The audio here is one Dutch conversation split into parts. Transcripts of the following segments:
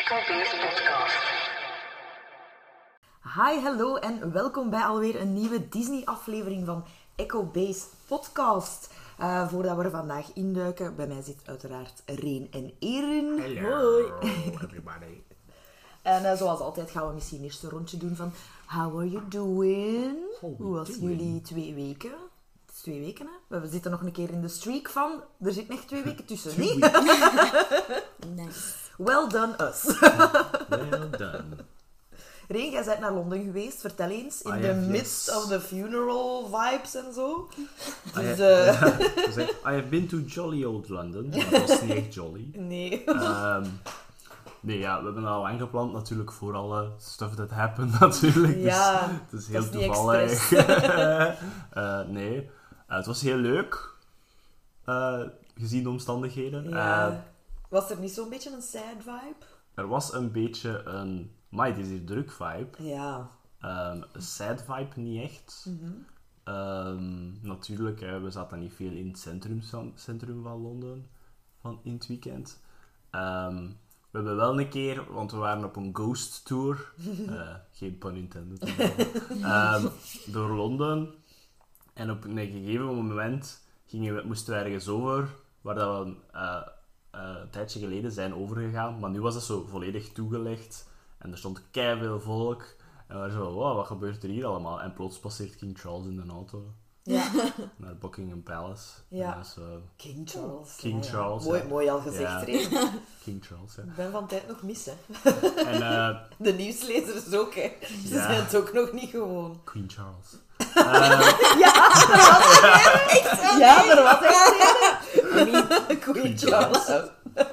Echo Base Podcast. Hi, hallo en welkom bij alweer een nieuwe Disney-aflevering van Echo Base Podcast. Voordat we er vandaag induiken, bij mij zit uiteraard Reen en Erin. Hello, everybody. En zoals altijd gaan we misschien eerst een rondje doen van how are you doing? Hoe was jullie 2 weken? Het is 2 weken, hè? We zitten nog een keer in de streak van... Er zitten echt 2 weken tussen, niet? Nice. Well done us. Well done. Reen, jij bent naar Londen geweest. Vertel eens, in I the have, midst yes. of the funeral vibes en zo. Dus, I have been to jolly old London. Maar dat was niet echt jolly. nee. Nee, ja, we hebben al aangepland natuurlijk voor alle stuff that happened natuurlijk. Ja, dus het is heel dat is niet toevallig. Nee, het was heel leuk. Gezien de omstandigheden. Ja. Was er niet zo'n beetje een sad vibe? Er was een beetje een... Maar het is hier druk vibe. Ja. Een sad vibe niet echt. Natuurlijk, we zaten niet veel in het centrum van Londen in het weekend. We hebben wel een keer, want we waren op een ghost tour, geen pun intended, door Londen. En op een gegeven moment moesten we ergens over, waar dat we een tijdje geleden zijn overgegaan. Maar nu was het zo volledig toegelegd en er stond keiveel volk. En we waren zo, wow, wat gebeurt er hier allemaal? En plots passeert King Charles in de auto Ja. naar Buckingham Palace. Ja. En dat is, King Charles. King Ja, ja. Charles, Mooi, ja. mooi al gezegd, Ja. Reen. King Charles, ja. Ik ben van tijd nog mis, hè. En De nieuwslezers ook, hè. Ze Ja. zijn het ook nog niet gewoon. Queen Charles. Ja, er was echt een. Queen Charles.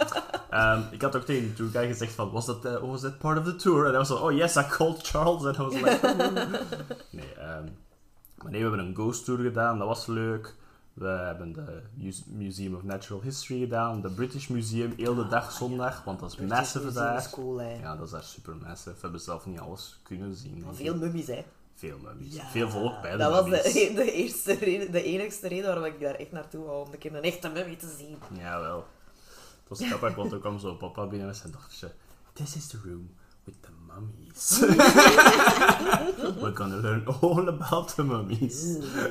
Ik had ook tegen de tourguide gezegd van, was that part of the tour? En hij was zo, oh yes, I called Charles. En I was like, nee, maar nee, we hebben een ghost tour gedaan, dat was leuk. We hebben de Museum of Natural History gedaan, de British Museum, heel de dag zondag, want dat is massive daar. Dat is cool, hè. Ja, dat is daar super massive. We hebben zelf niet alles kunnen zien. denk ik. Veel mummies, hè. Veel mummies. Ja, Veel volk bij de dat was mummies. de eerste reden, de enigste reden waarom ik daar echt naartoe wou, om een keer een echte mummie te zien. Jawel. Het was grappig, want er kwam zo papa binnen met zijn dochtertje. This is the room with the mummies. We're gonna learn all about the mummies.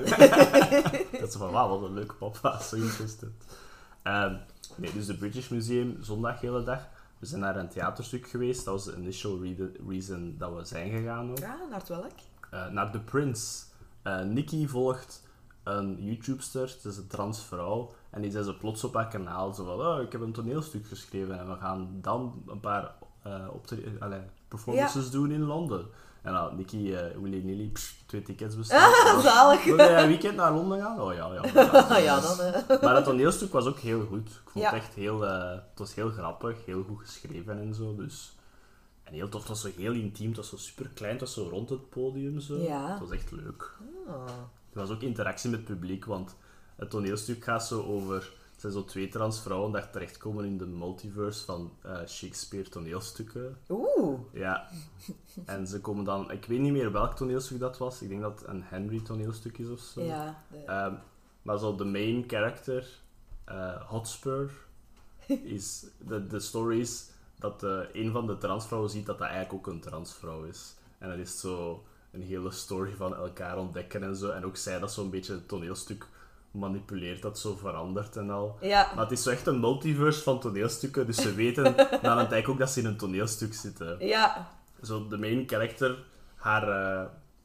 Dat is van, wauw, wat een leuke papa. So interested. Nee, dus de British Museum, zondag de hele dag. We zijn naar een theaterstuk geweest. Dat was de initial reason dat we zijn gegaan ook. Ja, naar het welk? Naar The Prince. Nikki volgt een YouTubester, het is een transvrouw, en die zei zo plots op haar kanaal zo van, oh, ik heb een toneelstuk geschreven en we gaan dan een paar performances doen in Londen. En dan Nikki, willy-nilly, 2 tickets besteld. Zalig. Wil jij een weekend naar Londen gaan? Oh ja. Ja, dan... Maar het toneelstuk was ook heel goed. Ik vond Ja. het echt heel... het was heel grappig, heel goed geschreven en zo, dus... En heel tof, het was zo heel intiem, het was zo super klein, het was zo rond het podium zo. Ja. Het was echt leuk. Oh. Er was ook interactie met het publiek, want het toneelstuk gaat zo over... Het zijn zo 2 transvrouwen die terechtkomen in de multiverse van Shakespeare toneelstukken. Oeh. Ja. En ze komen dan... Ik weet niet meer welk toneelstuk dat was. Ik denk dat het een Henry toneelstuk is of zo. Ja. Maar zo de main character, Hotspur, is... De story is dat een van de transvrouwen ziet dat dat eigenlijk ook een transvrouw is. En dat is zo een hele story van elkaar ontdekken en zo. En ook zij dat zo'n beetje het toneelstuk manipuleert, dat zo verandert en al. Ja. Maar het is zo echt een multiverse van toneelstukken, dus ze weten na een tijd ook dat ze in een toneelstuk zitten. Ja. Zo de main character, haar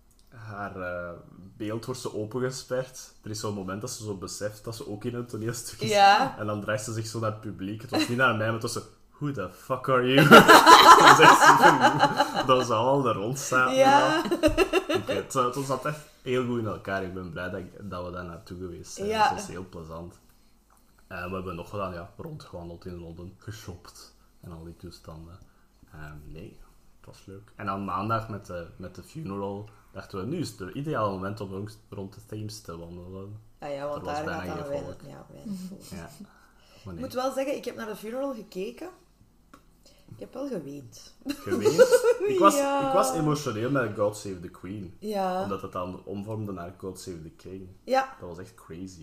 beeld wordt zo opengesperd. Er is zo'n moment dat ze zo beseft dat ze ook in een toneelstuk is. Ja. En dan draait ze zich zo naar het publiek. Het was niet naar mij, maar het was zo... Who the fuck are you? Dat was echt supergoed. Dat ze allemaal er rond staan. Ja. Het zat echt heel goed in elkaar. Ik ben blij dat we daar naartoe geweest zijn. Ja. Het was heel plezant. We hebben nog gedaan, ja, rondgewandeld in Londen, geshopt en al die toestanden. Nee, het was leuk. En dan maandag met de funeral dachten we, nu is het ideale moment om rond de Thames te wandelen. Ah ja, want Er was daar bijna gaat dan geen weinig, volk. ja, weinig volk. Ja. Maar Ik nee. moet wel zeggen, ik heb naar de funeral gekeken. Ik heb wel geweend. Geweest. Ja. Ik was emotioneel met God Save the Queen. Ja. Omdat het dan omvormde naar God Save the King. Ja. Dat was echt crazy.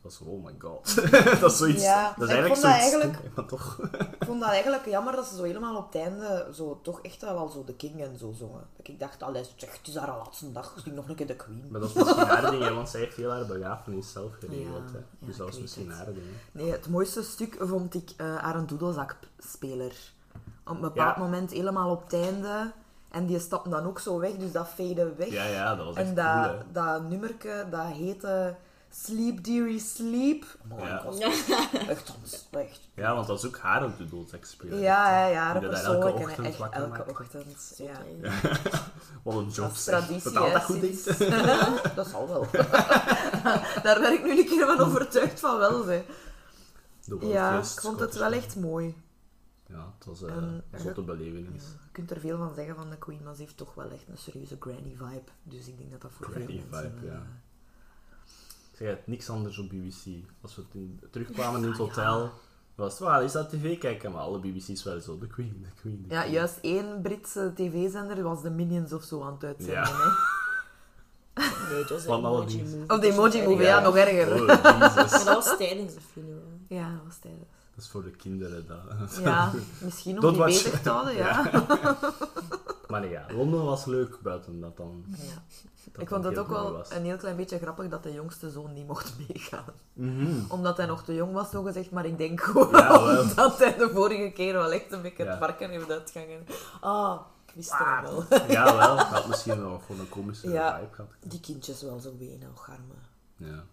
Dat is, oh my god. Dat is zoiets... Ja, dat is ik eigenlijk vond zoiets dat eigenlijk- stom, maar toch... Ik vond dat eigenlijk jammer dat ze zo helemaal op het einde zo toch echt wel zo de King en zo zongen. Dat ik dacht, allee, zeg, het is haar laatste dag, zing nog een keer de Queen. Maar dat is misschien haar ding, hè, want zij heeft heel haar begrafenis zelf geregeld. Ja, Hè. ja, Dus dat was ik weet misschien het. haar ding. Hè. Nee, het mooiste stuk vond ik haar een doedelzakspeler. Op een bepaald Ja. moment helemaal op het einde. En die stapte dan ook zo weg, dus dat fade weg. Ja, dat was echt En cool, hè. dat nummerke, dat heette Sleep Dearie Sleep. Oh, Ja. ik was echt. Ja, want dat is ook haar een doodseksspeler. Ja, Die dat dat elke persoonlijk. ochtend Echt wakker elke maakt. ochtend. Ja. Wat een job, Dat is zeg. traditie, Betaalt dat hè, goed, denk sinds- je? Dat zal wel. Daar ben ik nu een keer van overtuigd van wel. Hè. De Ja, World ik vond het wel echt mooi. Ja, het was En- een zotte belevenis. Je kunt er veel van zeggen van de Queen, maar ze heeft toch wel echt een serieuze granny vibe. Dus ik denk dat dat voor Granny veel mensen... vibe, ja. Ik zeg het, niks anders op BBC. Als we terugkwamen in het hotel, was het wel, is dat tv kijken? Maar alle BBC's waren zo, de Queen, de Queen, de Ja, Queen. juist één Britse tv-zender was de Minions of zo aan het uitzenden. Ja. Hè. Nee, dat was de Van alle Emoji diensten. Movie. Of de Emoji Movie, ja, nog erger. Oh, Jesus. Maar dat was tijdens de funeral. Ja, dat was tijdens. Dat is voor de kinderen, dat. Ja, misschien om Don't die watch. bezig te houden, ja. Maar nee, ja, Londen was leuk buiten dat dan. Ja. dat Ik vond dan het ook heel mooi wel was. een heel klein beetje grappig dat de jongste zoon niet mocht meegaan. Mhm. Omdat hij nog te jong was, zo gezegd, maar ik denk gewoon Ja, wel. omdat hij de vorige keer wel echt een beetje Ja. het varken heeft uitgehangen. Ah, ik wist het wel. Ja, wel. Het had misschien nog voor een komische Ja. vibe gehad. Die kindjes wel zo wenen, och arme. Ja.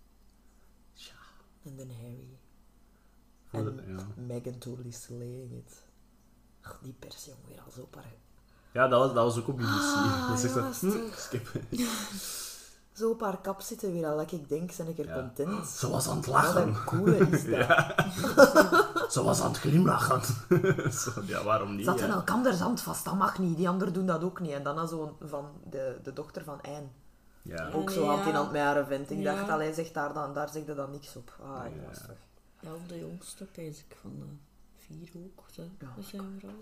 En dan Harry. Voor En de- ja. Meghan totally slaying it. Ach, die pers, jongen, weer al zo paar... Ja, dat was ook op BBC. Ah, dat is echt jongens, zo, toch. skip. Zo een paar kap zitten weer al, dat ik denk, zijn ik er Ja. content. Ze was aan het Wat lachen. een coole is dat. Ze was aan het glimlachen. Zo, ja, waarom niet? Ze hadden hè? elkaar zand vast, dat mag niet. Die anderen doen dat ook niet. En dan zo van de dochter van Anne. Ja. Ook nee, zo aan het ja. in aan het meijeren vent. Ik Ja. dacht, allee, zegt daar zegt hij dan niks op. Ah, ik Ja. was toch... Ja, of de jongste, pees ik, van de 4 ook. Hè. Ja. Dat zijn vrouw.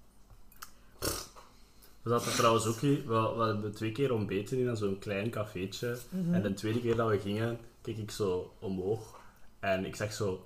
We zaten trouwens ook hier, we hebben 2 keer ontbeten in zo'n klein cafeetje. En de tweede keer dat we gingen, keek ik zo omhoog. En ik zag zo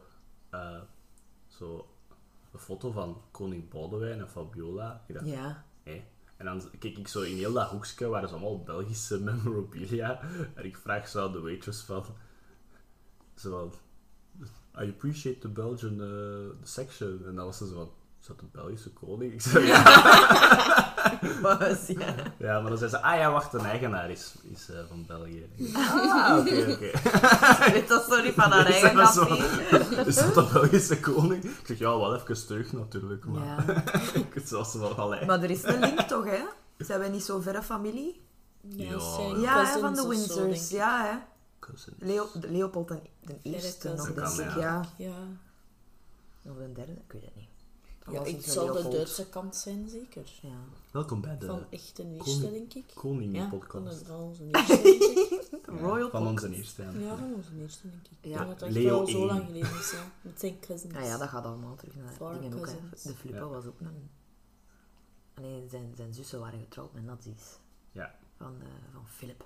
een foto van koning Boudewijn en Fabiola. Ik dacht, Ja. hé. En dan keek ik zo in heel dat hoekje, waren ze allemaal Belgische memorabilia. En ik vraag zo aan de waitress van... Zo van... I appreciate the Belgian section. En dan was ze zo van... Is dat de Belgische koning? Ik zei, ja. Was, ja. Ja, maar dan zei ze... Ah ja, wacht, de eigenaar is van België. Ah, oké. Weet dat sorry van haar Is eigen dat zo? café. Is dat de Belgische koning? Ik zeg, ja, wel even terug natuurlijk. Maar Ja. het was wel allee. Maar er is een link toch, hè? Zijn wij niet zo verre familie? Ja, Ja. zijn Ja, hè, cousins van de of zo, Windsors. denk Ja, hè? Cousins. Leopold de eerste nog, cousins. denk Dat ik. kan, ja. Ja. ik. Ja, Of de derde? Ik weet het niet. Dat ja was het iets met zal de Leopold. Duitse kant zijn, zeker. Ja. Welkom bij de Van echt een eerste, denk ik. Koning Ja, podcast. van onze eerste, denk ik. Royal van onze podcast. eerste. Ja, van onze eerste, denk ik. Ja. Ik denk dat dat echt Leo wel zo 1. lang geleden is, ja. Met zijn cousins. Nou ja, dat gaat allemaal terug naar Far dingen ook. Hè. cousins. De Flippo Ja. was ook een... Nee, zijn zussen waren getrouwd met nazi's. Ja. Van Philip.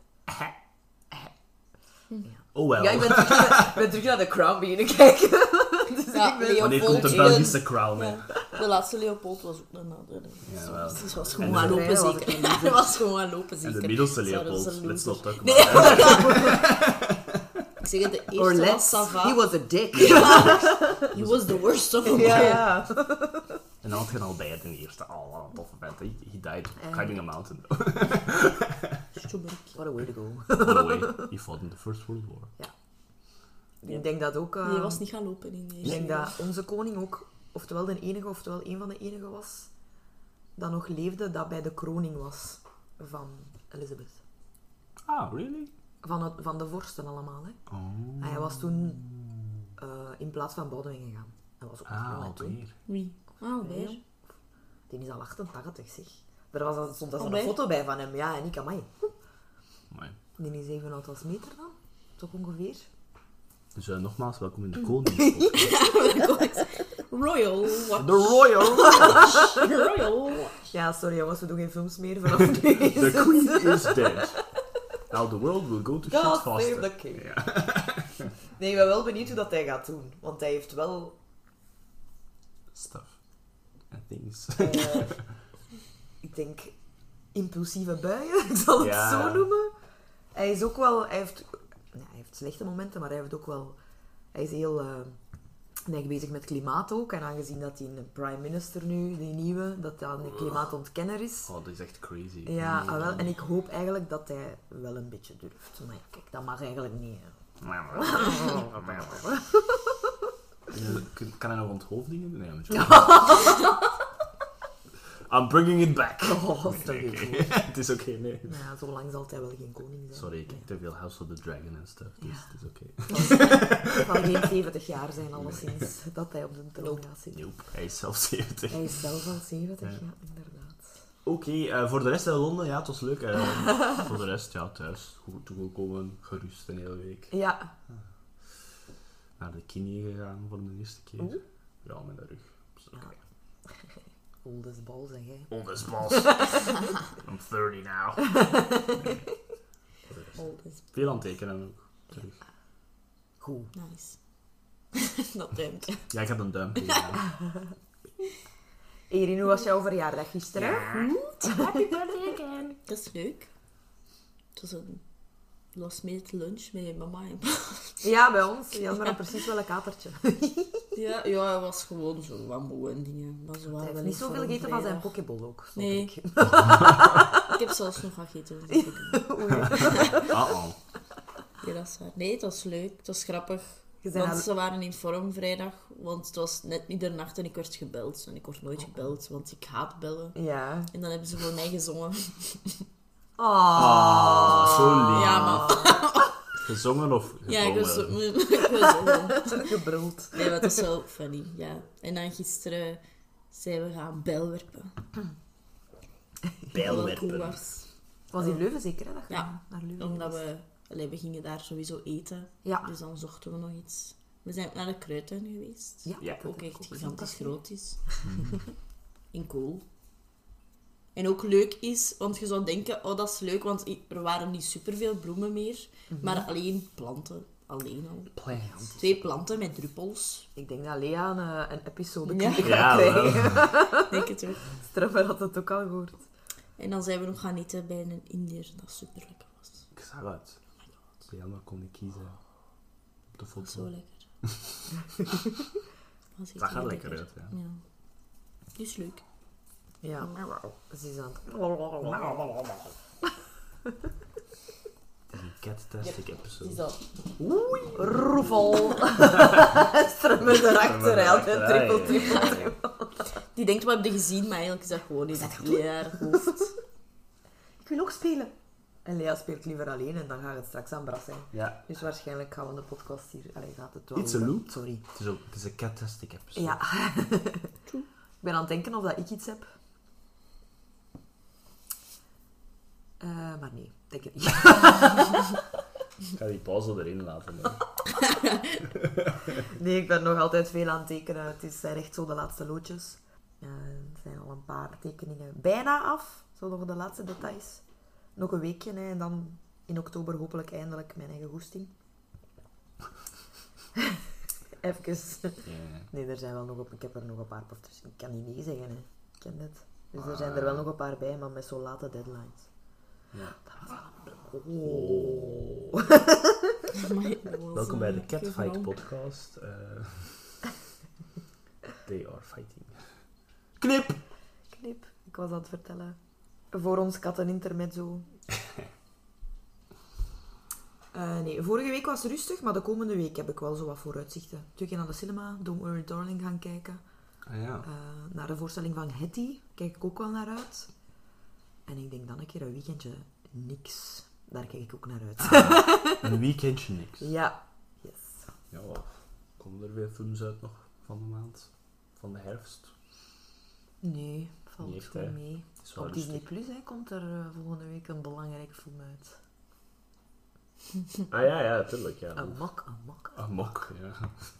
Oh wel. Ja, ik ben terug naar The Crown beginnen kijken. Dus Ja, ik ben... Leo- Wanneer komt de Leopold Belgische crown, hè? Ja. De laatste Leopold was ook een andere. Ja, wel. Dus was En gewoon de gaan lopen, vrije was zeker. ik niet. Hij was gewoon gaan lopen, En zeker. de middelste Zo, dat is Leopold. een Let's loser. not talk Nee, about that. ik zeg het, de Or eerste was let's. Sava. He was a dick. He was the worst of them. Ja. En dan had je al bij de eerste. Oh, wat een toffe vent. He died climbing a mountain. Stoeberik. What a way to go. By the way, he fought in the First World War. Ik denk dat ook... Nee, hij was niet gaan lopen in Ik denk dat onze koning ook, oftewel de enige, oftewel een van de enige was, dat nog leefde, dat bij de kroning was van Elizabeth. Ah, really? Van de vorsten allemaal, hè. Oh. En hij was toen in plaats van Boudewijn gegaan. Hij was ook nog jong, hè, toen. alweer. Wie? Ah, alweer. Die is al 88, zeg. Er stond al een Alweer? foto bij van hem, ja, en ik, amai. Amai. Die is even oud als meter dan, toch ongeveer. Dus nogmaals, welkom in de Koningspodcast. Royal Watch. The Royal Royal Watch. Ja, sorry jongens, we doen geen films meer vanaf nu. The Queen is dead. Now the world will go to shit God faster. save the king. Ja. Nee, ik ben wel benieuwd hoe dat hij gaat doen. Want hij heeft wel... Stuff. And things. ik denk... impulsieve buien, ik zal het Ja. zo noemen. Hij is ook wel... Hij heeft slechte momenten, maar hij heeft ook wel... Hij is heel... bezig met klimaat ook. En aangezien dat hij een prime minister nu, die nieuwe, dat hij een klimaatontkenner is. Oh, dat is echt crazy. Ja, wel. En ik hoop eigenlijk dat hij wel een beetje durft. Maar ja, kijk, dat mag eigenlijk niet. Hè. Kan hij nog onthoofdingen doen? Nee, I'm bringing it back. Oh, dat is toch Nee, niet oké. goed. Het is oké, nee. Nou ja, zolang zal hij wel geen koning zijn. Sorry, ik heb te veel House of the Dragon en stuff, dus Ja. het is oké. Het zal geen 70 jaar zijn, alleszins, dat hij op de troon gaat zitten. Nope, hij is zelf 70. Hij is zelf al 70, Ja. ja, inderdaad. Oké, voor de rest in Londen, ja, het was leuk. Voor de rest, ja, thuis. Goed toegekomen, gerust een hele week. Ja. Naar de knie gegaan voor de eerste keer. Oeh. Ja, met de rug. Dus, oké. Old as balls, zeg jij. On this boss. I'm 30 now. Nee. Voor de rest. Oh, dat is Veel aan het tekenen ook. Terug. Goed. nice. Dat duimpje. Ja, ik had een duimpje gedaan. Erin, hoe was jouw verjaardag gisteren? Happy birthday again. Dat is leuk. Het was een last minute lunch met je mama en pa. Ja, bij ons. Je had maar precies wel een katertje. Ja, het was gewoon zo wat moe en dingen. Maar ze Hij waren heeft wel niet iets zoveel voor een gegeten van zijn vrijdag. pokeball ook. snap Nee. ik. Ik heb zelfs nog wat gegeten. Dus Uh-oh. ja, dat is waar. Nee, het was leuk. Het was grappig. Je bent Want ze waren in vorm vrijdag. Want het was net middernacht en ik werd gebeld. En ik word nooit gebeld, want ik haat bellen. Ja. En dan hebben ze voor mij gezongen. Oh, zo lief. Ja, maar... Gezongen of Ja, ik gezongen? was gezongen. Gebruld. Nee, maar dat is wel funny, ja. En dan gisteren zijn we gaan bijlwerpen. Bijlwerpen. Wat wel cool was. Was in Leuven zeker, hè? Dat je Ja, naar Leuven Omdat geweest? we gingen daar sowieso eten. Ja. Dus dan zochten we nog iets. We zijn naar de kruidtuin geweest. Ja, Ja. dat Ook heb ik echt gezien, gigantisch dat groot is. En cool. En ook leuk is, want je zou denken, oh dat is leuk, want er waren niet superveel bloemen meer. Maar alleen planten. Alleen al. Plants. 2 planten met druppels. Ik denk dat Lea een episode Ja. gaat Ja, krijgen. Ik denk het ook. Straffer had het ook al gehoord. En dan zijn we nog gaan eten bij een Indiër dat super lekker was. Ik zag het. Diana kon ik kiezen op de Dat was zo foto. lekker. Was echt Zag er heel lekker uit, ja. Ja. Dus leuk. Ja. Ze is aan het... Het is een cat-tastic episode. dat. Roefel. Strummen erachter, hij altijd trippel. Die denkt, wat heb je gezien? Maar eigenlijk is dat gewoon in haar hoofd. Ik wil ook spelen. En Lea speelt liever alleen en dan gaat het straks aan Bras zijn. Ja, Dus waarschijnlijk gaan we de podcast hier... Allee, gaat het wel... It's a loop. Sorry. het is een cat-tastic episode. Ja. Ik ben aan het denken of dat ik iets heb. Maar nee, denk het niet. Ik ga die pauze erin laten. hè. Nee, ik ben nog altijd veel aan het tekenen. Het zijn echt zo de laatste loodjes. Er zijn al een paar tekeningen bijna af. Zo nog de laatste details. Nog een weekje hè, en dan in oktober hopelijk eindelijk mijn eigen goesting. Even. Ja. Nee, er zijn wel nog ik heb er nog een paar pofters. Ik kan niet nee zeggen, hè. Ik ken het. Dus er zijn er wel nog een paar bij, maar met zo late deadlines. Ja. Oh. Welkom bij de Catfight podcast. They are fighting. Knip! Knip. Ik was aan het vertellen. Voor ons kattenintermezzo. Nee, vorige week was rustig, maar de komende week heb ik wel zo wat vooruitzichten. 2 keer naar de cinema, Don't Worry Darling gaan kijken. Ah ja. Naar de voorstelling van Hetty kijk ik ook wel naar uit. En ik denk dan een keer een weekendje niks. Daar kijk ik ook naar uit. Een weekendje niks. Ja. Yes. Ja, komen er weer films uit nog van de maand? Van de herfst? Nee, valt Niet echt, goed hè. mee. Het is wel Op Disney rustig. Plus komt er volgende week een belangrijk film uit. Ah ja, tuurlijk. Ja. Een mok. Een mok, ja.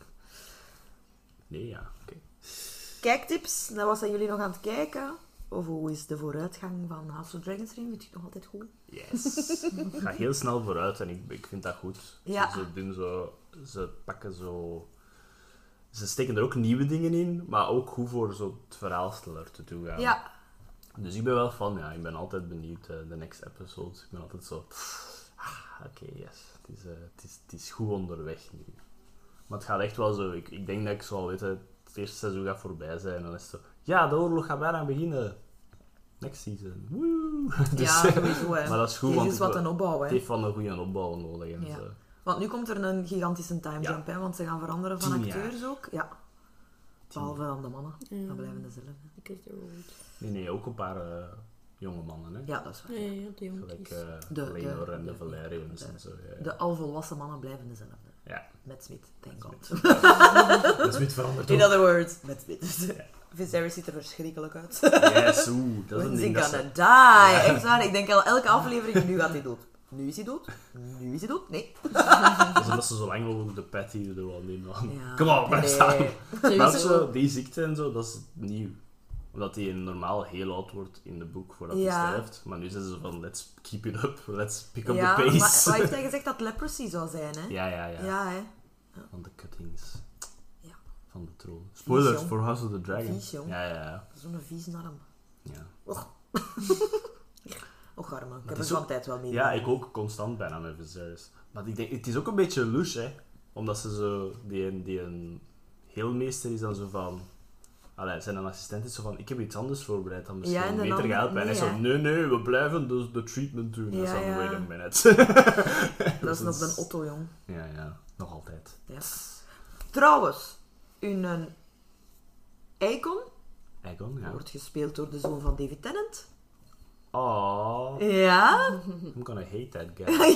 Nee, ja, oké. Kijktips, naar wat zijn jullie nog aan het kijken? Of hoe is de vooruitgang van House of Dragons erin? Vind je het nog altijd goed? Yes. Ik ga heel snel vooruit en ik vind dat goed. Ja. Ze doen zo ze pakken zo... Ze steken er ook nieuwe dingen in, maar ook goed voor zo het verhaal sneller te toe gaan. Ja. Dus ik ben wel van, ja, ik ben altijd benieuwd, de next episode. Ik ben altijd zo... Oké, yes. Het is goed onderweg nu. Maar het gaat echt wel zo... Ik denk dat ik zo al weet, het eerste seizoen gaat voorbij zijn. En dan is het zo... Ja, de oorlog gaat bijna beginnen. Next season. Woe! Dus, Ja, sowieso, hè. maar dat is goed, Dit want is wat een opbouw, het hè. heeft wel een goede opbouw nodig. En Ja. zo. Want nu komt er een gigantische timejump, hè, want ze gaan veranderen van 10 jaar. acteurs ook. Ja. Behalve dan de mannen. Dan blijven dezelfde. Ik weet het ook. Nee, ook een paar jonge mannen, hè. Ja, dat is waar. Ja, de Gelijk jonkies. Lenor en de Valerians en zo. Ja. De al volwassen mannen blijven dezelfde. Ja. Met Smith, thank God. Dat is niet veranderd, In toch? other words, met Smith. Viserys ziet er verschrikkelijk uit. Yes, dat is een When's he ding dat gonna ze... die? Echt waar, ik denk al elke aflevering, nu gaat hij dood. Nu is hij dood. Nu is hij dood. Nee. Dat is omdat ze zo lang mogelijk de patty er wel nemen. Ja. Kom op, blijf staan. Nee. Maar ook zo, die ziekte en zo, dat is nieuw. Omdat hij normaal heel oud wordt in de boek voordat hij Ja. sterft. Maar nu zijn ze van, let's keep it up, let's pick up Ja, the maar pace. wat heeft hij gezegd dat leprosy zou zijn, hè? Ja. Ja, hè. Van de cuttings. Ja. Van de troon. Spoilers jong. voor House of the Dragon. Vies, jong. Ja. Zo'n vies arm. Ja. Och, arme. Ik heb het er is van ook- tijd wel mee. Ja, ik ook constant bijna met Viserys. Maar ik denk, het is ook een beetje louche, hè. Omdat ze zo... Die een heelmeester is dan zo van... Allee, zijn assistent is zo van... Ik heb iets anders voorbereid dan misschien Ja, en de beter ander- gehelpen. En hij nee, zo... hè. Nee, we blijven de treatment doen. En Ja, zo, ja. wait a minute. Dat is nog een Otto, jong. Ja. Nog altijd. Ja. Trouwens, een Aegon Aegon, ja. wordt gespeeld door de zoon van David Tennant. Oh, Ja? I'm gonna hate that guy.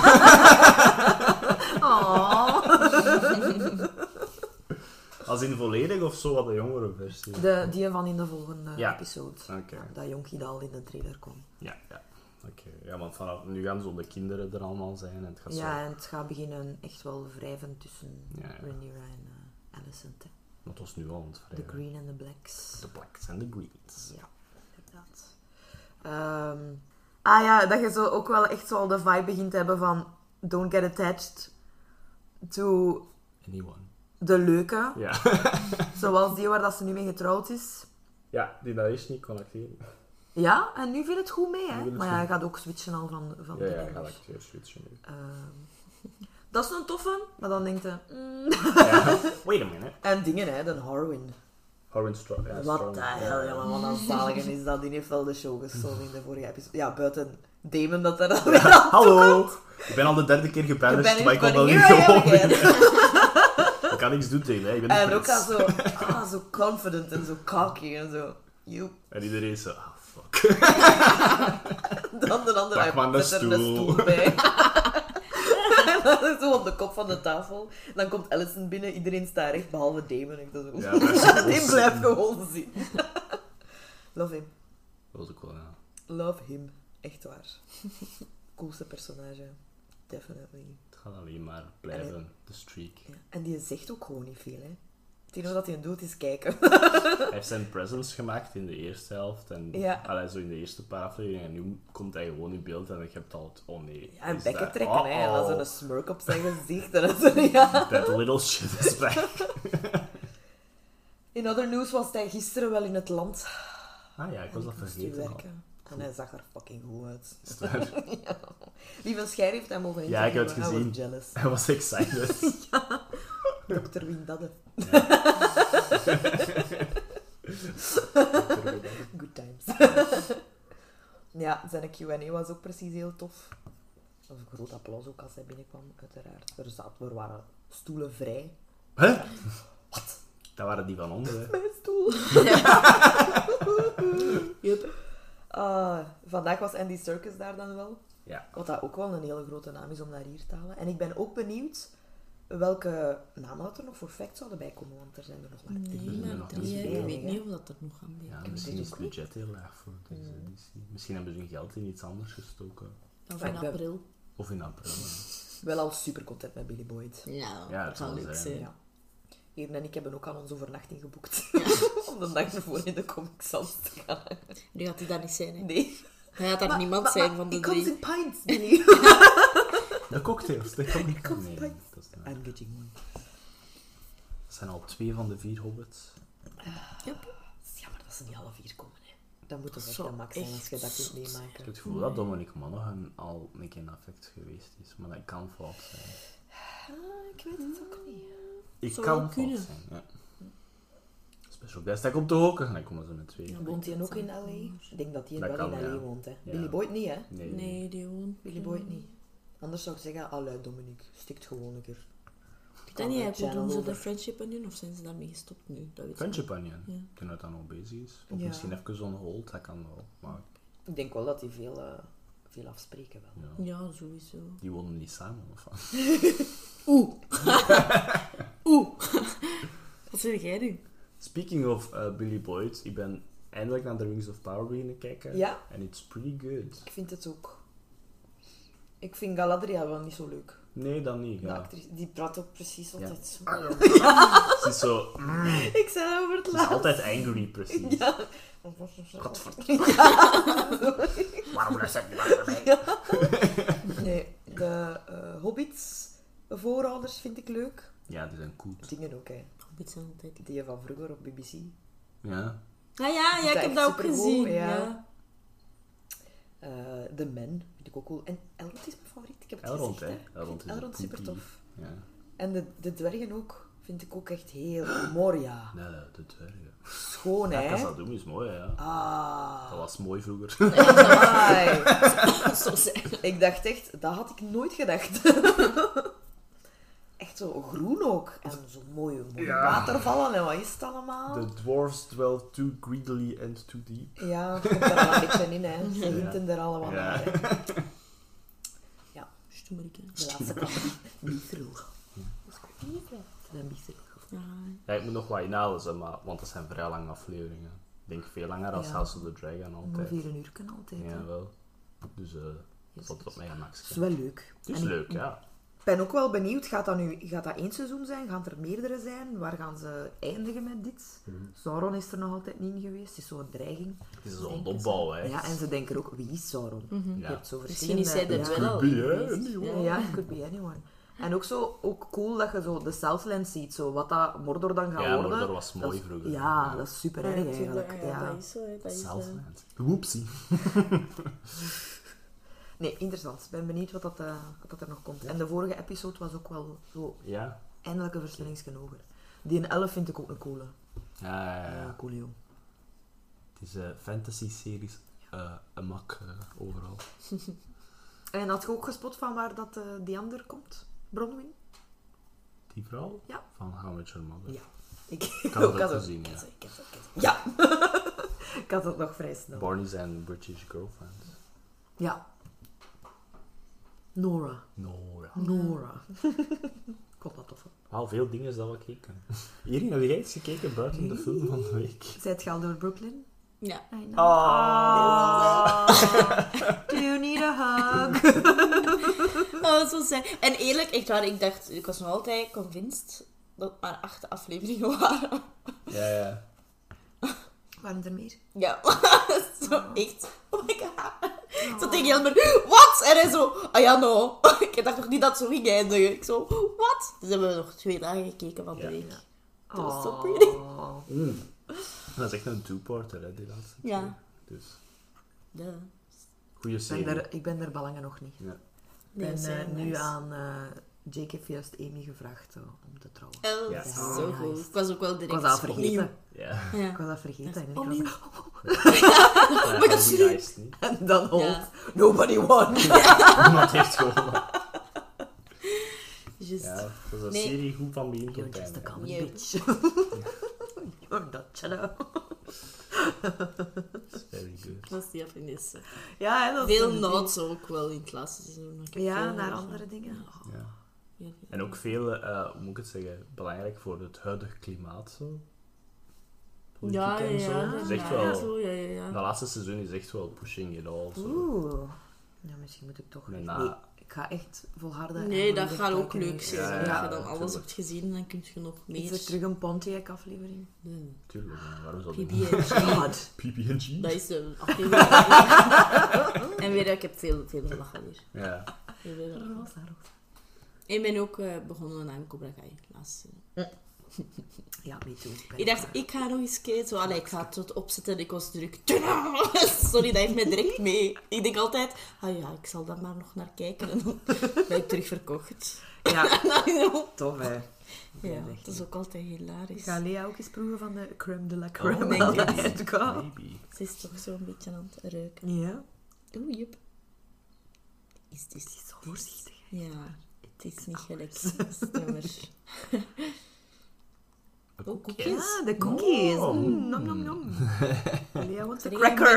Oh. Als in volledig of zo wat de jongere versie? Die van in de volgende Ja. episode. Oké. Ja, dat jonkie dat al in de trailer kwam. Ja. Oké. Ja, want vanaf nu gaan zo de kinderen er allemaal zijn en het gaat Ja, zo... en het gaat beginnen echt wel wrijven tussen Ja. Rhaenyra en Alicent. Hè. Dat was nu al aan het De wrijven. green en de blacks. De blacks en de greens. Ja, inderdaad. Ja, dat je zo ook wel echt zo al de vibe begint te hebben van don't get attached to Anyone. de leuke. Ja. Zoals die waar dat ze nu mee getrouwd is. Ja, die dat is niet connecteren. Ja, en nu viel het goed mee, Nu hè. viel het Maar ja, goed. hij gaat ook switchen al van Ja, dingen, ga dus. ik weer switchen nu. Dat is een toffe, maar dan denkt hij... Ja. Wait a minute. En dingen, hè, de Harwin. Horror Strong. Ja, Wat strong. de hel, jongen, wat een zalige is dat. Die heeft wel de show gestolen in de vorige episode. Ja, buiten Damon dat er dan weer aan Hallo! Ik ben al de 3e keer gebanished, maar ik kon wel niet here I am gewoon again. beginnen. Ik kan niks doen tegen mij, ik ben de En ook prins. aan zo confident en zo cocky en zo. Joep. En iedereen is zo, ah, fuck. Dan de andere Pak maar de zet er een stoel. stoel bij. En dan zo op de kop van de tafel. Dan komt Alicent binnen, iedereen staat recht, behalve Damon. Ik dacht zo, Ja, dat is zo die los. blijft gewoon zien. Love him. Dat was ook wel, ja. Love him. Echt waar. Coolste personage. Definitely. Het gaat alleen maar blijven, de streak. Ja. En die zegt ook gewoon niet veel, hè. Het enige wat hij doet is kijken. Hij heeft zijn presence gemaakt in de eerste helft. En Ja. allee, zo in de eerste paar afleveringen. En nu komt hij gewoon in beeld en je hebt al het, oh nee. Ja, en is bekken dat- trekken, hè. En dan oh, zo'n smirk op zijn gezicht. En dan zo, ja. that little shit is back. In other news was hij gisteren wel in het land. Ah ja, ik was dat moest vergeten al. werken. En hij zag er fucking goed uit. Is het waar? Ja. Lieve Schijr heeft hem mogen Ja, ik heb het interviewen. gezien. I was jealous. Hij was excited. Dr. Windadde. Good times. Ja, zijn Q&A was ook precies heel tof. Dat was een groot applaus ook als hij binnenkwam, uiteraard. Er waren stoelen vrij. Huh? Wat? Dat waren die van ons, hè. Mijn stoel. Yup. Vandaag was Andy Serkis daar dan wel. Ja. Wat dat ook wel een hele grote naam is om naar hier te halen. En ik ben ook benieuwd welke namen dat er nog voor facts zouden bij komen, want er zijn er nog maar Nee, drie. er maar nog 3, niet hè. veel, Ik weet hè. niet of dat er nog aan bij Ja, komt. misschien dit is het ook budget heel laag voor deze editie. Misschien hebben ze hun geld in iets anders gestoken. Of Maar in ik ben- april. Of in april. hè. Wel al super content met Billy Boyd. Ja, Ja, dat het zal zal leuk zijn. zijn. Ja. Hier en ik hebben ook al onze overnachting geboekt. Om de dag ervoor in de Comic Sans te gaan. Nu gaat hij dat niet zijn, hè. Nee. Hij gaat daar niemand zijn van de He comes drie. in pints, Billy. De cocktails. Nee, dat is niet. I'm getting one. Dat zijn al 2 van de 4 hobbits. Ja, maar dat ze niet alle 4 komen, hè. Dat moet toch echt Zo een max zijn als je dat echt kunt Ik meemaken. heb het gevoel dat Dominic Monaghan al een keer in effect geweest is, maar dat kan fout zijn. Ik weet het ook niet. Ik Zou kan wel fout kunnen. zijn, ja. Special guest dat ik op de hoeken en dan komen ze met 2. Ja. Woont hij ook in L.A.? Ik denk dat hij Dat wel in kan, L.A. ja. woont, hè. Ja. Billy Boyd niet, hè. Nee, die woont... Billy Boyd niet. Anders zou ik zeggen, allee, Dominique, stikt gewoon een keer. Ik weet niet, hoe Channel doen ze over. de Friendship Onion of zijn ze daarmee gestopt nu? Dat weet ik Friendship Onion. Ja. Toen het dan nog bezig is. Of Ja. misschien even on hold, dat kan wel. Maar Ik denk wel dat die veel afspreken wel. ja. niet. Ja, sowieso. Die wonen niet samen, of wat? Oeh. Oeh. Wat zeg jij nu? Speaking of Billy Boyd, ik ben eindelijk naar The Rings of Power beginnen kijken. Ja? En it's pretty good. Ik vind het ook. Ik vind Galadriel wel niet zo leuk. Nee, dan niet. De Ja. actrice, die praat ook precies altijd zo. Ze is zo... Ik zei over het Ze is laatst. altijd angry, precies. Ja. Waarom luister je naar mij? Nee, de Hobbits voorouders vind ik leuk. Ja, die zijn cool. Dingen ook, hè. Hobbits zijn altijd... Die van vroeger op BBC. Ja. Ah ja, Dat ik is heb dat ook supergoed, gezien. ja. Ja. The Men vind ik ook cool. En Elrond is mijn favoriet. Ik heb het Elrond, gezegd, hè. hè. Elrond is Elrond een super poepie. tof. Ja. En de dwergen ook. Vind ik ook echt heel Moria. Nee, de dwergen. Schoon, Ja, hè. dat doen is mooi, ja. Dat Ah. was mooi vroeger. Amai. Zo zijn. Ik dacht echt, dat had ik nooit gedacht. Echt zo groen ook. En zo mooie Ja. watervallen. En wat is het allemaal? The dwarves dwell too greedily and too deep. Ja, het komt er al een beetje in, hè. Ze Ja. hinten er allemaal Ja. naar, hè. Ja, Stoemerieke. de laatste kant. Mithril. De Mithril. Ja. Ja, ik moet nog wat inhalen, maar, want dat zijn vrij lange afleveringen. Ik denk veel langer als Ja. House of the Dragon altijd. Ongeveer een uur kan altijd. hè. Ja, wel. Dus dat is op mijn gemak. Het is wel leuk. Het is En leuk, ja. ik ben ook wel benieuwd, gaat dat 1 seizoen zijn? Gaan er meerdere zijn? Waar gaan ze eindigen met dit? Sauron is er nog altijd niet in geweest. Het is zo'n dreiging. Het is zo'n denken ze. opbouw, hè. Ja, en ze denken ook, wie is Sauron? Je Ja. hebt zo Misschien is zij verschillende... er ja. wel al Could be, in hè, geweest. anyone. Ja, it could be anyone. En ook zo ook cool dat je zo de Southlands ziet, zo wat dat Mordor dan gaat Ja, worden. Mordor was mooi Dat is- vroeger. Ja, Ja. dat is super Ja, erg natuurlijk, eigenlijk. ja, Ja. dat is zo. Hè, dat is, Southland. Whoopsie. Nee, interessant. Ik ben benieuwd wat dat er nog komt. En de vorige episode was ook wel zo Ja. eindelijk een versnellingsje hoger. Die in 11 vind ik ook een coole. Ja. Coolio. Het is fantasy-series amak overal. En had je ook gespot van waar dat die ander komt? Bronwyn? Die vrouw? Ja. Van How I Met Your Mother. Ja. Ik Ik had het ook ook had gezien, ik ja. had het. Ja. Ik had het nog vrij snel. Barney zijn British girlfriend. Ja. Nora. Nora. Ik vond dat tof. Wauw, veel dingen dat we keken. Irin, heb jij iets gekeken buiten de film van de week? Zijt je al door Brooklyn? Ja. I know. Oh. Do you need a hug? Oh, zo zijn. En eerlijk, echt waar, ik was nog altijd convinced dat het maar 8 afleveringen waren. Ja. Waren er meer? Ja, zo echt. Oh my god. Zo tegen Jelmer, wat? En hij zo, ah ja, no. Ik dacht nog niet dat het zo ging eindigen. Ik zo, wat? Dus hebben we nog 2 dagen gekeken van de Ja. week. Ja. Dat was zo pretty. Dat is echt een two-parter, hè, die laatste. Ja. keer. Dus, Ja. goede serie. Ik ben er belangen nog niet. Ja. Ik Nee, ben zo nu nice. aan... Jake heeft juist Amy gevraagd om te trouwen. Oh, Ja. dat is zo goed. Ik was ook wel Ik direct was dat vergeten. Ja. Ja. Ik was dat vergeten. En, ik Opnieuw. was, Ja, my God, Harry serieus? Nice, niet? en dan hoop. Ja. Nobody won. Iemand heeft gewonnen. Just. Ja, dat is een Nee. serie goed van begin You're tot just a einde. common Yep. bitch. You're not cello. It's very good. Dat is die finesse. Ja, hè, dat is Veel een notes ook wel in het laatste seizoen. Ik heb Ja, veel naar gehad. andere dingen. Ja. Ja. En ook veel, hoe moet ik het zeggen, belangrijk voor het huidige klimaat. Zo. Politiek Ja, en zo. ja, Het is echt ja, wel, zo, ja. dat laatste seizoen is echt wel pushing it all. Zo. Oeh. Ja, misschien moet ik toch... Nee, Nee, na- ik ga echt volharden. Nee, en dat volledig gaat ook kijken. leuk zijn. Ja, Als ja, je dan alles tuurlijk. hebt gezien, dan kun je nog Is meer... er terug een Pontiac-aflevering? Nee. Tuurlijk, ja. Waarom zou dat PB&G. God. PB&G? Dat is de aflevering. En weer, ik heb veel gelachen weer. Ja. Rosa. Ik ben ook begonnen aan Cobra Kai. Laatst. Ja, weet je ook. Ik dacht, ik ga nog eens kijken. Zo, ik ga het tot opzetten en ik was druk. Sorry, dat heeft mij direct mee. Ik denk altijd, ik zal daar maar nog naar kijken. En dan ben ik terug verkocht. Ja, tof hè. Ja, dat is ook altijd hilarisch. Ga Lea ook eens proeven van de crème de la crème? denk à la het. Edgar? Maybe. Ze is toch zo'n beetje aan het ruiken. Ja. Oeh, jep. Is dit Zo voorzichtig. Ja, het is niet gelijk. Stemmer. Koekjes. Ja, de cookies. Oh. Nom nom nom. Lea wants a Drie. cracker.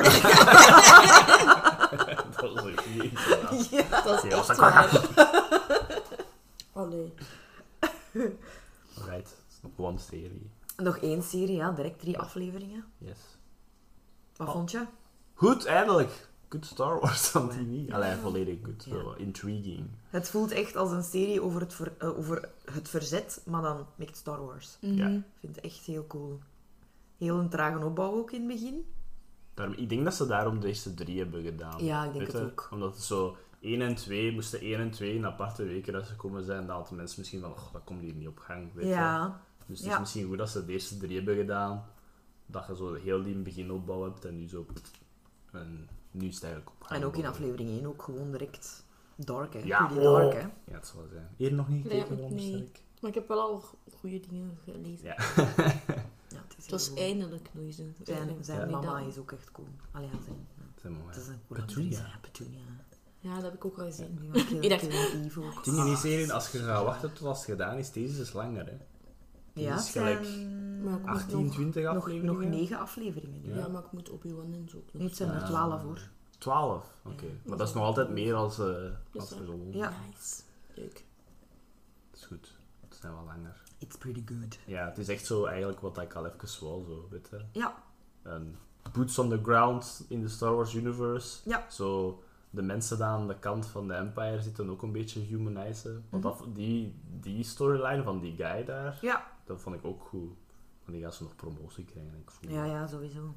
Dat was echt niet inderdaad. Ja. Dat is Ja, echt dat waar. Allee. Alright, het is nog one serie. Nog 1 serie, ja. Direct 3 afleveringen. Yes. Wat vond je? Goed, eindelijk. Good Star Wars on TV. Allee, volledig goed. Ja. Zo intriguing. Het voelt echt als een serie over het verzet, maar dan met Star Wars. Ja. Ik vind het echt heel cool. Heel een trage opbouw ook in het begin. Daarom, ik denk dat ze daarom de eerste 3 hebben gedaan. Ja, ik denk Weet het je? ook. Omdat het zo 1 en 2, moesten 1 en 2 in aparte weken dat ze komen zijn, dan hadden mensen misschien van, dat komt hier niet op gang. Weet je? Ja. Dus het is Ja. misschien goed dat ze de eerste 3 hebben gedaan. Dat je zo heel die beginopbouw hebt en nu zo... En nu is het eigenlijk op gang. En ook in aflevering 1 ook gewoon direct dark, hè. Ja, Pretty dark, hè. Ja, het zal zijn. Hier nog niet Nee, gekeken, ik veronderstel niet. ik. Maar ik heb wel al goede dingen gelezen. Ja. Ja, het is Het was heel eindelijk nog eens. Zijn Ja. mama is ook echt cool. Allee, ja, zijn... Zeg maar. Het is een coole Petunia. actrice, hè, Petunia. Ja, dat heb ik ook al gezien. Die was Ik dacht- Eve ook. Het ding in die serie, als je gaat wachten tot als het gedaan is, deze is langer, hè. Ja, is het gelijk zijn Maar ik moet 18, 20 nog afleveringen. 9 afleveringen nu. Ja. Ja, maar ik moet Obi-Wan en zo ook nog. Nu het zijn er Ah. 12 hoor. 12, oké. Maar dat is nog altijd meer als je zo... Ja. Nice. Leuk. Dat is goed. Het zijn wel langer. It's pretty good. Ja, het is echt zo eigenlijk wat ik al even wou, zo, weet je. Ja, En boots on the ground in de Star Wars universe. Ja. Zo, de mensen die aan de kant van de Empire zitten ook een beetje humanizen. Want die storyline van die guy daar, ja. dat vond ik ook goed. Want die gaat ze nog promotie krijgen, ik voel. Ja, sowieso.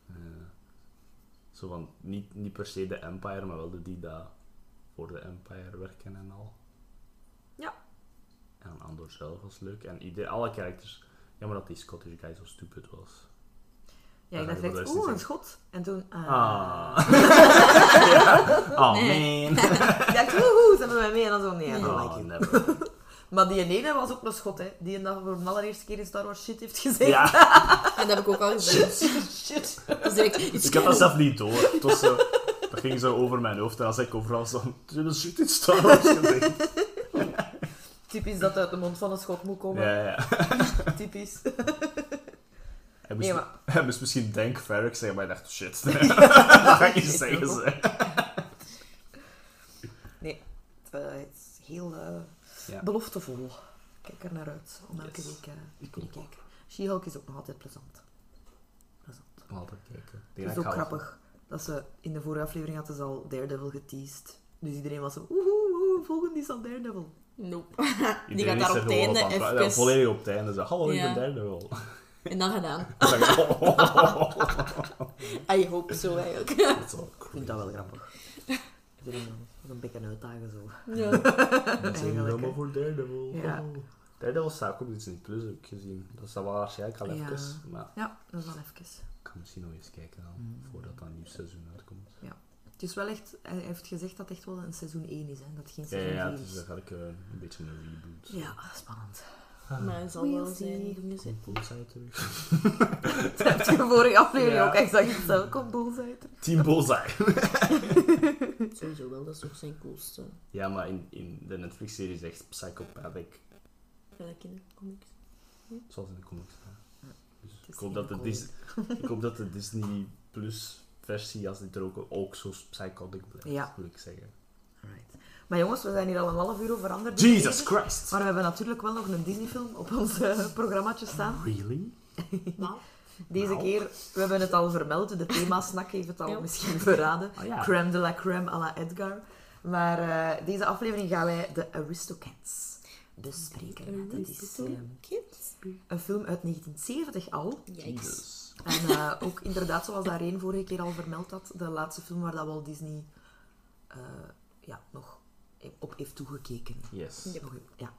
Zo van, niet per se de Empire, maar wel de die daar voor de Empire werken en al. Ja. En Andor zelf was leuk. En alle characters... Jammer dat die Scottish guy zo stupid was. Ja, ik Dat dacht ga je voor de echt, rest niet een zeggen. schot. En toen... Ja. Oh man. Ik dacht, woehoe, ze hebben mij mee. En dan zo, nee, I don't Oh, like you. never. Maar die ene was ook een schot, hè. Die dat voor de allereerste keer in Star Wars shit heeft gezegd. Ja, En dat heb ik ook al gezien. Shit. Dus direct, ik had dat zelf niet door. Het was zo, dat ging zo over mijn hoofd en dan zei ik overal zo... Ze hebben shit in Star Wars gezegd. Typisch dat uit de mond van een schot moet komen. Ja. Typisch. Hij moest, Nee, maar- hij moest misschien Dank Farrick zeggen, maar ik dacht, shit. Dat ga ik niet zeggen, ze. Nee, het is heel Ja. beloftevol. Ik kijk er naar uit om elke Yes. week te Ik kunnen ook. kijken. She-Hulk is ook nog altijd plezant. Altijd kijken. Ik denk Het is dat ook ik ga- grappig dat ze in de vorige aflevering hadden ze al Daredevil geteased. Dus iedereen was zo, oeh, volgende is dan Daredevil. Nope. Die Iedereen gaat is daar er op het gewoon einde op aan het praten. Ja, even... volledig op het einde. Zo, hallo, ik Ja. ben Daredevil. En dan gedaan. Dan zeg ik, I hope zo eigenlijk. dat is wel Ik vind dat wel grappig. Iedereen was een beetje uitdagen zo. Ja. Dat zijn Eigenlijk, allemaal hè. voor Daredevil. Ja. Oh. Daredevil staat ook op Disney Plus, heb ik gezien. Dat staat wel waarschijnlijk al Ja. even, maar Ja, dat is wel even. ik ga misschien nog eens kijken dan, voordat dat nieuw seizoen uitkomt. Het is wel echt, hij heeft gezegd dat het echt wel een seizoen 1 is, hè. Dat het geen Ja, seizoen 4 het is is. eigenlijk een beetje een reboot. Ja, spannend. Maar hij zal We'll wel see. zijn dingen zijn. Komt Bullseye terug. Dat heb je vorige aflevering Ja. ook echt gezegd. Zo, komt Bullseye er. Team Bullseye. Sowieso wel, dat is toch zijn coolste. Ja, maar in de Netflix-serie is echt psychopathic, Gelijk in de comics. zoals in de comics staan. Dus is ik hoop dat heel ik hoop dat de Disney Plus versie, als dit er ook zo psychotic blijft, Ja. wil ik zeggen. Alright. Maar jongens, we zijn hier al een half uur over veranderd. Jesus Christ! Maar we hebben natuurlijk wel nog een Disney-film op ons programmaatje staan. Really? Nou, Deze Nou. keer, we hebben het al vermeld, de themasnack heeft het al Ja. misschien verraden. Oh ja. Crème de la crème à la Edgar. Maar deze aflevering gaan wij de Aristocats bespreken. Dat is kids. een film uit 1970 al. Yikes. Jesus. En ook inderdaad, zoals Dareen vorige keer al vermeld had, de laatste film waar dat Walt Disney nog op heeft toegekeken. Yes. Ja.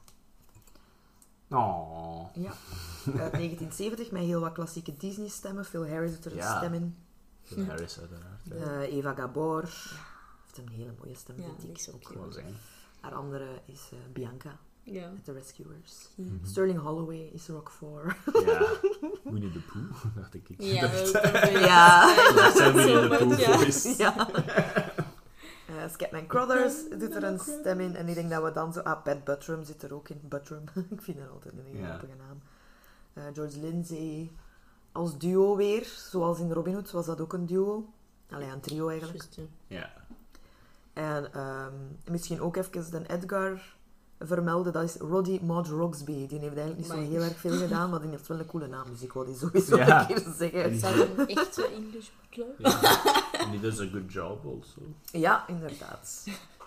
Oh. Ja. Uit 1970 met heel wat klassieke Disney-stemmen. Phil Harris doet er een stem in. Phil Harris uiteraard. Ja. Eva Gabor heeft een hele mooie stem, Ja, vind die ik. is ook Kan wel zijn. Haar andere is Bianca Ja. uit The Rescuers. Mhm. Sterling Holloway is Roquefort. Ja. Winnie the Pooh, dacht ik. Ja, Ja. Dat zijn Winnie the Zo Pooh ja. voice. Ja. Scatman Crothers doet er een stem in. En ik denk dat we dan zo... Pat Buttram zit er ook in. Buttram. Ik vind dat altijd een hele grappige naam. George Lindsay als duo weer. Zoals in Robin Hood was dat ook een duo. Allee, een trio eigenlijk. Juist, ja. Ja. En misschien ook even de Edgar vermelden. Dat is Roddy Maud Roxby. Die heeft eigenlijk niet zo Amai. heel erg veel gedaan, maar die heeft wel een coole naam. Dus ik wil die sowieso Ja. een keer zeggen. Is dat een echte English butler? Ja. And he does a good job also. Ja, inderdaad.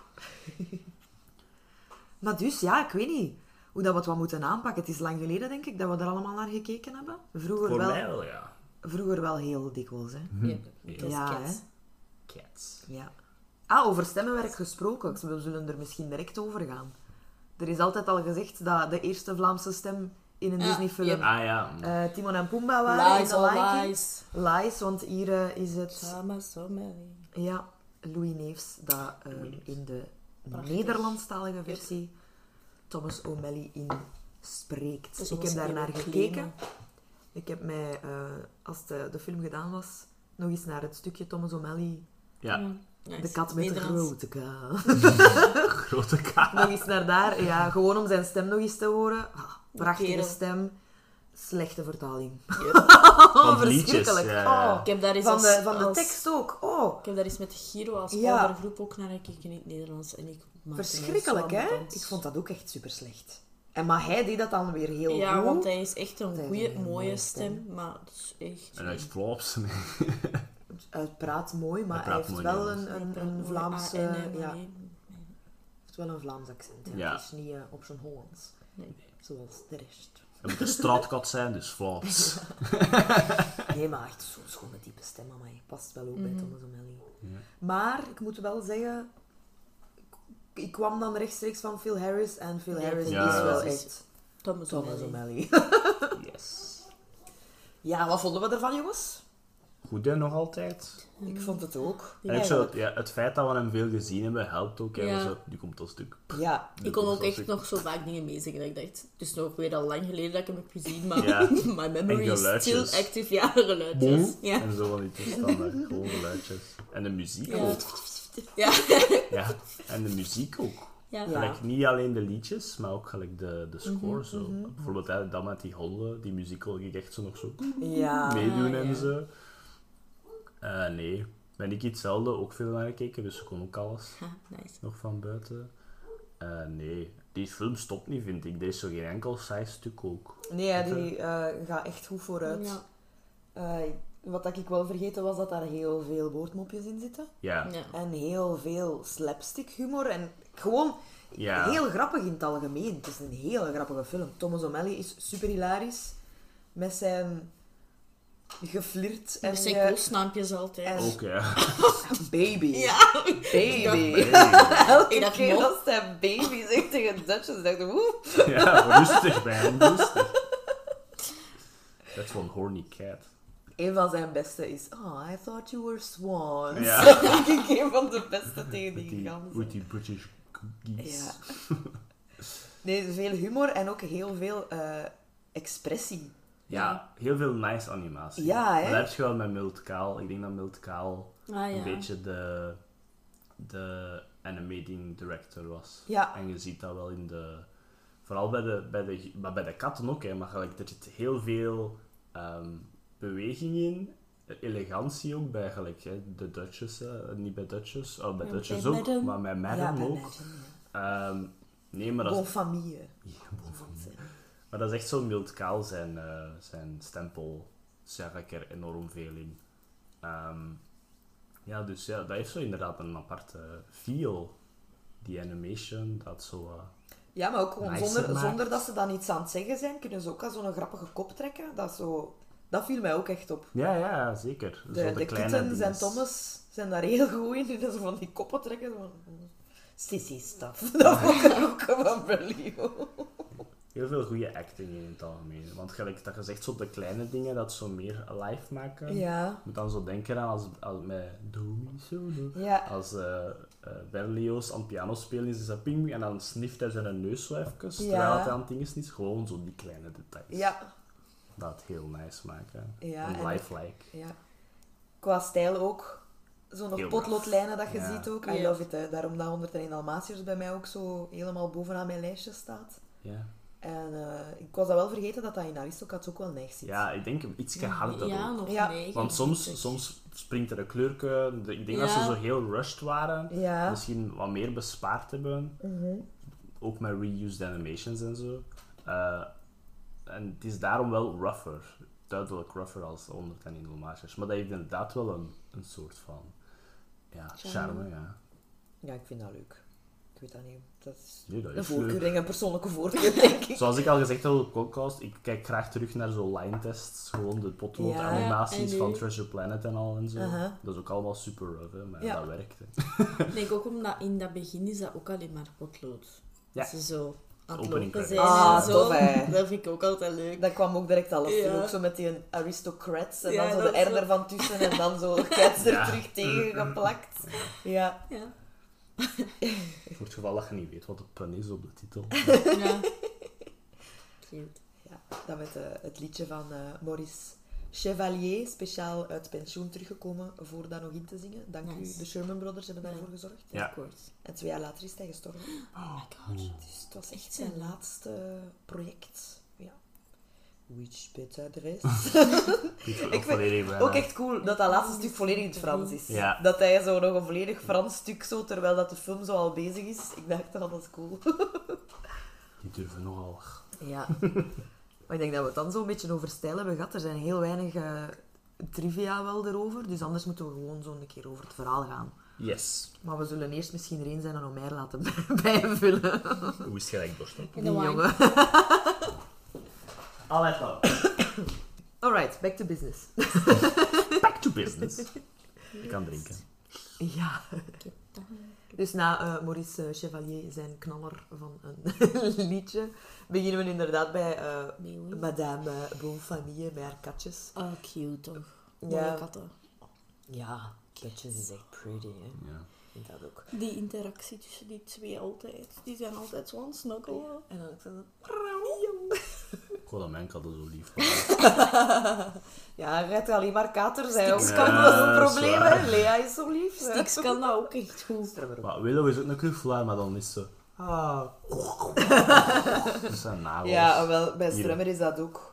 Maar dus, ja, ik weet niet hoe dat we het wat moeten aanpakken. Het is lang geleden, denk ik, dat we er allemaal naar gekeken hebben. Voor mij wel, ja. Vroeger wel heel dikwijls, hè. Ja, dat is Ja, Cats. hè. Cats. Ja. Over stemmenwerk gesproken. We zullen er misschien direct over gaan. Er is altijd al gezegd dat de eerste Vlaamse stem in een Ja, Disney-film Ah ja. Timon en Pumbaa waren. Lies, in The Lion all King. lies. Lies, want hier is het... Samen, zo mee. Ja, Louis Neefs, dat in de Prachtig. Nederlandstalige versie Thomas O'Malley in spreekt. Dus Ik heb ons daar naar even gekeken. claimen. Ik heb mij, als de film gedaan was, nog eens naar het stukje Thomas O'Malley, Ja. Ja, de kat met de Nederlands. grote K. Grote kaart. Nog eens naar daar, ja, gewoon om zijn stem nog eens te horen. Prachtige Kerel. stem. Slechte vertaling. Van de liedjes. Verschrikkelijk. Ja. Oh. Ik heb daar eens Van de als- tekst ook. Oh. Ik heb daar eens met Giro als Ja. oudergroep ook naar gekeken in het Nederlands. En ik maakte mij Verschrikkelijk, zo hè? ambetant. Ik vond dat ook echt super slecht. Maar hij deed dat dan weer heel Ja, goed. want hij is echt een Hij heeft goede, een mooie mooie stem. stem. Maar het is echt... En hij is Vlaams. Hij praat mooi, maar Hij hij praat heeft mooi wel Nederlands. een Vlaamse... ja, nee. heeft wel een Vlaams accent. Ja. Ja. Het is niet op zijn Hollands. Nee. Zoals de rest. Hij moet een straatkat zijn, dus Vlaams. Nee, maar echt zo'n schone diepe stem, maar past wel ook bij Thomas O'Malley. Ja. Maar, ik moet wel zeggen... Ik kwam dan rechtstreeks van Phil Harris. En Phil Ja, Harris ja, is wel dat is- echt Thomas Thomas O'Malley. O'Malley. Yes. Ja, wat vonden we ervan, jongens? Goed, hè, nog altijd. Ik vond het ook. En ook zo, ja, het feit dat we hem veel gezien hebben, helpt ook. Hè, Ja. zo, nu komt dat stuk. Ja, Ik kon ook echt nog zo vaak dingen meezingen. Dat ik dacht, het is nog weer al lang geleden dat ik hem heb gezien, maar Ja. my memory En is geluidjes. still active. Ja, geluidjes. Ja. En zo van die toestanden, gewoon geluidjes. En de muziek Ja. ook. Ja. Ja, en de muziek ook. Ja. Ja. Gelijk, niet alleen de liedjes, maar ook gelijk de score. Zo. Bijvoorbeeld hè, dat met die honden, die muziek wil ik echt zo nog zo ja. meedoen ja. en zo. Nee, ben ik iets zelden ook veel naar gekeken, dus ik kon ook alles Ha, nice. nog van buiten. Nee, die film stopt niet, vind ik. Er is zo geen enkel saai stuk ook. Nee, ja, die gaat echt goed vooruit. Ja. Wat ik wel vergeten was, dat daar heel veel woordmopjes in zitten. Ja, Ja. En heel veel slapstick humor. En gewoon Ja. heel grappig in het algemeen. Het is een hele grappige film. Thomas O'Malley is super hilarisch. Met zijn geflirt en Met zijn koosnaampjes altijd. en- ook ja. baby. Ja. Baby. Hey. Elke Ik dacht, keer mop. als hij baby zegt tegen Dutchess, dacht ik, oeh. Ja, rustig bij hem, rustig. Dat is van Horny Cat. Een van zijn beste is, oh, I thought you were swans. Ja. Dat denk ik een van de beste tegen Met die die, ganzen. met die British cookies. Ja. Nee, veel humor en ook heel veel expressie. Ja, heel veel nice animatie. Ja, hè? Maar dat heb je wel met Milt Kaal. Ik denk dat Milt Kaal Ah, ja. een beetje de animating director was. Ja. En je ziet dat wel in de... Vooral bij de katten ook, hè. Maar gelijk, er zit heel veel beweging in. Elegantie ook bij gelijk, hè. De Dutchess. Niet bij Dutchess. Oh, bij Ja, Dutchess bij ook. Madam. Maar bij Madam Ja, bij ook. Madam, ja. Nee, maar dat Bon is... famille. Ja, bon van mij. Maar dat is echt zo'n Milt Kaal zijn stempel. Zag ik er enorm veel in. Ja, dus ja, dat heeft zo inderdaad een aparte feel. Die animation, dat zo... Ja, maar ook gewoon Nicer maakt. zonder dat ze dan iets aan het zeggen zijn, kunnen ze ook al zo'n grappige kop trekken. Dat viel mij ook echt op. Ja, zeker. Zo De kleine kittens en dinges. Thomas zijn daar heel goed in. Dat ze van die koppen trekken. sissy stuff. Dat vond ik ook van Berlioz. Heel veel goede acting in het algemeen. Want gelijk dat je zegt, zo de kleine dingen dat zo meer live maken. Ja. Je moet dan zo denken aan als met Domi, Ja. als Berlioz aan het piano spelen is, dat ping, en dan snift hij zijn neus zo even, terwijl hij aan het ding is. Gewoon zo die kleine details. Ja. Dat het heel nice maken. Ja, en en- lifelike. Ja. Qua stijl ook. Zo'n Heel potloodlijnen dat je Ja. ziet ook. I Ja. love it, hè. Daarom dat 101 Dalmatiërs bij mij ook zo helemaal bovenaan mijn lijstje staat. Ja. En ik was dat wel vergeten dat dat in Aristocats ook wel nice zit. Ja, ik denk iets harder Ja, ook. nog Ja. 9. Want soms springt er een kleurke. Ik denk dat ze Ja. zo heel rushed waren. Ja. Misschien wat meer bespaard hebben. Mhm. Ook met reused animations en zo. En het is daarom wel rougher. Duidelijk rougher als 101 Dalmatiërs. Maar dat heeft inderdaad wel een soort van charme. Ja. Ja, ik vind dat leuk. Ik weet dat niet. Dat is Nee, dat een is voorkeur, leuk. denk ik, een persoonlijke voorkeur, denk ik. Zoals ik al gezegd heb op de podcast, ik kijk graag terug naar zo'n line tests. Gewoon de potlood-animaties Ja, en van nu- Treasure Planet en al en zo. Uh-huh. Dat is ook allemaal super rough, hè, maar Ja. dat werkt. Hè. Ik denk ook omdat in dat begin is dat ook alleen maar potlood. Ja. Dat ze zo aan het Opening lopen credits. zijn Ah, en zo. tof, hè. Dat vind ik ook altijd leuk. Dat kwam ook direct alles Ja. terug. Ook zo met die aristocrats en Ja, dan zo dat de is R zo- ervan tussen en dan zo cats er Ja. terug tegen geplakt. Ja. Ja. Voor het geval dat je niet weet wat de pun is op de titel. Ja. Cute. Ja, dat met het liedje van Maurice Chevalier, speciaal uit pensioen teruggekomen voor dat nog in te zingen. Dank Nice. u, de Sherman Brothers hebben daarvoor gezorgd. Ja. Of course. En 2 jaar later is hij gestorven. Oh my god. Dus het was echt zijn laatste project. Ja. Which bit adres. Ik vind Ook echt cool dat dat laatste stuk volledig in het Frans is. Ja. Dat hij zo nog een volledig Frans stuk zo, terwijl dat de film zo al bezig is. Ik dacht, dat is cool. Die durven nogal. Ja. Maar ik denk dat we het dan zo'n beetje over stijl hebben gehad. Er zijn heel weinig trivia wel erover. Dus anders moeten we gewoon zo een keer over het verhaal gaan. Yes. Maar we zullen eerst misschien er een zijn en Omer laten bijvullen. Hoe is het gelijk borstop? In Die de wine. jongen. Allee, dan. Alright, back to business. Back to business. Ik kan drinken. Ja. Dus na Maurice Chevalier zijn knaller van een liedje, beginnen we inderdaad bij Meeuwen. Madame Bonfamille met haar katjes. Oh, cute toch. Ja. Mooie katten. Ja, katjes is echt pretty, hè. Ja. Ik vind dat ook. Die interactie tussen die twee altijd. Die zijn altijd zo aan het snuggelen. En dan ook zo... Ik wou dat mijn katten zo lief waren. Ja, je hebt alleen maar katers, hè. Stix Ook kan dat is dat, een dat is probleem, waar. hè. Lea is zo lief. hè. Stix kan dat ook echt goed. Maar Willow is ook een knuffelaar, maar dan is ze... Ah. Dat zijn nagels. Ja, wel, bij Hier. Strummer is dat ook.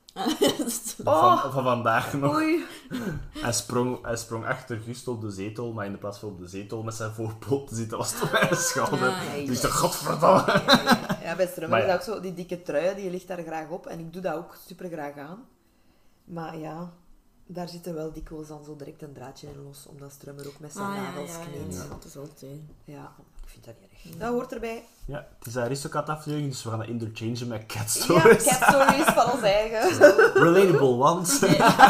Van vandaag nog. Oei. Hij sprong achter Gust op de zetel, maar in plaats van op de zetel met zijn voorpoot te zitten, was het op mijn schouder. Ja, Dus ik dacht, godverdomme. Ja, bij Strummer Maar is ja. dat ook zo, die dikke trui, die ligt daar graag op. En ik doe dat ook super graag aan. Maar ja, daar zit er wel dikwijls dan zo direct een draadje in los, omdat Strummer ook met zijn nagels kneedt. Ja, dat is altijd. Ja, ik vind dat niet erg. Dat hoort erbij. Ja, het is een Aristocat aflevering, dus we gaan dat interchangen met Cat Ja, Stories. cat stories van ons eigen. Relatable ones.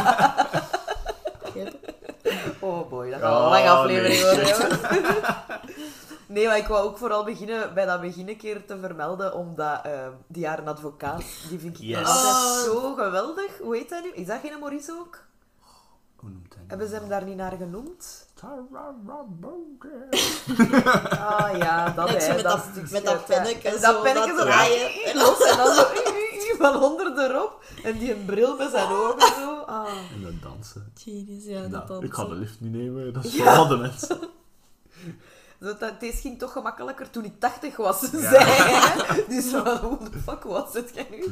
Oh boy, dat gaat een lange aflevering nee, worden, jongen. Nee, maar ik wou ook vooral beginnen bij dat begin een keer te vermelden, omdat die haar advocaat, die vind ik Yes. altijd zo geweldig. Hoe heet dat nu? Is dat geen Maurice ook? Hoe noemt hij Hebben ze hem daar niet naar genoemd? dat? Ah ja, dat Net zo hè, met dat- stukje. met dat penneke En zo, dat penneke dat zo draaien. en los en dan zo van onder erop. En die een bril met zijn ogen zo. Ah. En dan dansen. Genius, ja, dat Nou, dan. ik ga de lift niet nemen, dat is voor alle mensen. Het ging toch gemakkelijker toen ik 80 was, Ja. zei hij. Dus van, hoe de fuck was het jij nu?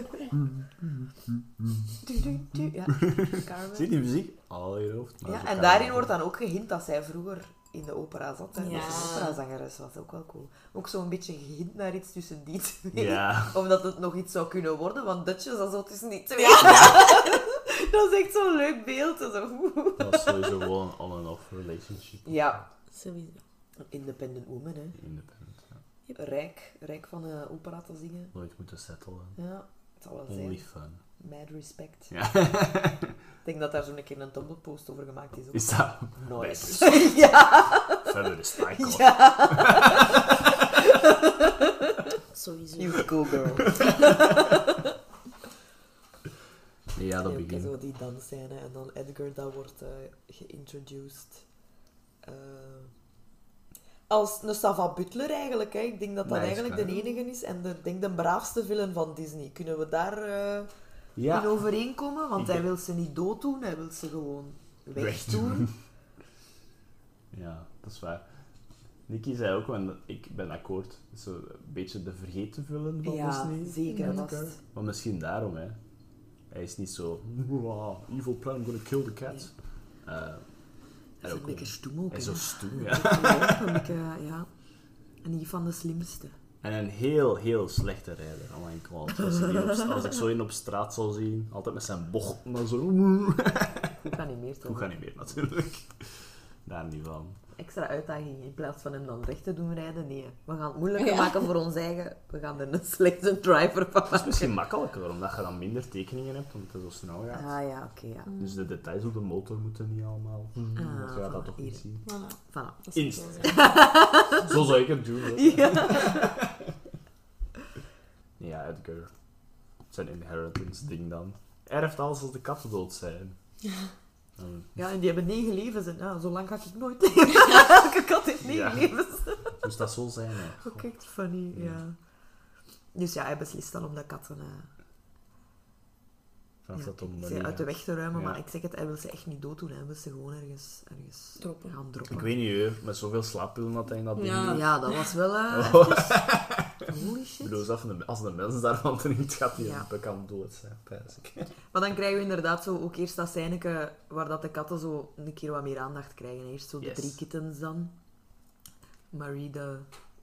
Ja, Carmen. Zie je die muziek? Al in je hoofd. maar Ja, zo en kan daarin het. wordt dan ook gehint dat zij vroeger in de opera zat. Hè. Ja. Dat ze een operazangeres was, ook wel cool. Ook zo'n beetje gehint naar iets tussen die twee. Ja. Omdat het nog iets zou kunnen worden, want Dutchess dat zo tussen die twee. Dat is echt zo'n leuk beeld. Zo. Dat was sowieso wel een on-and-off relationship. Ja, Sowieso. een independent woman, hè. Independent, ja. Rijk van een opera te zingen. Nooit moeten settelen. Ja, het zal wel Only zijn. fun. Mad respect. Ja. Ik denk dat daar zo'n keer een Tumblr post over gemaakt is. Ook. Is dat Nice. Ja. Verder is Taiko. Sowieso. You go, girl. Ja, dat Ja, oké, begint. zo die dansscène en dan Edgar dat wordt geïntroduced als een Sava Butler eigenlijk. Hè. Ik denk dat dat Nice, eigenlijk de hè. enige is en ik denk de braafste villain van Disney. Kunnen we daar Ja. in overeenkomen? Want Ik hij denk- wil ze niet dood doen, hij wil ze gewoon Wegdoen. wegdoen. Ja, dat is waar. Nicky zei ook, want ik ben akkoord, zo een beetje de vergeten villain van Ja, Disney. zeker. Ja. Vast. Maar misschien daarom, hè. Hij is niet zo... "Wow, evil plan, I'm gonna kill the cat. Dat is ook een beetje stoem ook. Hij is hè. zo stoem, Ja, ja. een beetje, ja. En niet van de slimste. En een heel, heel slechte rijder. Oh my god. Als ik zo in op straat zou zien, altijd met zijn bocht, maar zo... Ik kan niet meer toch? Hoe gaat niet meer, natuurlijk. Daar niet van. Extra uitdaging in plaats van hem dan recht te doen rijden. Nee, we gaan het moeilijker Ja. maken voor ons eigen. We gaan er een slechte driver van Dat is maken. misschien makkelijker, omdat je dan minder tekeningen hebt, omdat het zo snel gaat. Ah ja, oké, ja. Dus de details op de motor moeten niet allemaal... want je gaat dat voilà, toch niet hier. zien. Voilà. Voilà. Dat Inst. is wel zo. Zo zou ik het doen. Hè. Ja, Edgar. Zijn inheritance ding dan. Erft alles als de katten dood zijn. Ja, en die hebben 9 levens. En ja, zo lang ga ik nooit tegen. Elke kat heeft 9 Ja. levens. Dus dat zal zijn, hè. Ook echt funny, ja. Dus ja, hij beslist dan om de katten Vanaf dat om ze uit de weg te ruimen. Ja. Maar ik zeg het, hij wil ze echt niet dooddoen. Hij wil ze gewoon ergens Droppen. gaan droppen. Ik weet niet, hoor. Met zoveel slaappillen dat hij in dat ding Ja. doet. Ja, dat was wel... Oh. Holy Ik shit. bedoel, zelfs als de mens daarvan drinkt, gaat hij Ja. een puk aan dood zijn, pijs ik. Maar dan krijgen we inderdaad zo ook eerst dat scèneke waar dat de katten zo een keer wat meer aandacht krijgen. Eerst zo de Yes. 3 kittens dan. Marie de...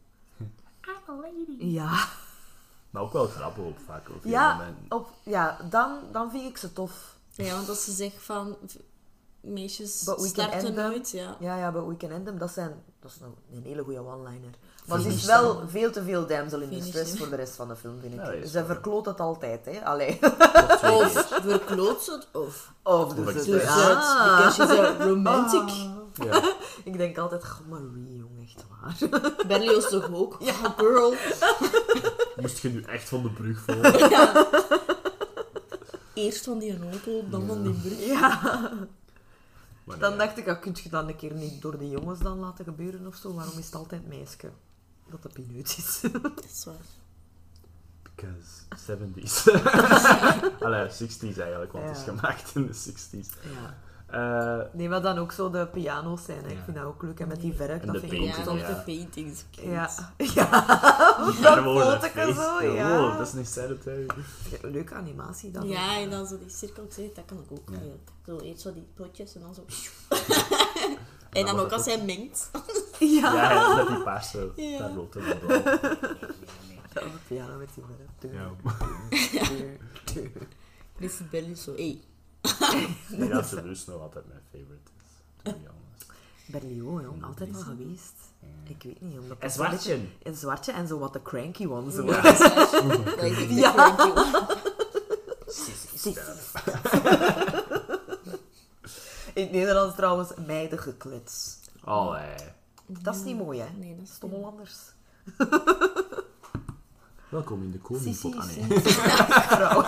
Ja, Maar ook wel grappig op vaak. Op ja, dan vind ik ze tof. Ja, want als ze zegt van... Meisjes But we can end starten them. nooit, ja. Ja, but we can end them. Dat is een hele goede one-liner. Maar het is Finish wel veel te veel damsel in Finish distress them. voor de rest van de film, vind ik. Ja, dat is Ze wel. verkloot het altijd, hè. Allee. Of verkloot ze het, of... Of Of dus het het... is- Ah. Because she's a romantic. Ja. Ik denk altijd, goh, Marie, jong, echt waar. Berlioz toch ook? Ja, girl. Moest je nu echt van de brug vallen? Ja. Eerst van die auto, dan van die brug. Ja. Maar Dan nee, dacht ik, kun je dan een keer niet door de jongens dan laten gebeuren of zo? Waarom is het altijd meisje dat de pineut is? Dat is waar. Because 70s. Allee, 60s eigenlijk, want het is Ja. gemaakt in de 60s. Ja. Nee, Maar dan ook zo de piano's zijn. Ik Ja. vind dat ook leuk. En met die verf, En dat de vind ik ook painting, Ja, tof. met ja. de paintings. Ja. daar Dat worden fotoke zo, feesten. ja. Oh, dat is niet sanitary. Leuke animatie dan. Ja, en dan zo die cirkeltjes, dat kan ik ook. Ja. Zo eerst zo die potjes en dan zo... En dan was ook dat als hij mengt. Ja. Ja, met die paarse, Ja. daar rood en blauw. Dat piano met die verf. Ja. Chris Belly zo, hey. Ik dat ze dus nog altijd mijn favorite is, to be honest. Berlioz, jong. Altijd wel geweest. Ja. Ik weet niet, omdat En dat wel een zwartje. beetje- Een zwartje en zo wat de cranky one. Zo. Ja, dat is echt de Ja. cranky one. In het Nederlands trouwens, meidengeklets. Allee. Dat is niet mooi, hè? Nee, dat is Stom Hollanders. Welkom in de Sissi, koningpot. Ah, nee. Sissi, vrouw.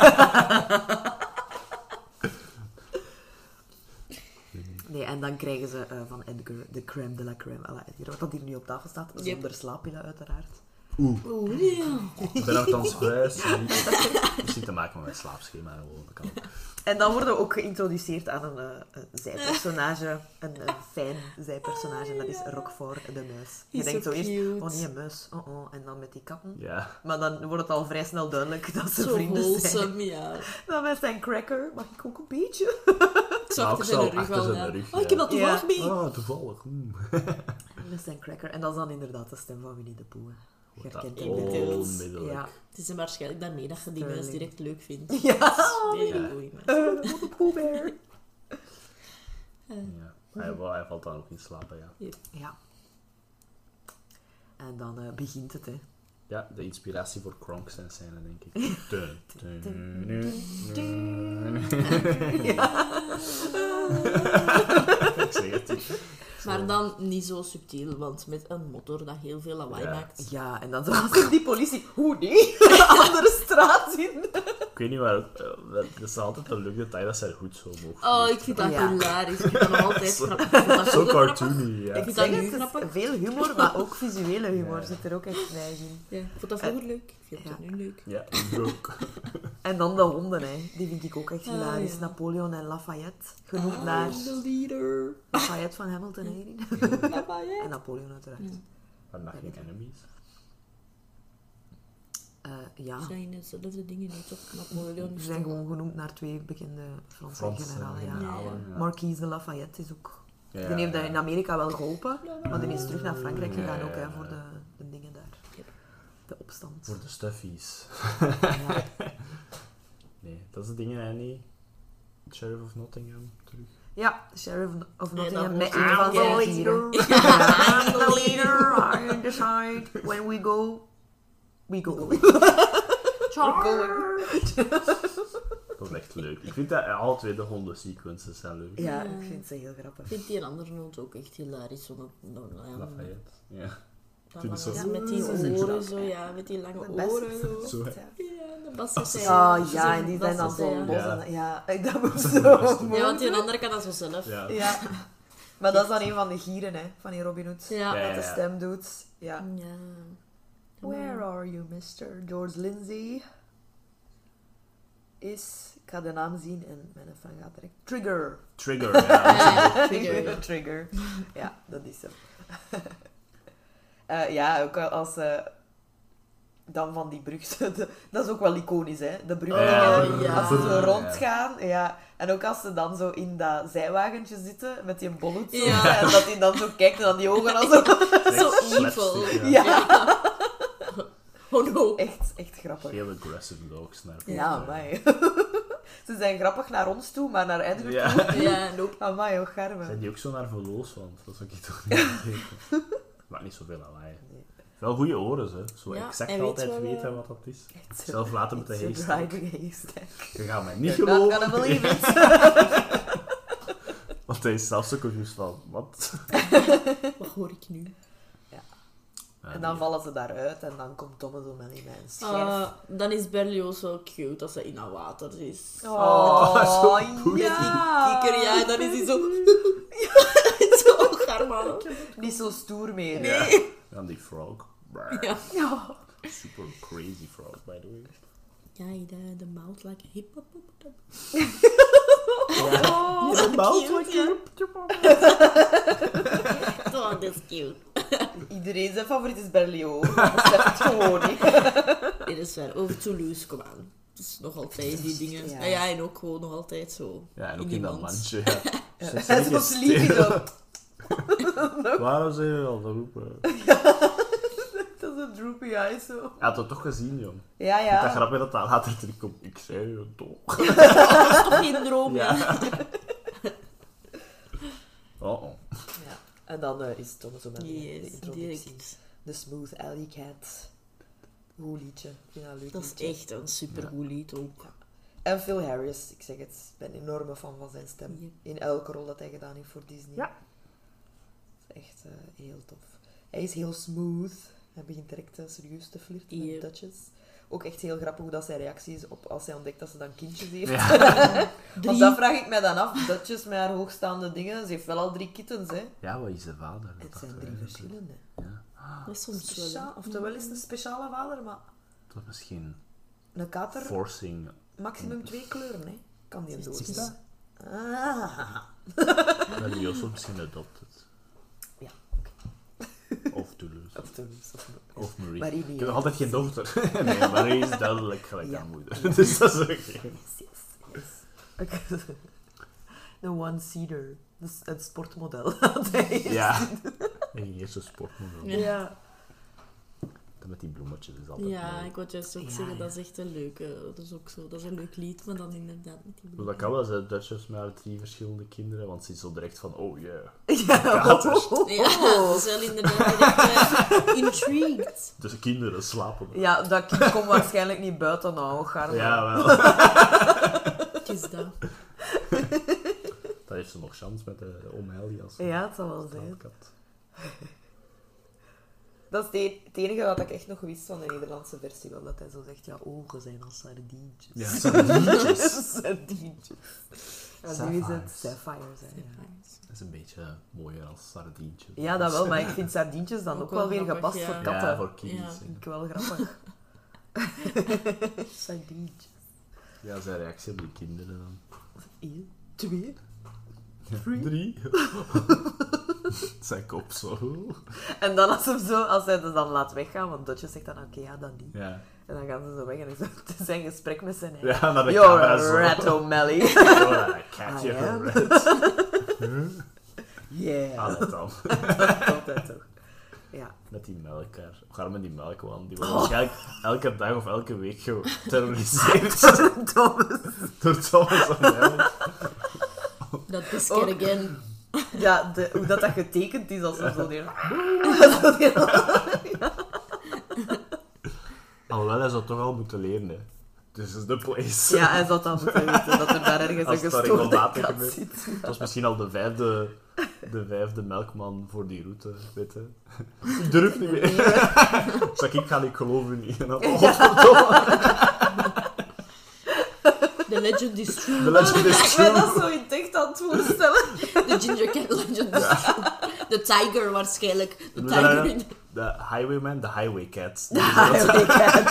Nee, en dan krijgen ze van Edgar de crème de la crème à la Edgar. Wat dat hier nu op tafel staat, zonder slaappillen uiteraard. Oh, ja. Ik ben nogthans vrij. Misschien te maken met mijn slaapschema. Gewoon, dat kan ook. En dan worden we ook geïntroduceerd aan een zijpersonage, een fijn zijpersonage, en dat is Roquefort de muis. Je He's denkt so zo eerst, cute. oh nee, een muis, en dan met die katten. Ja. Maar dan wordt het al vrij snel duidelijk dat ze Zo vrienden zijn. wholesome, ja. Dan met zijn cracker, mag ik ook een beetje? Zo Maar ook achter zo zijn rug achter al, zijn ja. rug, Oh, ik heb dat toevallig Ja. mee. Ah, toevallig. Met zijn cracker. En dat is dan inderdaad de stem van Winnie de Pooh. Je Dat herkent die inderdaad. meteen. onmiddellijk. Ja. Het is waarschijnlijk daarmee dat je die muis Sterling. direct leuk vindt. Ja. Nee, Ja. die goeie muis. What a Pooh Bear. Ja. Hij valt dan ook in slaap, ja. Ja. En dan begint het, hè. Ja, de inspiratie voor Kronk zijn scène, denk ik. Dun, dun, dun. Ik zeg het, ik Maar dan niet zo subtiel, want met een motor dat heel veel lawaai Ja. maakt. Ja, en dan zoals die politie... Hoe nee? Andere straat in. Ik weet niet waar... dat is altijd een leuk detail dat zij goed zo mogen. Oh, ik vind dat Ja. hilarisch. Ik vind dat nog altijd grappig. Ik vind dat Zo grappig. cartoony, ja. Ik vind Zeg dat nu het, het is grappig. veel humor, maar ook visuele humor Ja. zit er ook echt bij in. Ja, ik vond dat vroeger leuk. Ik vind dat nu leuk. Ja, ik ook. En dan de honden, hè. Die vind ik ook echt Ah, hilarisch. ja. Napoleon en Lafayette. Genoemd naar The leader. Lafayette van Hamilton, hè, hierin. En Napoleon uiteraard. Ja. Maar nog geen enemies. Ja. Zijn hetzelfde dingen niet op Napoleon? Ze zijn gewoon genoemd naar twee bekende Franse generaalen. Ja. generalen, ja. Marquise de Lafayette is ook... Ja, Die heeft dat ja. in Amerika wel geholpen, maar die is terug naar Frankrijk gegaan ook, hè, Ja. voor de dingen daar. De opstand. Voor de stuffies. Ja. Nee, dat is de dingen, hè, niet. Sheriff of Nottingham, terug. Ja, de Sheriff of Nee, Nottingham dat met was- een van I'm zijn the gieren. leader. Ja, I'm the leader, I decide when we go. We go. We're going. Dat is echt leuk. Ik vind dat alle twee de hondensequences zijn leuk. Ja, ik vind ze heel grappig. Ik vind die andere noot ook echt hilarisch. Zo Lafayette, ja. dat vind het zo- lange- met die Zo zijn oren ze zo, ja, met die lange De beste. oren zo. Zo, hè. Ja, de bassen zijn... Ja, ja, en die zijn dan bassen zo zijn- los. Ja. En, ja, dat moet Dat zo. is de beste. Ja, want die andere kan dat zo zelf. Ja. Ja. Maar dat is dan een van de gieren, hè, van die Robin Hood. Ja. Ja. Dat de stem doet. Ja. Ja. Where are you, Mr. George Lindsay? Ik ga de naam zien en mijn fan gaat direct. Trigger. Trigger, ja. Trigger. Trigger. Ja, dat is hem. Ja, ook als dan van die brug. Dat is ook wel iconisch, hè? De brug. Ja, ja. Als ze zo Ja. rondgaan. Ja. En ook als ze dan zo in dat zijwagentje zitten met die bollet zo. Ja. En dat hij dan zo kijkt en dan die ogen al zo. Zo Slapstick, evil. ja. Ja. Oh no. Echt grappig. Heel aggressive dogs naar Ja, amai. Ze zijn grappig naar ons toe, maar naar Edgar Ja. toe. Ja, nope. Amai, hoe garme. Zijn die ook zo naar verloos, want dat zou ik toch niet weten. Maakt niet zoveel lawaai. Wel goede oren, hè. Zo Ja, exact en weet altijd wel, weten wat dat is. It's a- Zelf laten met de it's a haystack. driving haystack. Je gaat mij niet You're not geloven. gonna believe it. Want hij is zelfs zo confused van, wat? Wat hoor ik nu? En dan vallen ze daaruit en dan komt Thomas zo met een scherf. Dan is Berlioz wel cute als ze in dat water is. Oh, zo Met die ja. kikker, ja, dan is hij zo... zo garmaal. Niet zo stoer meer. Ja. En die frog. Brr. Ja. Ja. Super crazy frog, by the way. Ja, the mouth like a hippopotamus. Oh, The mouth cute, Oh, that's cute. iedereen zijn favoriet is Berlioz. Dat beseft het gewoon niet. Dit is waar. Over Toulouse, kom aan. Het is nog altijd die dingen. Ja. Ja, en ook gewoon nog altijd zo. Ja, en ook die in dat mand. mandje. Ja. Ze En zijn zo gesteld. sleepy zo. Waarom zijn we al te roepen? Dat is een droopy eye zo. Hij had het toch gezien, jong. Ja, Ik dacht ja. grappig dat dat later terugkomt. Ik zei je toch. Dat is toch geen droom, ja. Ja. Oh, oh. Ja. En dan is Thomas zo met de Yes, introductie. direct. The Smooth Alley Cat. Goed liedje. Ik vind dat een leuk Dat is liedje. echt een supergoed lied ook. En Phil Harris, ik zeg het, ik ben een enorme fan van zijn stem. Ja. In elke rol dat hij gedaan heeft voor Disney. Ja. Dat is echt heel tof. Hij is heel smooth. Hij begint direct serieus te flirten Ja. met Duchess. Ook echt heel grappig hoe dat zijn reactie is op als hij ontdekt dat ze dan kindjes heeft. Ja. Want dat vraag ik mij dan af. Duchess met haar hoogstaande dingen. Ze heeft wel al 3 kittens, hè. Ja, wat is de vader? Het Dat zijn dachten 3 wij. verschillende. Dat is soms wel. hè. Oftewel is het een speciale vader, maar Dat is misschien een kater, forcing. maximum 2 kleuren, hè. Kan die Is door. dat? Ah. Berlioz was misschien adopted. Ja. Of Toulouse. Of Toulouse, Of Marie. Marie Ik niet, heb hè. nog altijd geen dochter. Nee, Marie is duidelijk gelijk Ja. aan moeder. Dus dat is oké. Yes. De one-seater. Dus het sportmodel. Ja. Een eerste sportmodel. Ja. Dat met die bloemetjes is altijd Ja, mooi. ik wou juist ook Ja, zeggen, ja. dat is echt een leuke. Dat is ook zo, dat is een leuk lied, maar dan inderdaad met die Dus dat kan wel zijn, Duchess met haar 3 verschillende kinderen, want ze is zo direct van, oh yeah. Ja. Katers. Ja, dat is wel inderdaad direct intrigued. Dus de kinderen slapen. Ja, dat kind komt waarschijnlijk niet buiten nou, Garme. Ja, wel. Het is dat. Dat Dat heeft ze nog chance met de O'Malley als Ja, het zal wel zijn. kat. Dat is het enige wat ik echt nog wist van de Nederlandse versie. Wel dat hij zo zegt, ja, ogen zijn als sardientjes. Ja, sardientjes. Sardientjes. En nu is het sapphires. Hè, ja. Dat is een beetje mooier als sardientje. Ja, dat wel, maar ik vind sardientjes dan ook wel weer grappig, gepast ja. voor katten. Ja, voor kiddies. Ja. Ja. Vind ik wel grappig. Sardientjes. Ja, zijn reactie op die kinderen dan. 1, 2. 3. Zijn kop zo. En dan als hij het dan laat weggaan, want Dutje zegt dan, oké, ja, dan niet. Ja. En dan gaan ze zo weg en is het zijn gesprek met zijn eigen. Ja, naar de You're camera a zo. rat, O'Malley. Oh, cat, I you're a am. rat. Yeah. Allee dan. Altijd toch. Ja. Met die melker. Hoe gaat het met die melkwan? Die wordt waarschijnlijk elke dag of elke week geterroriseerd Thomas. door Thomas O'Malley. Dat is it again. Ja, hoe dat getekend is als ze zo die... Alhoewel, hij zou toch al moeten leren, hè. This is the place. Ja, hij zou dan moeten weten dat er daar ergens Als een het daar gestoorde regelmatig kat gebeurt. zit. Het was misschien al de vijfde melkman voor die route, weet je. Ik durf niet meer. Zeg, ik ga niet geloven niet. En dan, oh, godverdomme. The legend is true. The legend is Ik ben true. dat zo in het echt aan het voorstellen. The ginger cat legend is true. The tiger waarschijnlijk. The tiger in... De highwayman, de highway cats. Highway cat.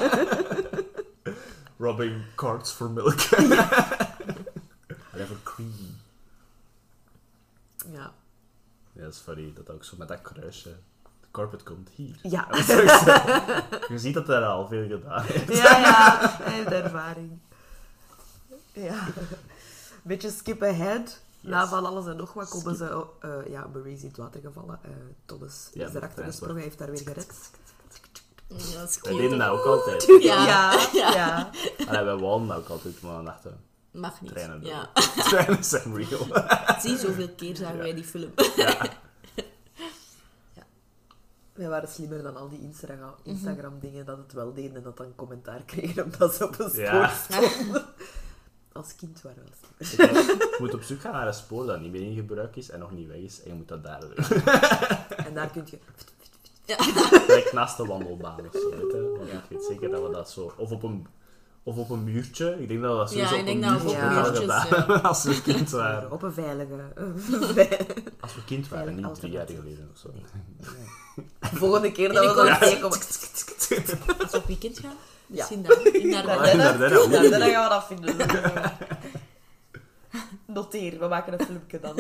Robbing carts for milk. Even cream. Ja. Ja, dat is funny, dat ook zo met dat kruisje. De carpet komt hier. Ja. En dat is ook zo. Je ziet dat hij al veel gedaan heeft. Ja, hij heeft ervaring. Ja. Beetje skip ahead. Na van alles en nog wat komen ze... Marie is in het water gevallen. Thomas Ja, is erachter met gesprongen, heeft haar weer gered. Ja, dat is Wij deden cute. dat ook altijd. Ja. En wij wonen dat ook altijd, maar dan dachten Mag niet. treinen doen. Ja. Treinen zijn real. Zie, zoveel keer zagen wij die film. Wij waren slimmer dan al die Instagram dingen dat het wel deden en dat dan commentaar kregen omdat ze op een spoor Ja. stonden. Als kind waren we slimmer. Je moet op zoek gaan naar een spoor dat niet meer in gebruik is en nog niet weg is. En je moet dat daar doen. En daar kun je... Direct naast de wandelbaan of zo, weet je. Want ik weet zeker dat we dat zo... Of op een muurtje. Ik denk dat we dat sowieso Ja, op ik een denk dat we muurtje op al muurtjes, gedaan ja. hebben als we kind waren. Op een veilige... Als we kind waren, Veilig niet 3 jaar alternatief. geleden of zo. Volgende keer dat we En ik dan ook- komen... Als we op weekend gaan, Ja. misschien daar. In Daar Dardenne. dan gaan we dat vinden. Noteer, we maken een filmpje dan.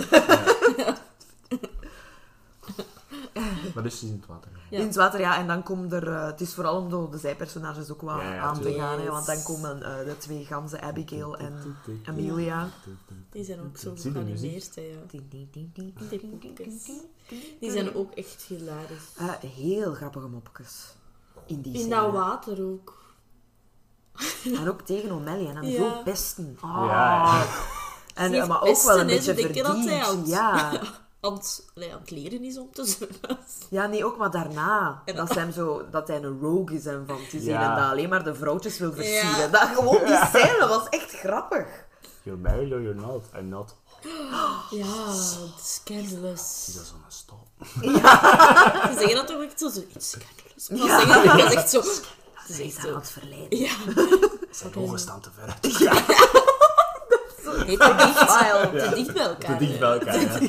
Maar dus is in het water. Ja. In het water, ja. En dan komt er... het is vooral om de zijpersonages ook wat Ja, aan te tuurlijk. gaan. Hè, want dan Yes. komen de twee ganzen, Abigail en Amelia. Die zijn ook zo Zie de muziek. geanimeerd, hè, ja. Die poepjes. Die zijn ook echt hilarisch. Heel grappige mopjes. In die In scène. dat water ook. En ook tegen O'Malley. En dan Ja. zo pesten. Oh. Ja. En, Ze heeft maar ook wel een pesten, hè. beetje Ze denken dat hij verdiend. Ja. Aan het leren is om te zwemmen. Ja, nee, ook maar daarna. En Dat hij een rogue is en van het is Ja. en dat alleen maar de vrouwtjes wil versieren. Ja. Dat gewoon die scène was echt grappig. You're married or you're not? I'm not. Ja, scandalous. Is dat zo'n stop? Ze zeggen dat toch echt zo, iets scandalous. Maar Ja. zeggen dat is echt zo... Het is Hij echt is haar aan zo... het verleiden. Ja. Zijn ogen staan te ver. Nee, te dicht. Wild. Te dicht bij elkaar. Te dicht bij hè. elkaar, ja.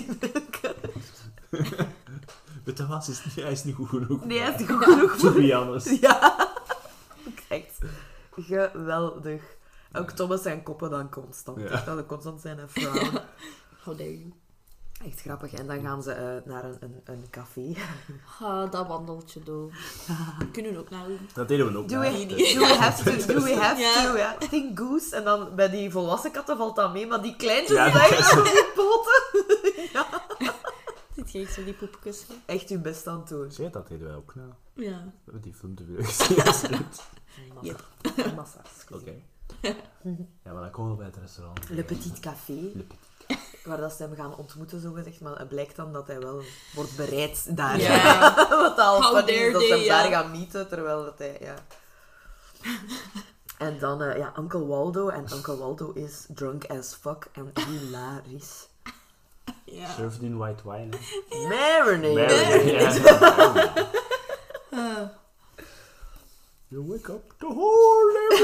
Weet je wat? Hij is niet goed genoeg. Nee, hij is goed genoeg. To be honest. Ja. Echt geweldig. Ook Thomas zijn koppen dan constant. Ja. Echt dat hij constant zijn en frown. How dare you. Echt grappig. En dan gaan ze naar een café. Dat wandeltje doen. Kunnen we ook nou doen. Dat deden we ook. Do na. we have to? Do we have Ja. to? Ja. Think Goose. En dan bij die volwassen katten valt dat mee, maar die kleintjes Ja, die die liggen op die poten. Dit geeft zo die poepjes. Echt hun best aan het doen. Zie je, dat deden wij ook na. Ja. We hebben die film te veel gezien. Yep. Massa's. Oké. Ja, maar dan komen we bij het restaurant. Le Petit Café. Le Petit. Waar dat ze hem gaan ontmoeten, zo gezegd. Maar het blijkt dan dat hij wel wordt bereid daar. Ja. Wat al How funny is, dare dat ze they, hem daar ja. gaan meeten, terwijl dat hij... Ja. En dan, Uncle Waldo. En Uncle Waldo is drunk as fuck en hilarisch. Ja. Served in white wine. Hè. Marinade. Ja. You wake up the whole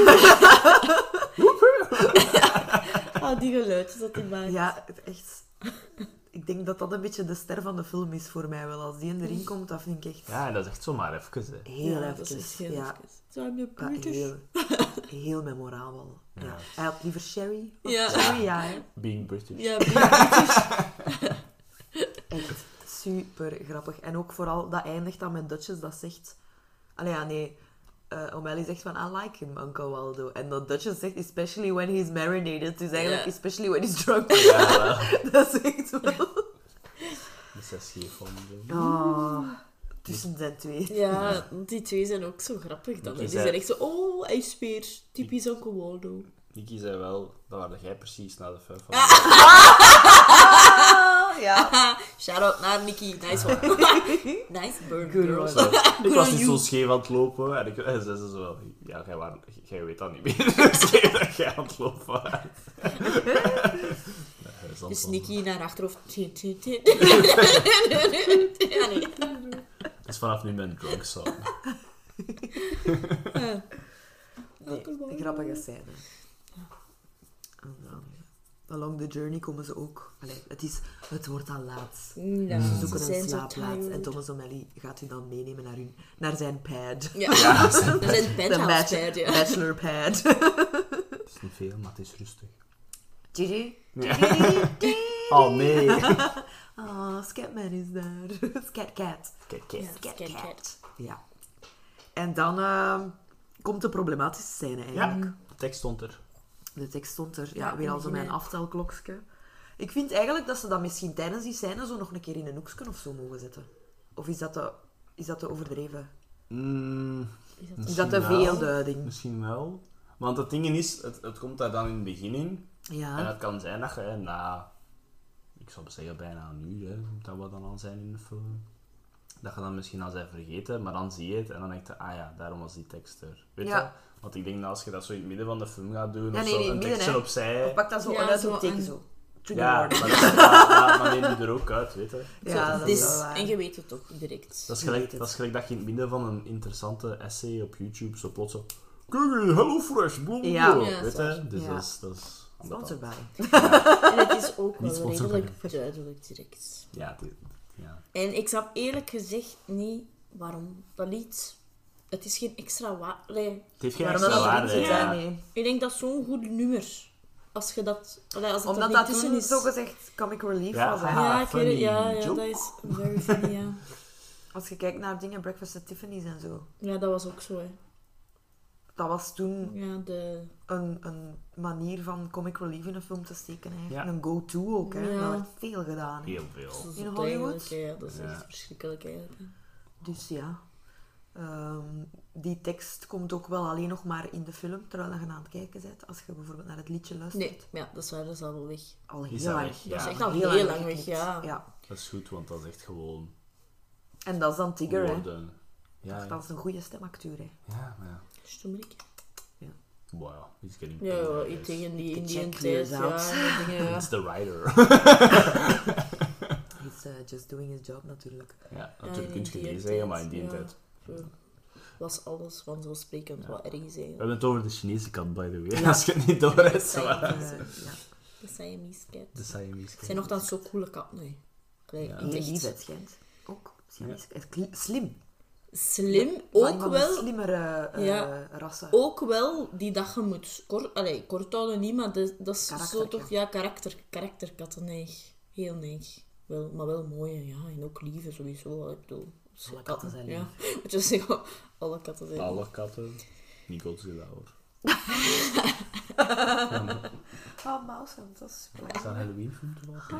Die geluidjes dat hij maakt. Ja, echt. Ik denk dat dat een beetje de ster van de film is voor mij wel. Als die erin komt, dat vind ik echt Ja, en dat is echt zomaar even, hè. heel Ja, dat is echt even. heel Ja, even. Zijn je ja, British? heel memorabel. Ja. Ja. Hij had liever Sherry. Ja. Sherry, ja. Hè. Being British. Ja, British. Echt super grappig. En ook vooral, dat eindigt dan met Duchess dat zegt... Allee, ja, nee. O'Malley zegt van, I like him, Uncle Waldo. En dat Duchess zegt, especially when he's marinated. Dus eigenlijk, Ja. especially when he's drunk. Ja, wel. Dat is echt wel... De 6 van zo. Oh, tussen zijn twee. Ja, die twee zijn ook zo grappig dan. Die Die zijn- zijn echt zo, oh, hij is weer typisch Uncle Waldo. Nicky zei wel, dat waren jij precies na de film van... Ja. Shout-out naar Nikki. Nice one. Nice burn, Good girl. one. Zo, ik was on niet you. zo scheef aan het lopen en zei ze zo wel, ja, jij weet dat niet meer. Scheef dat jij aan het lopen was. Dus Nikki naar achterhoofd. Ja, nee. Dat is vanaf nu mijn drunk song. Nee, een grappige scène. En dan, along the journey komen ze ook... Allee, het wordt al laat. Ja, Ze ze zoeken zijn een zo slaapplaats. En tired. Thomas O'Malley gaat u dan meenemen naar zijn pad. Ja, Ja, dat is een penthouse pad, ja. bachelor pad. het is niet veel, maar het is rustig. Gigi? Ja. Oh nee. Oh, Scatman is daar. Scatcat. Kijk, Ja, kijk. Scatcat. Ja. En dan komt de problematische scène eigenlijk. Ja, de tekst stond er. De tekst stond er, Ja, weer al zo mijn nee. aftelklokje. Ik vind eigenlijk dat ze dat misschien tijdens die scène zo nog een keer in een hoekje of zo mogen zetten. Of is dat te overdreven? Is dat te Misschien wel. veel duiding? Misschien wel. Want het ding is, het komt daar dan in het begin in. En Ja. het kan zijn dat je na, ik zou zeggen bijna een uur, hè, dat we dan al zijn in de film, dat je dan misschien al bent vergeten, maar dan zie je het en dan denk je, ah ja, daarom was die tekst er. Weet Ja. je? Want ik denk dat als je dat zo in het midden van de film gaat doen, Ja, of nee, zo, in het een midden, tekstje hè. opzij... Of pak dat zo Ja, een uitroepteken zo zo. Trigger Ja, warning. maar dan neem je er ook uit, weet je. Ja, dat Het is is, wel waar. en je weet het ook direct. Dat is Je weet gelijk het. dat, is gelijk dat je in het midden van een interessante essay op YouTube zo plots zo... Kijk, HelloFresh, blablabla. Ja. Ja, Weet dat je? is Dus Ja. dat is... Sponsor bij. En het is ook Niet wel sponsored. redelijk duidelijk direct. Ja, ja. En ik snap eerlijk gezegd niet waarom dat lied... Het is geen extra waarde. Het heeft geen Waarom extra dat waarde, erin zit, ja. hè, nee. Ik denk dat zo'n goed nummer. Als je dat... Allee, als het Omdat er dat niet tussen toen is. zogezegd comic relief Ja, was. Hè. haha. Ja, ik weet het. Ja, funny ja, joke. dat is very funny, ja. Als je kijkt naar dingen, Breakfast at Tiffany's en zo. Ja, dat was ook zo, hè. Dat was toen Ja, de... een manier van comic relief in een film te steken. Hè. Ja. Een go-to ook. Hè. Ja. Dat werd veel gedaan. Hè. Heel veel. Dat is In ook Hollywood? eigenlijk, ja, dat is echt Ja. verschrikkelijk eigenlijk. Hè. Dus ja. Die tekst komt ook wel alleen nog maar in de film, terwijl je aan het kijken bent. Als je bijvoorbeeld naar het liedje luistert. Nee, ja, dat is waar, dat is al wel weg. Al Is heel dat lang. weg? Ja. Dat is echt Ja, al heel lang weg, weggeknipt. ja. Dat is goed, want dat is echt gewoon En dat is dan Tigger, hè. woorden. Ja, Dat is een goede stemacteur, hè. ja, maar ja. Stommerik. Wow, he's getting Ja, paid, ja, I tegen die The Indian check tijd, clears ja, out. en die dingen, ja. It's the writer. He's just doing his job, natuurlijk. Ja, natuurlijk in kun je die niet zeggen, maar in tijd, die ja. tijd. Zo was alles vanzelfsprekend wat erg is We eigenlijk. hebben het over de Chinese kat, by the way. Ja. Als je het niet door hebt. Ja. Maar... Ja. De Siamese cat. De Siamese cat. Zijn nogthans zo coole katten, nee. Allee, Ja. in het Heel echt. lief, het schijnt. Ook slim. Slim, Van ook een van de wel. slimmere Ja. rassen. Ook wel die dat je moet kort houden niet, maar dat is zo Karaktertje. toch, ja, karakterkatten, nee. Heel neig. Wel, maar wel mooi, ja. En ook lieve sowieso. Ik bedoel, Alle katten zijn Ja. Moet je zeggen, alle katten zijn lief. Alle katten. Niet godsgedauwd. Oh, Mousehunt, dat is super. Is dat Halloween film te maken?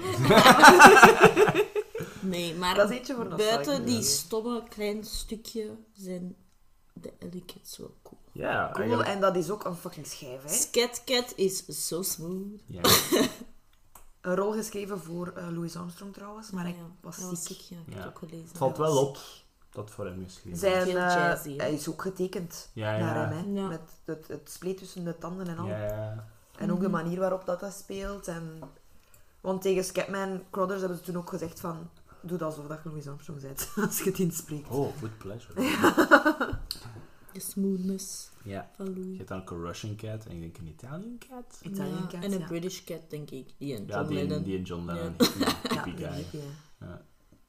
Nee, maar Dat is eentje voor nostalgie. buiten die stomme klein stukje zijn de Alley Cats wel cool. Ja, Cool, eigenlijk. en dat is ook een fucking schijf, hè. Scat Cat is zo smooth. Ja. Een rol geschreven voor Louis Armstrong trouwens, maar hij Ja, was dat was ziek. ziek, ja. Ik heb Ja. het ook gelezen. Het valt Hij was wel op dat voor hem geschreven is. Zijn, Heel jazzy, hè. hij is ook getekend Ja, naar ja. hem, hè. Ja. Met het spleet tussen de tanden en al. Ja, ja. En ook de manier waarop dat speelt. En Want tegen Scatman Crothers hebben ze toen ook gezegd van... Doe dat alsof dat je Louis Armstrong bent, als je het inspreekt. Oh, with pleasure. De smoothness Ja. van Louis. Je hebt dan ook een Russian cat en ik denk een Italian cat. Italian cat, en een ja. British cat, denk ik. Die en Ja, John Lennon. die en John Lennon. Ja. Hippie Ja, guy. hippie, ja. Ja.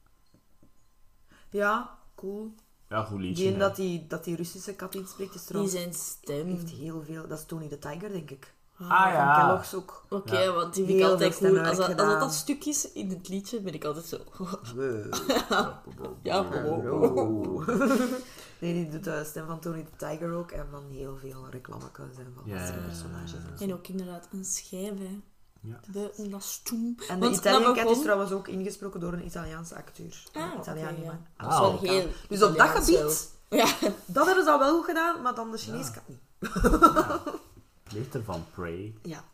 Ja, cool. Ja, goed liedje. Die hè. dat die Russische kat inspreekt is Die trouwens... zijn stem. heeft heel veel... Dat is Tony the Tiger, denk ik. Ah Van ja. Kellogg's ook. Oké, Ja. want die vind ik Heel altijd veel cool. Als stemwerk dat gedaan. stuk is in het liedje, ben ik altijd zo... ja, Oh. Nee, die doet de stem van Tony the Tiger ook. En van heel veel reclamekes en van Ja. zijn personages. En zo. En ook inderdaad een schijf, hè. Ja. Buiten dat stoem. En de Want Italian dat Cat begon- is trouwens ook ingesproken door een Italiaanse acteur. Ah, Een Italiaan oké, ja. iemand. Dat is wel Ah, heel Dus op dat Italiaans gebied, wel. Ja. dat hebben ze al wel goed gedaan, maar dan de Chinese kat niet. Leeft er van Prey. Ja.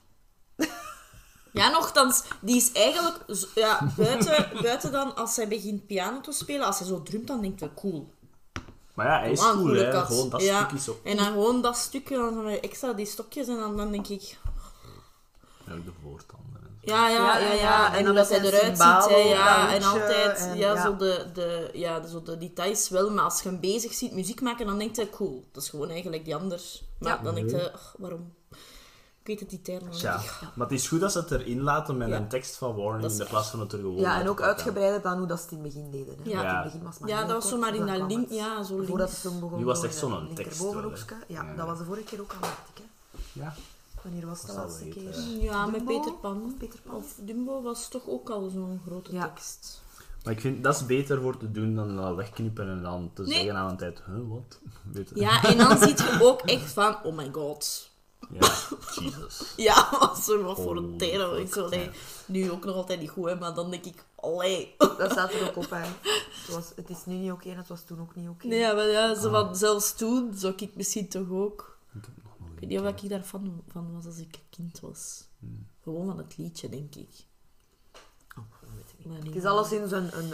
Ja, nochtans, die is eigenlijk... Ja, buiten dan, als hij begint piano te spelen, als hij zo drumt, dan denkt hij cool. Maar ja, hij is Kom aan, cool, coole hè. kat. Gewoon dat Ja. stukje is op. En dan gewoon dat stukje, dan zo met extra die stokjes, en dan denk ik... En ook de voortanden. En zo. Ja. En dan hoe dat hij met eruit zijn ziet, hè. Ja, cymbalen, en altijd... en Ja, ja. zo de details wel, maar als je hem bezig ziet muziek maken, dan denkt hij, cool. Dat is gewoon eigenlijk die anders. Maar Ja. dan denkt hij, ach, waarom? Ik weet het niet termen. Tja, maar het is goed dat ze het erin laten met Ja. een tekst van Dat warning is in plaats van het er gewoon Ja, uit en te ook pakken. uitgebreider dan hoe dat ze het in het begin deden. Hè. Ja. Want in het begin was het maar Ja, heel dat was kort, zo maar in dan dat kwam link... het. Ja, zo Voordat links. het toen begon Nu was het door echt zo'n het tekst, linkerbovenhoekje. Ja, Ja. dat was de vorige keer ook aan, dacht ik. Hè. Ja. Wanneer was Dat de zal laatste weten, keer? hè. Ja, met Dumbo? Peter Pan. Of Peter Pan? Of Dumbo was toch ook al zo'n grote Ja. tekst. Maar ik vind dat is beter voor te doen dan dat wegknippen en dan te Nee. zeggen aan een tijd, wat? Weet je? Ja, en dan zie je ook echt van, oh my god. Ja, Jesus. Ja, wat voor een Holy terror. fuck, Ik zo, nee, nu ook nog altijd niet goed, hè, maar dan denk ik, allee. Dat staat er ook op, hè. Het is nu niet oké en het was toen ook niet oké. Nee, maar ja, zo van, zelfs toen zou ik misschien toch ook... Ik heb nog nooit Ik weet niet of ik daarvan van was als ik kind was. Gewoon van het liedje, denk ik. Oh, dat weet ik niet. Maar Het niet is van- alleszins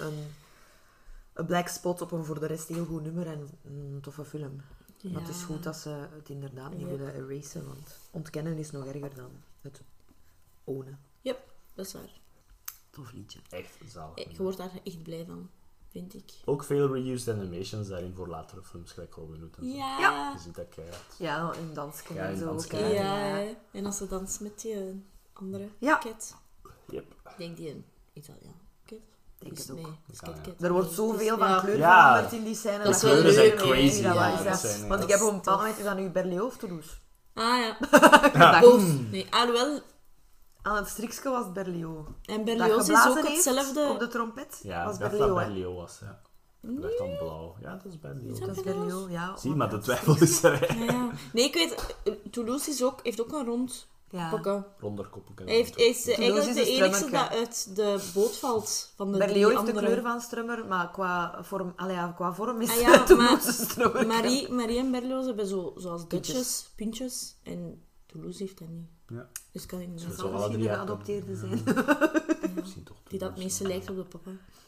een black spot op een voor de rest heel goed nummer en een toffe film. Maar het is Ja. goed dat ze het inderdaad niet Yep. willen eraseren, want ontkennen is nog erger dan het ownen. Yep, dat is waar. Tof liedje. echt zalig. Je wordt daar echt blij van, vind ik. Ook veel reused animations daarin voor latere films, gelijk Robin Hood en zo. Ja. Je ziet dat keihard. Ja, in dansken Ja, en in zo. dansken, ook, hè. Ja, hè. En als ze danst met die andere Ja. cat. Yep. Ik denk die een Italiaan cat. Denk Is het ook. Nee, Italiaan. Cat. Er wordt Nee, zoveel het is- van ja. kleur Ja. veranderd in die scène. Dat is De wel kleuren zijn leuk, hè. crazy. Ja, Ja, dat is dat dat. zijn, Want ik dat heb op is een bepaald moment is dat nu Berlioz of Toulouse. Ah ja. Ja. Both. Nee, alhoewel. Aan het strikske was het Berlioz. En Dat Berlioz is geblazen ook heeft hetzelfde. op de trompet Ja, was ik dacht Berlioz. dat hè. Berlioz was, ja. Ik dacht dan blauw. Ja, dat is Berlioz. Is Dat is Berlioz? Berlioz, ja. Zie, maar de twijfel is er, hè. Ja, ja. Nee, ik weet, Toulouse heeft ook een rond Ja. pokken. Ronderkoppen. Hij is eigenlijk is de een enige strummerke. dat uit de boot valt van de Berlioz drie heeft de andere. kleur van strummer, maar qua vorm is Ah ja, Toulouse een strummer. Marie en Berlioz hebben zoals Puntjes. Dutchess, puntjes. En Toulouse heeft dat niet. Ja. Dus kan ik niet Zo Dat alle zal misschien drie een hebben. geadopteerde zijn. Misschien toch Die dat het meeste lijkt op de papa.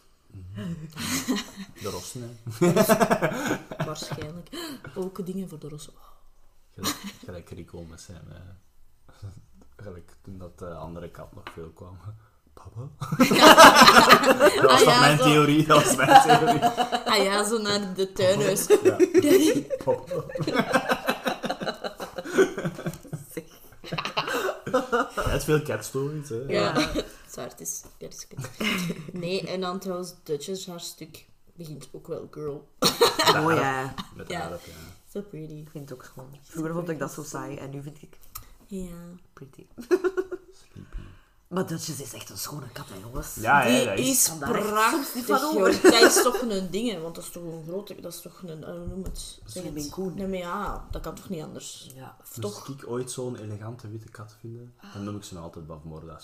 De rossen, hè. Waarschijnlijk. Ook dingen voor de rossen. Gelijk Rico met zijn... gelijk toen dat de andere kat nog veel kwam. Papa? Dat was toch mijn zo. theorie? Dat was mijn theorie. Ah ja, zo naar de tuinhuis. Ja. Daddy. Papa. Hij had veel cat stories, hè. Ja, zwart is. Dat is kut. Nee, en dan trouwens, Duchess, haar stuk begint ook wel girl. Mooi, hè. Met Ja. haar op, ja. So pretty. Ik vind het ook schoon. Vroeger vond ik dat zo saai en nu vind ik Ja. pretty. Sleepy. Maar Dutchess is echt een schone kat, hè, jongens. Ja, hè, Die dat is kan daar echt prachtig, soms niet van over. joh. Dat is toch een ding, hè, want dat is toch een grote... Dat is toch een... Hoe noem het? Zeg een het. Maine Coon. Nee, maar ja, dat kan toch niet anders? Ja. Of Dus toch? ik ooit zo'n elegante witte kat vinden, dan noem ik ze nog altijd Bavmorda.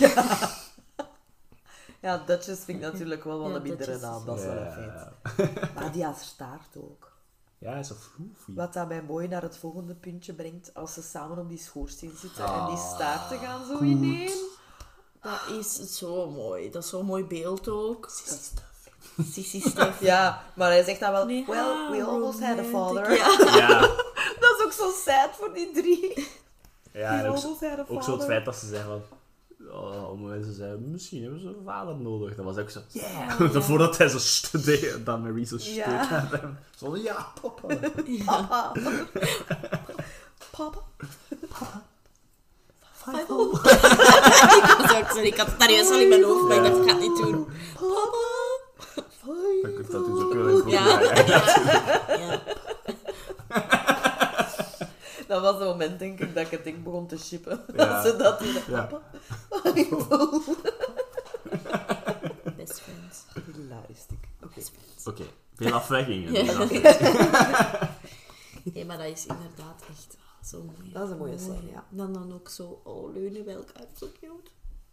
Ja, Dutchess vind ik natuurlijk wel wat Ja, een mindere Dutchess naam, is- dat is wel een feit. Maar die had staart ook. Ja, hij is een floefie. Wat dat mij mooi naar het volgende puntje brengt, als ze samen op die schoorsteen zitten en Ah, die staarten gaan zo ineen. Dat is zo mooi. Dat is zo'n mooi beeld ook. Sissy stuff. Ja, maar hij zegt dan wel, Nee, well, we almost had a romantic. father. Ja. Ja, Dat is ook zo sad voor die drie. ja en We ook, almost had a ook zo het father. feit dat ze zeggen van... allemaal mensen zeiden, misschien hebben ze een vader nodig. Dan was ik zo, yeah! Voordat hij zo studeerde, dat Marie zo steekt naar hem. Zo, ja, papa. Papa. Papa. Ik had het daar juist al in mijn hoofd, maar ik dacht, ik ga het niet doen. Dan kun je dat dus ook wel in Ja. proberen. Dat was het moment, denk ik, dat ik het ding begon te shippen. Ja. Dat ze dat doen. Ja. Papa. Best friends. Hilarisch. Oké. Best friends. Oké, veel afwijkingen. Ja. veel afwijkingen. Nee, maar dat is inderdaad echt zo mooi. Dat is een mooie scène, ja. Dan ook zo, leunen bij elkaar. Zo cute.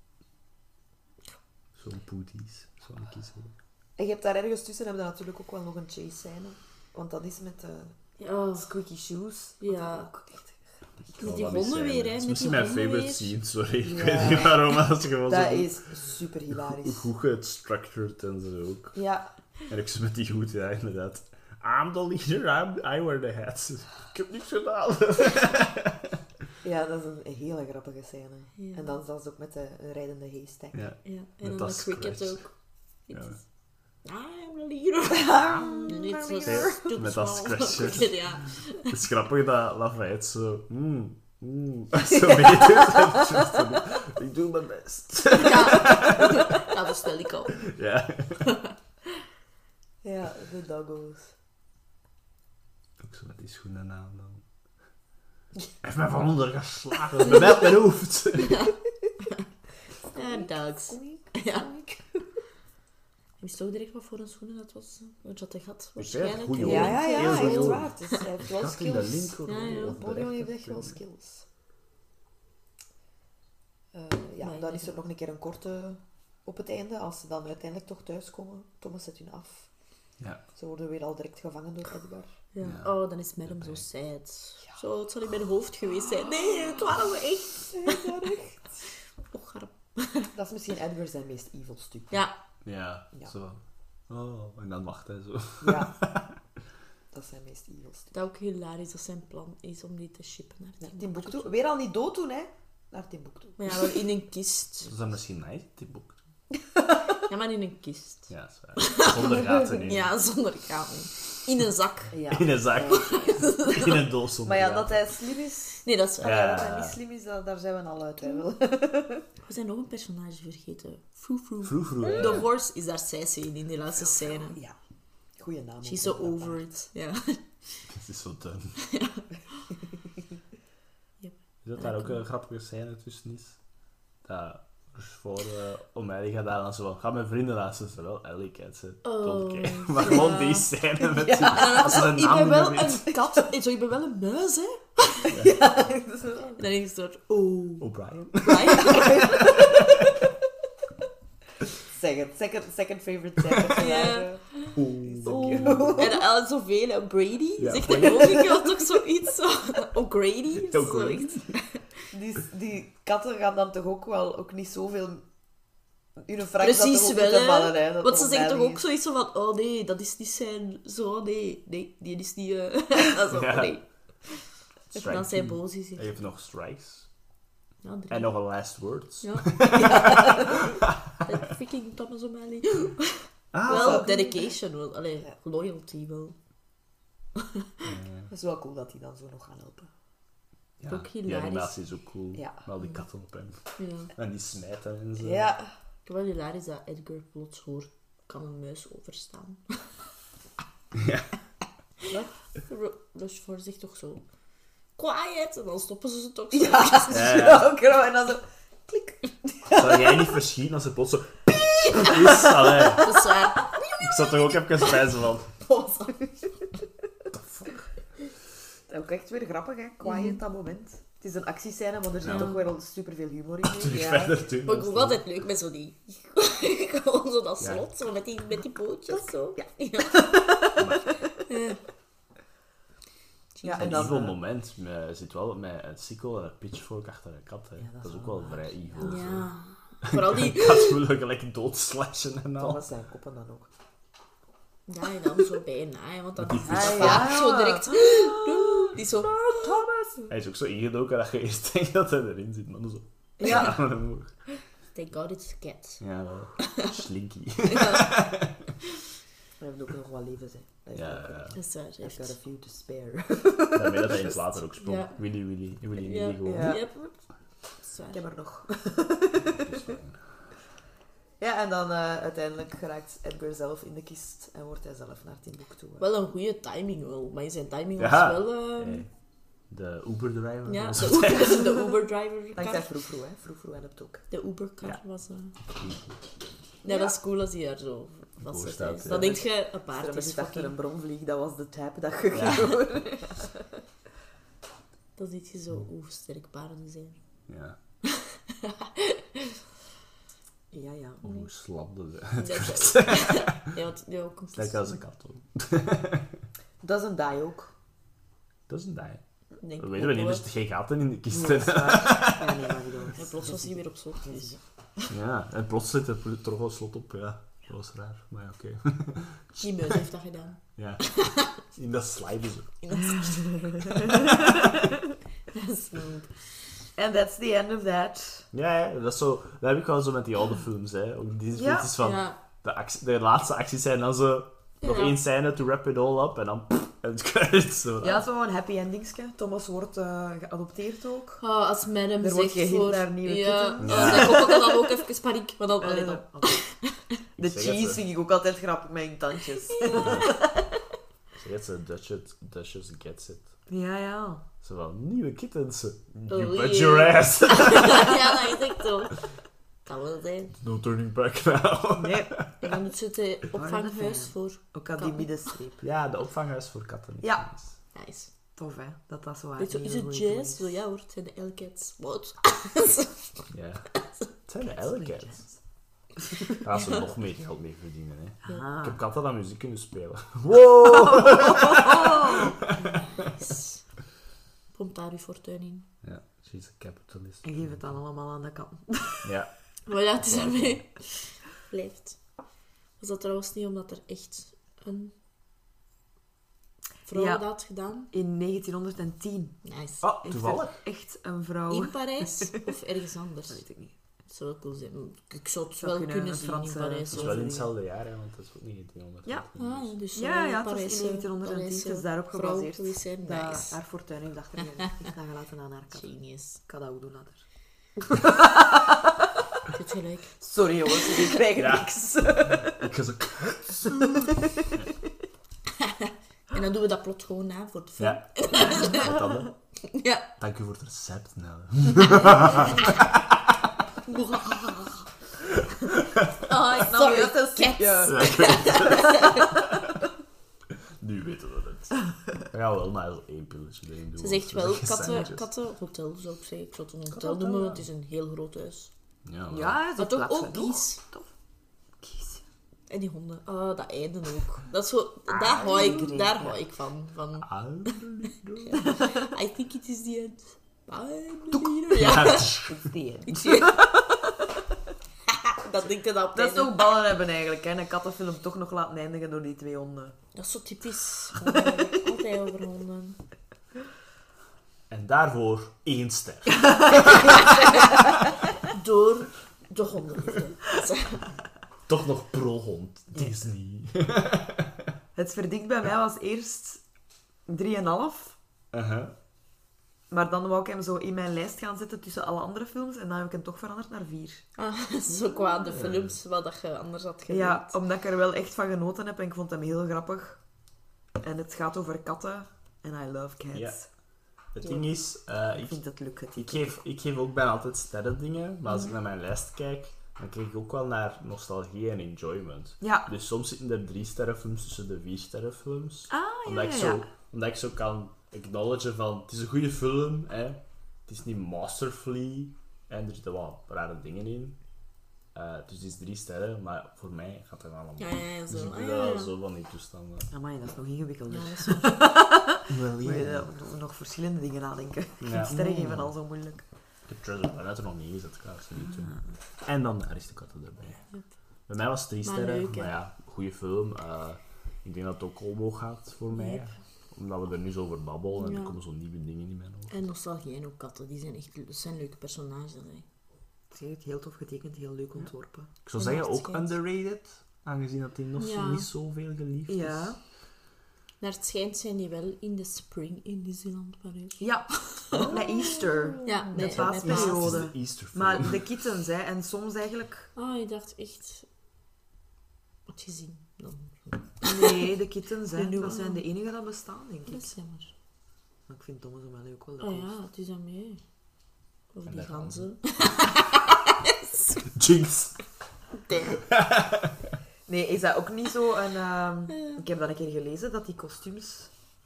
Zo'n poeties, zo'n kiezer. En je hebt daar ergens tussen, hebben we natuurlijk ook wel nog een chase scène. Want dat is met Ja, squeaky shoes. Ja. Wat ook echt met die honden weer, hè. Dat is Met misschien die mijn honden favorite weer. scene, sorry. Ik Ja. weet niet waarom, maar als je gewoon dat zo is super hilarisch. hoe goed structured en zo ook. Ja. En ik zo met die hoed, ja, inderdaad. I'm the leader, I wear the hats. Ik heb niks gedaan. Ja, dat is een hele grappige scène. Ja. En dan zelfs ook met de rijdende haystack. Ja. Ja, en Met dan dat de cricket scratch. ook. Ja. I'm the leader. Niet zo stupid Met dat small. scratch. Ja. Het is grappig dat Lafayette zo... zo beter. Ik doe mijn best. Ja, dat stel ik al. Ja. Ja, de doggos. Ook zo met die schoenen aan dan. Hij heeft mij van onder geslagen. Bij mij op mijn hoofd. En dogs. Oink, Ja. oink. Wist je ook direct wat voor een schoenen dat was? Want je had een gat, zei waarschijnlijk. goeie Ja, ja, ja, Heel echt goed. waar. Dus hij heeft wel Gat in de skills. linker. Ja, ja. Napoleon heeft echt wel skills. Ja, Nee, dan nee. is er nog een keer een korte op het einde. Als ze dan uiteindelijk toch thuiskomen. Thomas zet hun af. Ja. Ze worden weer al direct gevangen door Edgar. Ja. Ja. Oh, dan is Madam zo sad. Zo, het zou in mijn hoofd geweest zijn. Nee, het waren we echt. Oh, garp. Dat is misschien Edgar zijn meest evil stuk. Ja, Ja. Ja. Zo. Oh, en dan wacht hij zo. Ja. Dat is zijn meest evil stuk. dat ook hilarisch dat zijn plan is om die te shippen naar Ja, Timbuktu. Timbuktu. Weer al niet dood doen, hè. Naar Timbuktu. Maar ja, wel in een kist. Dat is dan misschien nice, die boek. Ja, maar in een kist. Ja, dat is waar. Zonder gaten in. Ja, zonder gaten. In een zak. Ja. In een zak. In een doos zonder Maar ja, gaten. dat hij slim is... Nee, dat is waar. Ja. Dat hij niet slim is, daar zijn we al uit. Hè. We zijn nog een personage vergeten. Froe. Vroeg. The horse is daar Cersei in die laatste scène. Ja. Goeie naam. She's ook, so inderdaad. over it. Ja. Het is zo dun. Yep. Is dat daar ook een grappige scène tussen is? Dat voor O'Malley gaat daar dan zo van, ga mijn vrienden laten ze wel Ellie ketsen. Maar gewoon die scène met die, als ze de Ik naam ben niet wel meer weet. een kat. Zo, ik ben wel een muis, hè. Ja. En dan denk ik zo, O'Brien. right? Zeg het. Second favorite personage. En dan zoveel, hè. Brady. Ja, Zegt Brady. de koning had toch zoiets zo. O'Grady. Zo O'Grady. echt. Die katten gaan dan toch ook wel ook niet zoveel... Hun frank dat Precies toch ook wel, moeten hè. vallen, hè. Dat Want ze zeggen toch O'Malley ook zoiets zo van, oh nee, dat is niet zijn zo, nee, die is niet... dat is ook, Ja. nee. Strike Dan zijn team. boos is Hij hij. heeft nog strikes. Ja, 3. En nog een last words. Ja. Freaking Thomas O'Malley. Ah, Wel, zo. dedication, wel. Allee, Ja. loyalty wel. Het is wel cool dat die dan zo nog gaan helpen. Ja, Ook die hilarisch. animatie is ook cool. Ja. Met al die katten op hem. Ja. En die smijten en zo. Ja. Ik vind wel hilarisch dat Edgar plots hoort, kan een muis overstaan. Ja. Rushford zegt toch zo, quiet, en dan stoppen ze toch zo. Ja. Ja. Ook wel. En dan zo... Klik. Zou jij niet verschieten als ze plots zo... piep is? Allee. Dat is waar. Ik zat toch ook even spijzen van... Ook echt weer grappig, hè. Quiet, dat moment. Het is een actiescène, maar er zit Ja. toch wel superveel humor in. Terug Ja. verder doen. Vond ik ook altijd leuk met zo die... Gewoon zo dat Ja. slot, zo met die pootjes, zo. Ja. Ja, en Een dan... evil moment. Je zit wel met een sikkel en een pitchfork achter een kat. Hè. Ja, dat is ook wel vrij evil. Ja. Vooral die... Kat wil gelijk doodslashen en al. Thomas zijn koppen dan ook. Ja, en dan zo bijna, hè, want dan Die is vis- vaak ja. zo direct... Die zo... Thomas! Hij is ook zo ingedoken dat je eerst denkt dat hij erin zit. Maar dan zo... Ja. Thank God it's a cat. Ja, wel. Slinky. Hij heeft ook nog wel levens, hè. Dat is Ja, ook, ja. Dat is waar, I've echt. got a few to spare. Daarmee dat hij eens later ook sprong. Ja. Willy Ja. gewoon. Ja. Yep. Dat is waar. Ik heb er nog. Dus fijn. Ja, en dan uiteindelijk geraakt Edgar zelf in de kist en wordt hij zelf naar Timbuktu. Wel een goede timing wel. Maar zijn timing Ja. was wel... Hey, de Uber-driver. Ja, was de het. Uber-driver Dankzij car. Froe, hè. Froe en het ook. De Uber-car Ja. was... Ja. dat is cool als hij er zo vast Voor zit. staat, hè. ja. Dan denk je, een Als paard er is zit achter een fucking... bronvlieg, dat was de type dat je Ja. ging horen. Dan zie je zo, hoe sterk paarden zijn. Ja. Ja, ja. Hoe slapde ze. Dat is ja, want ja, ook een Lekker als een kat hoor. Dat is een die ook. Dat is een die. denk Dat weten we niet, ook er wel. zitten geen gaten in de kist. Nee, dat is waar. Ja, nee, maar bedoel. En plots was hij weer op slot. Dus. Ja, en plots zit er toch wel slot op. Ja, dat was raar. Maar ja, oké. Die muis heeft dat gedaan. Ja. In dat slide zo. Dat is goed. And that's the end of that. Ja, ja, dat is zo. Dat heb ik wel zo met die oude films, hè. Ook die Ja. is van. Ja. De laatste acties zijn dan zo. Nog Ja. één scène to wrap it all up en dan. En het kruid zo. Ja, zo'n happy endingske. Thomas wordt geadopteerd ook. Oh, als men hem Er wordt zegt gehind voor... naar nieuwe ja. kittens. Ja. Dan kom ik dan ook even paniek. Maar dan... allee, dan. De zeg het, cheese hè. vind ik ook altijd grappig met hun tandjes. Zeg het, ze Duchess gets it. Ja, ja. Zo van, nieuwe kittens. You Oh, bet yeah. your ass. Ja, dat is echt zo. Kan wel zijn. No turning back now. Nee, En dan het zitten opvanghuis fijn. voor... ook al die middenstreep. Ja, de opvanghuis voor katten. Ja. Nice. Tof, hè. Dat zo Weet je, is het jazz? Zo, ja hoor, het zijn de L-cats. Wat? Ja. Het zijn de L-cats. Daar gaan ze nog meer geld mee verdienen, hè. Ah. Ik heb katten aan muziek kunnen spelen. Wow! Nice. Pompt daar uw fortuin in. Ja, she's a capitalist. En geef het dan allemaal aan de kant. Ja. Maar ja, het is ermee. Blijft. Was dat trouwens niet omdat er echt een vrouw Ja. dat had gedaan? In 1910. Nice. Oh, Is toevallig. er echt een vrouw... In Parijs of ergens anders? Dat weet ik niet. Het zou wel cool zijn. Ik zou het Zou wel kunnen, kunnen een zien Franse- in Parijs. Dat is wel in hetzelfde jaar, hè, want dat is ook 1900. Ja. Ah, ja, dus Ja, ja, het was in Parijse- 1910. Het is daarop vrouw gebaseerd. geweest zijn. Dat Nice. haar fortuin heeft nagelaten aan haar kat. Genius. Ik ga dat ook doen later. Je hebt gelijk. Sorry jongens, ik krijg Ja. niks. Ik ga zo... En dan doen we dat plot gewoon na voor de film. Ja. Wat dan, hè? Ja. Dank u voor het recept, Nelle. Oh, ik Sorry, sorry, dat is cats. ja. Ja, ik weet het. Nu weten we het. We gaan wel maar zo één pilletje erin doen. Ze zegt wel Geen sandwiches. kattenhotel, zou ik zeggen. Ik zou het een hotel noemen, want het is een heel groot huis. Ja, wel. Ja, is Maar toch plaats ook genoeg. kies. Kies. En die honden. Oh, dat einde ook. Dat is zo, daar hou ik van. Ah, I think it is the end. ja, Ja, het is- It's the end. ik zie dat denk ik dat op Dat is het einde. toch ballen hebben eigenlijk, hè? Een kattenfilm toch nog laten eindigen door die twee honden. Dat is zo typisch. Altijd over honden. En daarvoor 1 ster. Door de hondenliefde. Toch nog pro-hond. Disney. Het verdict bij mij was eerst 3,5. Uh-huh. Maar dan wou ik hem zo in mijn lijst gaan zetten tussen alle andere films. En dan heb ik hem toch veranderd naar 4. Ah, zo qua de films wat dat je anders had gedaan. Ja, omdat ik er wel echt van genoten heb. En ik vond hem heel grappig. En het gaat over katten. En I love cats. Ja. Het ding is, Ik vind het leuk. ik geef ook bijna altijd sterrendingen. Maar als ik naar mijn lijst kijk, dan kijk ik ook wel naar nostalgie en enjoyment. Ja. Dus soms zitten er 3 sterrenfilms tussen de 4 sterrenfilms. Ah, Omdat, omdat ik zo kan acknowledgen van, het is een goede film, hè. Het is niet masterfully, en er zitten wel rare dingen in. Dus het is 3 sterren, maar voor mij gaat het allemaal. Ja, Dus zo. ik doe Ah, dat ja. zo van die toestanden. Amai, dat is nog ingewikkelder. Ja, dat is zo. Wel, Moet je nog verschillende dingen nadenken. Ik Ja. vind sterren geven al zo moeilijk. Ik heb Treasure Planet er nog niet gezet, ik ga het niet doen. En dan Aristokatten erbij. Bij mij was het 3 Maar sterren, leuk, hè? maar ja, goede film. Ik denk dat het ook omhoog gaat voor mij. Yep. Omdat we er nu zo over babbelen en Ja. er komen zo nieuwe dingen in mijn hoofd. En nostalgie en ook katten, die zijn echt dat zijn leuke personages. Hè. Heel tof getekend, heel leuk ontworpen. Ik zou En zeggen, dat ook schijnt. underrated. Aangezien dat die nog Ja. niet zoveel geliefd is. Ja. Naar het schijnt zijn die wel in de spring in Disneyland Parijs. Ja, met Easter. Ja, De met paasperiode. Het is de Easter film. Maar de kittens, hè. En soms eigenlijk... Oh, ik dacht echt... Wat gezien dan? Nee, de kittens, De hè. nieuwe. Dat zijn de enige dat bestaan, denk Dat ik. is jammer. Maar ik vind Thomas en Melly ook wel de Oh coolste. ja, het is aan mij. Of En die de ganzen. Jinx. Nee, is dat ook niet zo een... Ik heb dat een keer gelezen, dat die kostuums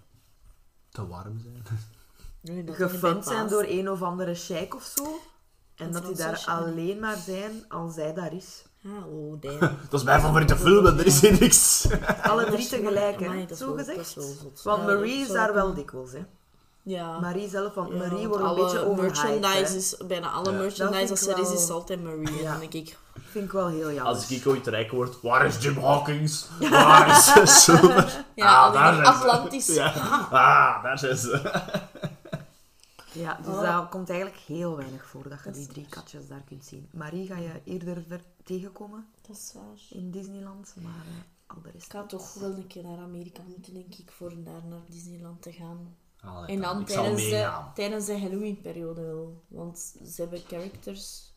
Te warm zijn. Nee, dat gefund zijn door een of andere sheik of zo. En Een dat die Franse daar sheik. alleen maar zijn als zij daar is. Ah, oh, damn. Dat is mijn favoriete film en er is hier niks. Alle Dat drie is- tegelijk, amai, hè. dat is Zo wel- dat gezegd. is wel zot. Want Ja, Marie dat is zou daar wel kunnen. dikwijls, hè. Ja. Marie zelf, want Ja, Marie want wordt een alle beetje overhyped, merchandise hè. is, bijna alle Ja. Dat vind merchandise als ik er is, wel- is altijd Marie. Ja. En dan denk ik, Vind ik wel heel jammer. Als ik ooit rijk word, waar is Jim Hawkins? Waar is Silver? ja, Ah, daar alleen zijn ze. Atlantis. Ja. Ah, daar zijn ze. Ja, dus Oh. dat komt eigenlijk heel weinig voor dat je Dat die is 3 waar. katjes daar kunt zien. Marie ga je eerder tegenkomen Dat is waar. in Disneyland, maar al de rest Ik ga toch wel een keer naar Amerika moeten, denk ik, voor daar naar Disneyland te gaan. Allee, En dan ik zal meegaan. tijdens de Halloween-periode wel. Want ze hebben characters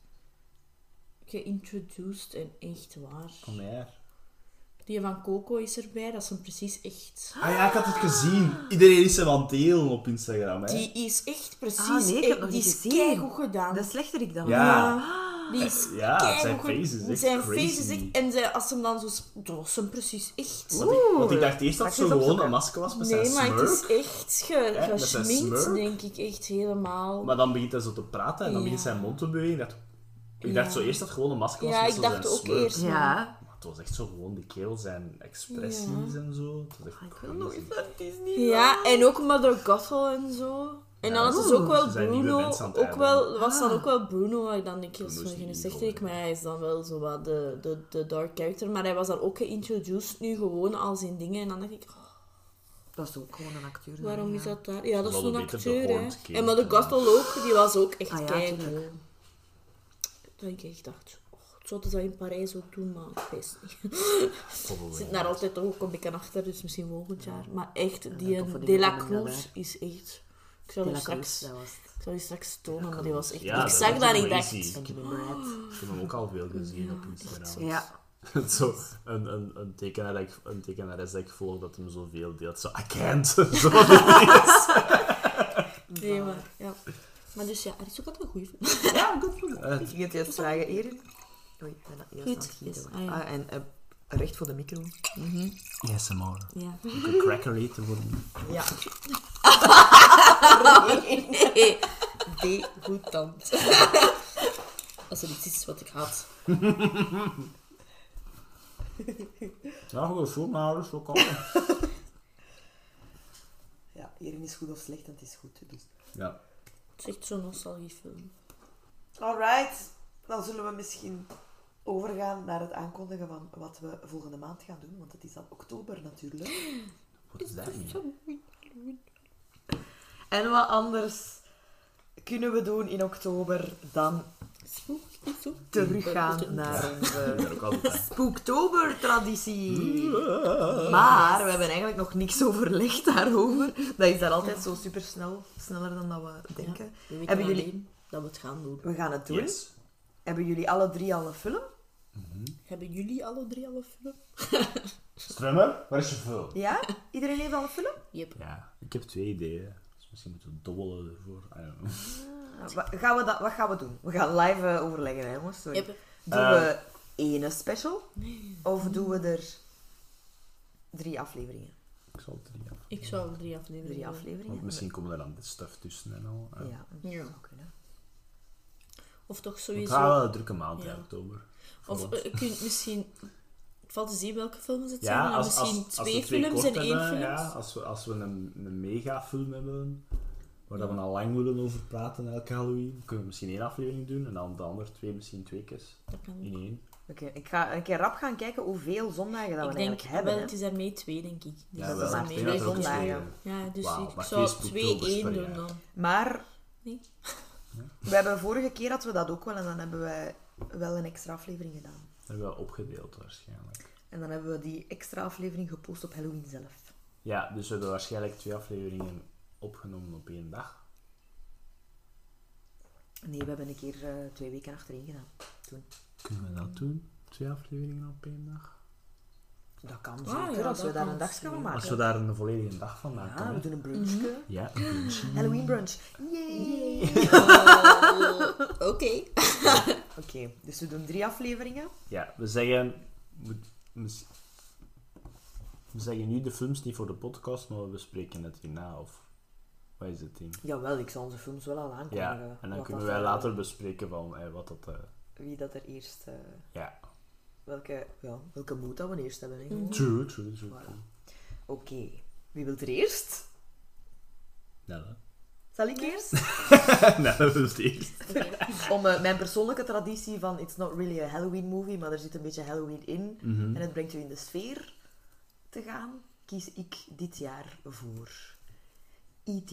geïntroduced en echt waar. Kom maar. Die van Coco is erbij, dat zijn precies echt... Ah ja, ik had het gezien. Iedereen is hem aan het delen op Instagram, hè. Die is echt precies... Ah, nee, ik heb nog die niet is gezien. keigoed gedaan. Dat slechterik dan. Ja. Die is Ja, keigoed zijn gedaan. face is echt Zijn crazy. face is echt... En als hem dan zo... Dat was hem precies echt... Want ik dacht eerst dat het zo Straks eens gewoon opzoeken. een masker was met zijn Nee, maar smurk. het is echt met zijn gesminkt, smirk. denk ik. Echt helemaal. Maar dan begint hij zo te praten en dan Ja. begint zijn mond te bewegen. Ik dacht zo eerst dat het gewoon een masker was Ja, met ik zo dacht zijn ook smurk. eerst. Ja. Maar het was echt zo gewoon die kerel, zijn expressies en zo. Het was echt Ik wil nog crazy. eens naar Disney. Ja, en ook Mother Gothel en zo. En dan Ja, is het ook wel ze zijn nieuwe Bruno. mensen aan het Ook uitbrengen. wel, was dan ook wel Bruno, waar ik dan denk, dat is Bruno is wel geen niet slechterik, evil, maar hij is dan wel zo wat de dark character. Maar hij was dan ook geïntroduced nu gewoon als in dingen. En dan dacht ik, oh, Dat is ook gewoon een acteur. dan, waarom ja. is dat daar? Ja, dat is Wel zo'n een beetje acteur, de hè. Horned King. En Mother Gothel ook, die was ook echt Ah ja, keigoed. tuurlijk. Dat ik echt dacht, oh, zouden ze dat in Parijs ook doen, maar ik weet het niet. Probably. Zit daar altijd toch ook een beetje achter, dus misschien volgend jaar. Maar echt, toffe die dingen De La komen Cruz daarbij. is echt... Ik zal De je La Cruz, straks... dat was het. Ik zal je straks tonen, maar die was echt... Ja, ik dat zag is dat en ik crazy. dacht... Benjamin Bratt. Ik heb hem ook al veel gezien op Instagram. Ja. Zo, een tekenares dat ik volg dat hem zoveel deelt. Zo, I can't. Zo van die dingen. Nee, maar... Ja. Maar dus ja, er is ook altijd een goede film. Ja, goed. Ik ging het juist vragen, Erin. Oei, ik ben dat eerst Goed, aan het gieten. yes. Ah, ja. En recht voor de micro. ASMR. Ja. Ook een cracker eten voor hem. Ja. Nee. Degoutant. Als er iets is wat ik haat. Ja, gewoon voor mijn ouders ook al. Ja, Erin is goed of slecht en het is goed. Dus. Ja. Het is echt zo'n nostalgiefilm. Alright. Dan zullen we misschien overgaan naar het aankondigen van wat we volgende maand gaan doen. Want het is al oktober natuurlijk. Wat is dat nu? En wat anders kunnen we doen in oktober dan teruggaan naar onze Ja, ook altijd. Spooktober-traditie. Maar we hebben eigenlijk nog niks overlegd daarover. Dat is daar altijd zo super snel, sneller dan dat we denken. Ja, we weten Hebben jullie- alleen dat we het gaan doen. We gaan het doen. Yes. Hebben jullie alle 3 al een film? Hebben jullie alle 3 al een film? Strummer, waar is je vul? Ja? Iedereen heeft al een film? Yep. Ja, ik heb 2 ideeën. Dus misschien moeten we dobbelen ervoor. I don't know. Wat gaan we doen? We gaan live overleggen, hè, jongens. Sorry. Yep. Doen we 1 special? Of doen we er 3 afleveringen? Ik zal 3 af. Ik zou 3 afleveringen 3 doen. afleveringen? Want misschien komen er dan dit stuff tussen en al. Ja, dat Ja. zou kunnen. Of toch Het sowieso... gaat wel een drukke maand Ja. in oktober. voor Of ons. je kunt misschien... Het valt te zien welke films het zijn. Ja, En dan als misschien we 2 twee films kort en 1 hebben, film. ja, als we een megafilm hebben, waar dat we al lang willen over praten elke Halloween, kunnen we misschien 1 aflevering doen en dan de andere 2 misschien 2 keer Dat kan in ook. 1. Oké, ik ga een keer rap gaan kijken hoeveel zondagen dat we Ik denk, eigenlijk hebben. wel, hè. het is daarmee 2, denk ik. Dus Ja, dat wel. is Ik maar denk 2 dat er ook zondagen. twee- Ja, dus Wauw, ik maar zou Facebook 2-1 per doen jaar. dan. Maar Nee? We hebben vorige keer hadden we dat ook wel en dan hebben wij wel een extra aflevering gedaan. Dat hebben we opgedeeld waarschijnlijk. En dan hebben we die extra aflevering gepost op Halloween zelf. Ja, dus we hebben waarschijnlijk 2 afleveringen opgenomen op 1 dag. Nee, we hebben een keer 2 weken achtereen gedaan. Toen. Kunnen we dat doen? 2 afleveringen op 1 dag? Dat kan Ah, zeker, ja, als we dat daar kan een dagje van maken. Als we daar een volledige dag van maken. Ja, we hè? doen een brunchje. Ja, een brunch. Halloween brunch. Yay! Oké. Oké, dus we doen 3 afleveringen. Ja, we zeggen... We zeggen nu de films niet voor de podcast, maar we bespreken het hierna, of... Wat is het ding? Jawel, ik zal onze films wel al aankondigen. Ja, en dan wat kunnen dat, wij later bespreken van wat dat... wie dat er eerst... ja. welke mood dat we eerst hebben. Hè, gewoon. True. Voilà. Oké, wie wil er eerst? Nelle. Zal ik eerst? Nelle wil het eerst. Om mijn persoonlijke traditie van it's not really a Halloween movie, maar er zit een beetje Halloween in Mhm. en het brengt u in de sfeer te gaan, kies ik dit jaar voor E.T.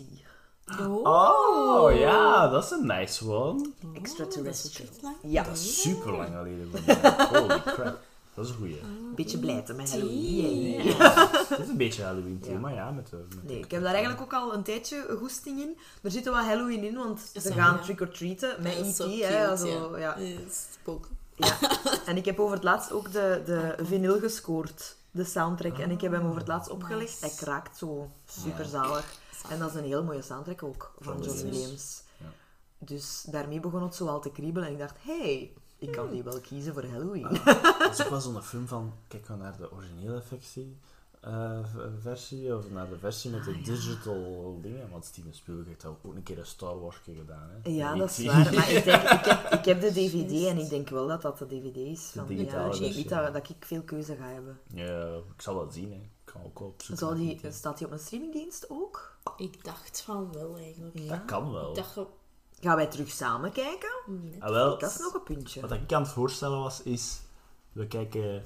Oh, ja, dat is een nice one. Extraterrestrial. Dat is echt lang. Ja, Dat is super lang geleden voor mij. Holy crap. Dat is een goeie. een beetje blijten met Halloween. Yay. Het is een beetje Halloween thema, ja. Met Nee, ik heb daar eigenlijk ook al een tijdje goesting in. Er zit wel wat Halloween in, want ze Zo, gaan ja. trick-or-treaten met Dat is E.T. zo hè, cute, zo, ja. Spook. Ja. En ik heb over het laatst ook de vinyl gescoord, de soundtrack. En ik heb hem over het laatst opgelegd. nice. Hij kraakt zo super zalig. En dat is een heel mooie soundtrack ook van John Williams. Ja. Dus daarmee begon het zo al te kriebelen. En ik dacht, hey, ik kan die wel kiezen voor Halloween. Dat is ook wel zo'n film van, kijk we naar de originele versie, of naar de versie met de digital dingen, want Steven Spielberg heeft ook een keer een Star Wars gedaan. Hè. Ja, En dat is E.T. waar. Maar ik, denk, ik heb de DVD en ik denk wel dat dat de DVD is. Van, digitale ik versie, weet dat ik veel keuze ga hebben. Ja, ik zal dat zien, hè. Ik ga ook wel op zoek Zal naar die, E.T.. staat die op een streamingdienst ook? Ik dacht van wel eigenlijk. Ja. Dat kan wel. Ik dacht van... Gaan wij terug samen kijken? Nee. Ah, wel, Dat is nog een puntje. wat ik aan het voorstellen was, is... We kijken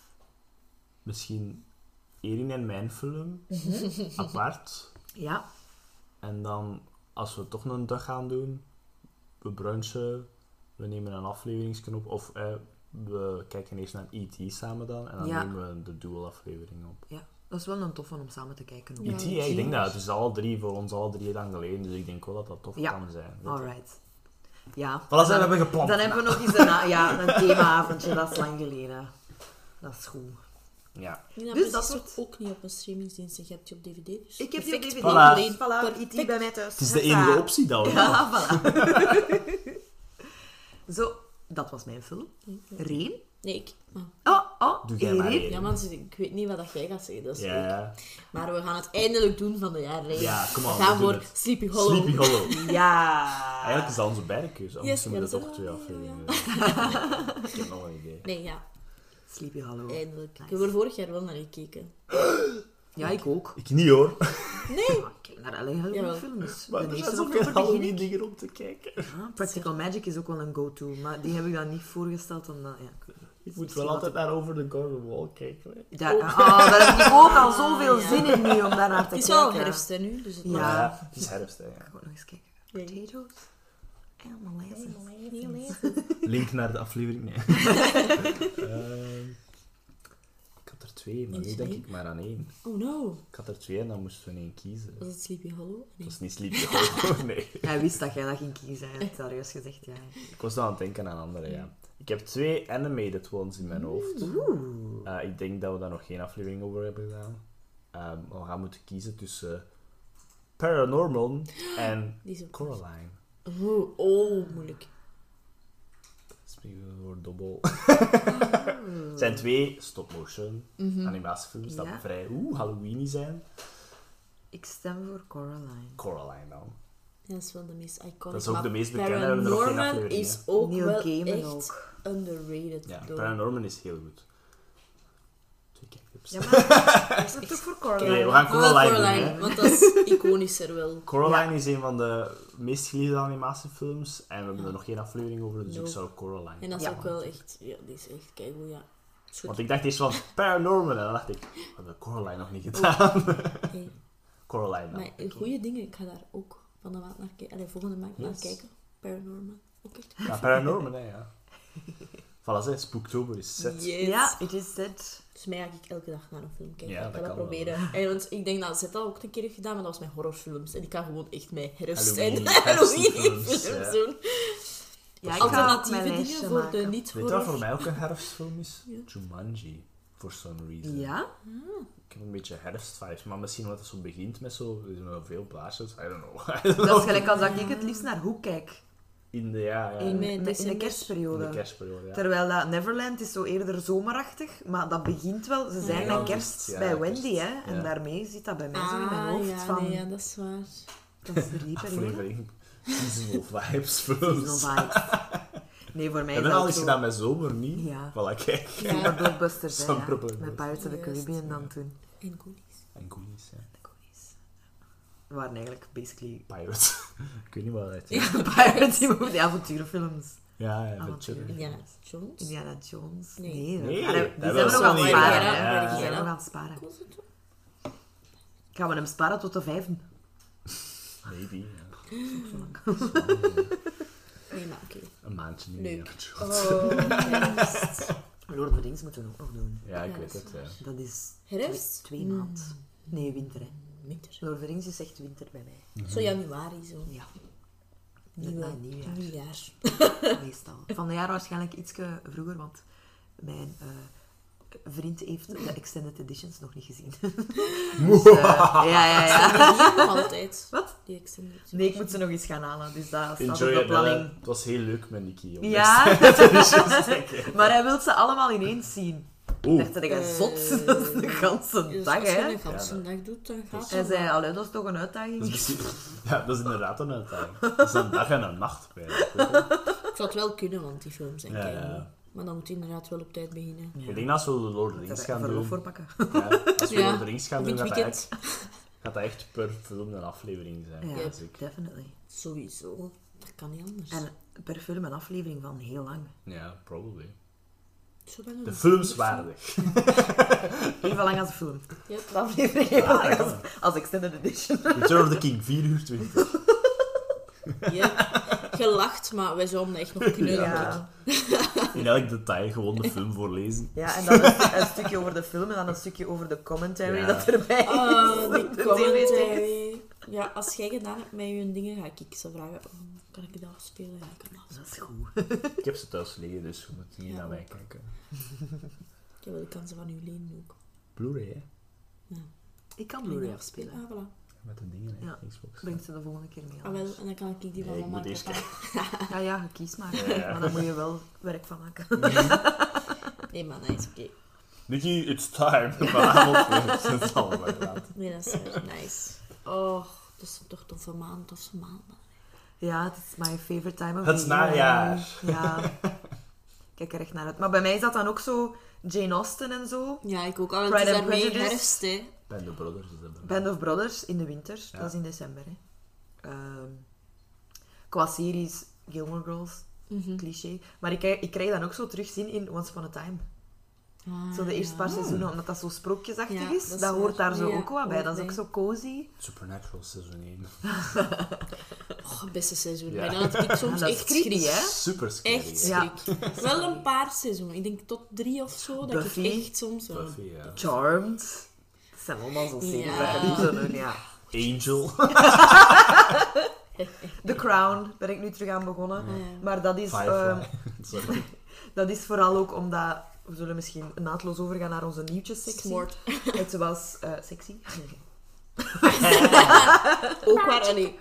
misschien Erin en mijn film apart. Ja, En dan, als we toch een dag gaan doen, we brunchen, we nemen een afleveringsknop, of we kijken eerst naar E.T. samen dan, en dan Ja. nemen we de dual aflevering op. ja, dat is wel een toffe om samen te kijken. ook. Ja. E.T., hè, ik denk dat het is voor ons alle drie lang geleden, dus ik denk wel dat dat tof Ja. kan zijn. Weet je. Alright. Ja. Voilà, dat hebben we gepland. Dan hebben we nog eens een themaavondje, dat is lang geleden. Dat is goed. Ja. Ja, Dus dus dat dat soort- ook niet op een streamingsdienst. Je hebt die op DVD. Dus Ik heb die op perfect. DVD. Voilà. Alleen, voilà, Perfect. IT bij mij thuis. Het is de enige optie dat we hebben. Ja, voilà. Zo, dat was mijn film. Reen? Nee, ik... Doe jij maar Reen. één. Ja, man, ik weet niet wat dat jij gaat zeggen. Dat is leuk. Ja, Maar we gaan het eindelijk doen van de jaar. ja, kom on, We gaan we doen voor het. Sleepy Hollow. Sleepy Hollow. Ja. Eigenlijk is dat onze beide keuze, anders Yes, moeten we ja, toch dat 2 is- afleveringen doen. Ik heb nog een idee. Nee, ja. Sleepy Hollow. Eindelijk. Ik heb er vorig jaar wel naar gekeken. Ja, ik ook. Ik niet hoor. Ah, kijk naar alle Halloween Jawel. films. Maar De er zijn eerste zoveel oktober begin Halloween ik. dingen om te kijken. Ja, Practical Magic is ook wel een go-to, maar die heb ik dan niet voorgesteld omdat... Ja, Ik moet wel altijd naar Over the Garden Wall kijken. Hè. daar heb ik ook al zoveel zin in nu om daar naar te Het is kijken. wel herfst, hè, nu. Dus het Ja. Ja, het is herfst, hè. Ja. Ik ga ook nog eens kijken. Ja. Potatoes en molasses. Link naar de aflevering, nee. Ik had er 2, maar nu Is denk één? ik maar aan 1. Oh no. Ik had er 2 en dan moesten we 1 kiezen. Was het Sleepy Hollow? Nee. Dat is niet Sleepy Hollow, nee. Hij wist dat jij dat ging kiezen, hij heeft serieus gezegd, ja. Ik was dan aan het denken aan andere, ja. Ik heb 2 animated ones in mijn hoofd. Ik denk dat we daar nog geen aflevering over hebben gedaan. We gaan moeten kiezen tussen Paranormal en Die is ook... Coraline. Oh, moeilijk. Spreken we voor dobbel. Het zijn 2 stop-motion animatiefilms dat Ja. vrij Halloweeny zijn. Ik stem voor Coraline. Coraline dan. Ja, dat is wel de meest iconic. Dat is ook maar de meest bekende, we hebben er nog geen Paranorman aflevering, is hè. ook Neil wel Gaiman echt ook. underrated. Ja, though. Paranormal is heel goed. 2 kijktips. Ja, maar ik stem toch voor Coraline. Nee, we gaan Maar wel Coraline doen, hè. want dat is iconischer wel. Coraline is een van de meest geliefde animatiefilms en we hebben er nog geen aflevering over, dus No. ik zou Coraline. En dat is Ja. ook wel echt... Ja, die is echt keigoed, ja. Is goed. Want ik dacht eerst van Paranormal en dan dacht ik, we hebben Coraline nog niet gedaan. Hey, Coraline dan. maar goede dingen, ik ga daar ook van de maand naar kijken. Allee, volgende maand naar Yes. kijken. Paranormal. Ook echt. Ja, Paranorman, hè, ja. Voilà, zeg, Spooktober is set. Yes. Ja, it is set. Dus mij ga ik elke dag naar een film kijken. Ja, Ik dat ga dat kan proberen. En, want ik denk dat Zet dat ook een keer heeft gedaan, maar dat was met horrorfilms. En ik kan gewoon echt met herfst Halloween, en Halloween-films herfstfilms, ja. doen. Ja, ik ga Alternatieve mijn dingen lijstje voor de maken. Weet je wat niet-horror. voor mij ook een herfstfilm is? Ja. Jumanji. For some reason. Ja? Ik heb een beetje herfstvibes, maar misschien omdat het zo begint met zo... Er zijn wel veel plaatsjes. I don't know. Dat is gelijk als dat ik het liefst naar Hoek kijk. In de, ja. In Mei, de december. kerstperiode. In de kerstperiode, ja. Terwijl dat Neverland is zo eerder zomerachtig, maar dat begint wel. Ze zijn Ja, met kerst ja, bij kerst. Wendy, hè. En Ja. daarmee zit dat bij mij zo in mijn Ah, hoofd ja, van... nee, ja, dat is waar. Dat is die periode. Aflevering. Seasonal vibes Seasonal films. vibes. Nee, voor mij is Hebben we dat al ook eens zo... gedaan met zomer, niet? Ja. Voilà, kijk. Super blockbusters, hè, Some ja. blockbusters. Met Pirates of the Juist. Caribbean dan toen. En Goonies. En Goonies, ja. We waren eigenlijk basically... Pirates. Ik weet niet wat het is. Ja, Pirates, die movie, avonturenfilms. Ja, ja, Avontuur. Adventure. Indiana Jones. Indiana Jones. Nee. Nee, Nee, die zijn dat we was nog wel aan het niet sparen. waar, hè. ja. Die zijn we Ja. nog aan het sparen. Koos het op? Gaan we hem sparen tot de 5? Maybe, ja. Nee, maar oké. Een maandje niet Leuk. meer. Oh, herfst. Lord of the Rings moeten we ook nog doen. Ja, ik Ja, weet dat het, is ja. waar. Dat is Herfst? twee maanden. Nee, winter, hè. Winter. Lord of the Rings is echt winter bij mij. Zo januari, zo. Ja. Net na nieuwjaar. Nieuwjaar. Meestal. Van de jaar waarschijnlijk iets vroeger, want mijn vriend heeft de extended editions nog niet gezien. Dus, ja. Nog altijd. Wat? Die extended. Nee, ik moet ze nog eens gaan halen, dus dat staat Enjoy op de it, planning. Het was heel leuk met Nicky. om Ja, deze te kijken. maar hij wil ze allemaal ineens zien. Ik Oeh, dacht dat ik zot, dat is de ganse Dus dag, als je hè. een ganse Ja, dag doet, dan gaat Hij het zei, wel. allee, dat is toch een dat is uitdaging? misschien... Ja, dat is inderdaad een uitdaging. Dat is een dag en een nacht. Eigenlijk. Ik zou het wel kunnen, want die films zijn Ja, keigoed. ja. Maar dan moet je inderdaad wel op tijd beginnen. Ik denk dat als we de Lord of the Dat Rings er gaan verlof doen... voor pakken. Ja, als we Ja, Lord of the Rings gaan op doen, het gaat dat echt per film een aflevering zijn. Ja, denk ik. definitely. Sowieso. Dat kan niet anders. En per film een aflevering van heel lang. Ja, probably. Zolang De een films film- waardig. Even lang als de film. Ja. De aflevering even Ah, lang ja. als extended edition. Return of the King, 4 uur 20. Ja. Gelacht, maar wij zouden echt nog kunnen. Ja. In elk detail gewoon de film voorlezen. Ja, en dan een stukje over de film en dan een stukje over de commentary Ja. dat erbij is. Oh, die De commentary. Ja, als jij gedaan hebt met je dingen, ga ik ze vragen. Oh, kan ik dat afspelen? Ja, ik kan dat Dat afspelen. is goed. Ik heb ze thuis liggen, dus je moet niet Ja. naar mij kijken. Ja, wel, ik kan ze van u lenen ook. Blu-ray, hè? Ik kan Blu-ray afspelen. Ah, voilà. Met de dingen, hè? Ja. Xbox. Brengt ze de volgende keer mee Ah, aan. wel, en dan kan ik die van Nee, ik mama moet en eerst papa. Ja, je kiest maar. Ja. Maar dan moet je wel werk van maken. Nee, maar nice, oké. Nicky, it's time. Vanavond zijn het allemaal uiteraard. Nee, dat is wel nice. Oh, dat is toch toffe maand, toffe maanden. Ja, het is my favorite time of Het the year. najaar. Ja. Ik kijk er echt naar uit. Maar bij mij is dat dan ook zo Jane Austen en zo. Ja, ik ook al. Het Pride is and daarmee Prejudice. herfst, hè. Band of Brothers is dat. Band of Brothers in de winter. Ja. Dat is in december. Hè. Qua series, Gilmore Girls, cliché. Maar ik krijg dan ook zo terug zin in Once Upon a Time. Ah, Zo de eerste paar ja. seizoenen, omdat dat zo sprookjesachtig Ja, is. dat Dat is hoort waar. daar zo Ja, ook wat bij. hoort Dat is ook bij. zo cozy. Supernatural seizoen 1. Oh, beste seizoen. Ja. Maar dan had ik soms Ja, dat is echt creepy, schrik. hè? Super scary. Echt hè? Ja. schrik. Wel een paar seizoenen. Ik denk tot 3 of zo. Dat Buffy. ik echt soms... Buffy, ja. Charmed. Dat zijn allemaal zo'n series Ja. dat je niet zo doen, ja. Angel. The Crown ben ik nu terug aan begonnen. Ja. Maar dat is, Firefly. Sorry. dat is vooral ook omdat... We zullen misschien naadloos overgaan naar onze nieuwtjessectie. Smart. Het was sexy. Ook waar... Nee.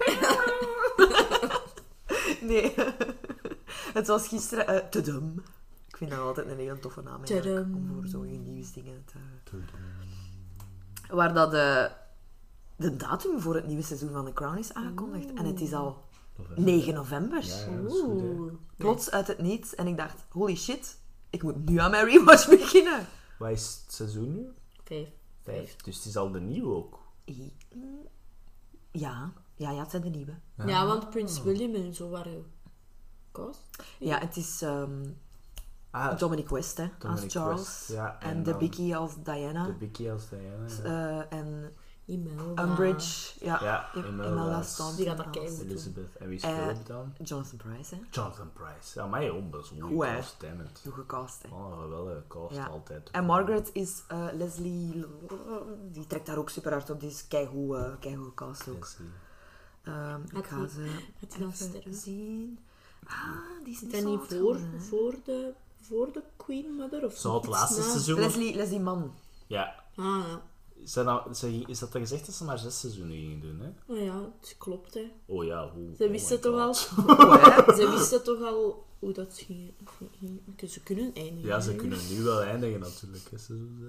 Nee. Het was gisteren... Tudum. Ik vind dat altijd een hele toffe naam eigenlijk, Tudum. om voor zo je nieuwsdingen te... Waar dat de datum voor het nieuwe seizoen van The Crown is aangekondigd. En het is al 9 november. Ja, ja, dat is goed, hè. Oeh. Plots uit het niets. En ik dacht, holy shit, ik moet nu aan mijn rewatch beginnen. Wat is het seizoen nu? 5. 5. Dus het is al de nieuwe ook. Ja, het zijn de nieuwe. Ja, want Prins William en zo waren koos. Ja, het is Dominic West Dominic als Charles. West, ja, en en de dan Vicky als Diana. De Vicky als Diana. Ja. En Ja, Imelda. Umbridge. Ja, Ja, Imelda Staunton. Die gaat dat keigoed. Elizabeth. En wie is Philip dan? Jonathan Pryce, hè. Jonathan Pryce. Ja, mij ook. Dat is een Goed, goede hè. cast, damn it. Goed gecast, hè. Oh, geweldige cast, Ja. altijd. En Margaret is Leslie... Die trekt daar ook super hard op. Die is keigoed gecast ook. Leslie. Ik ga ze Had hij dan even sterven? zien. Die is Is niet dat zo niet oud voor, geworden, hè. voor de Queen Mother? Of Zou het iets laatste na? seizoen... Leslie Mann. Ja. Ah, ja. Is dat dan gezegd dat ze maar 6 seizoenen gingen doen, hè? Oh ja, het klopt, hè. Oh ja, hoe... Ze wisten toch al... Oh, Ze wisten toch al hoe dat ging. Ze kunnen eindigen. Ja, ze hè. kunnen nu wel eindigen natuurlijk, hè, seizoen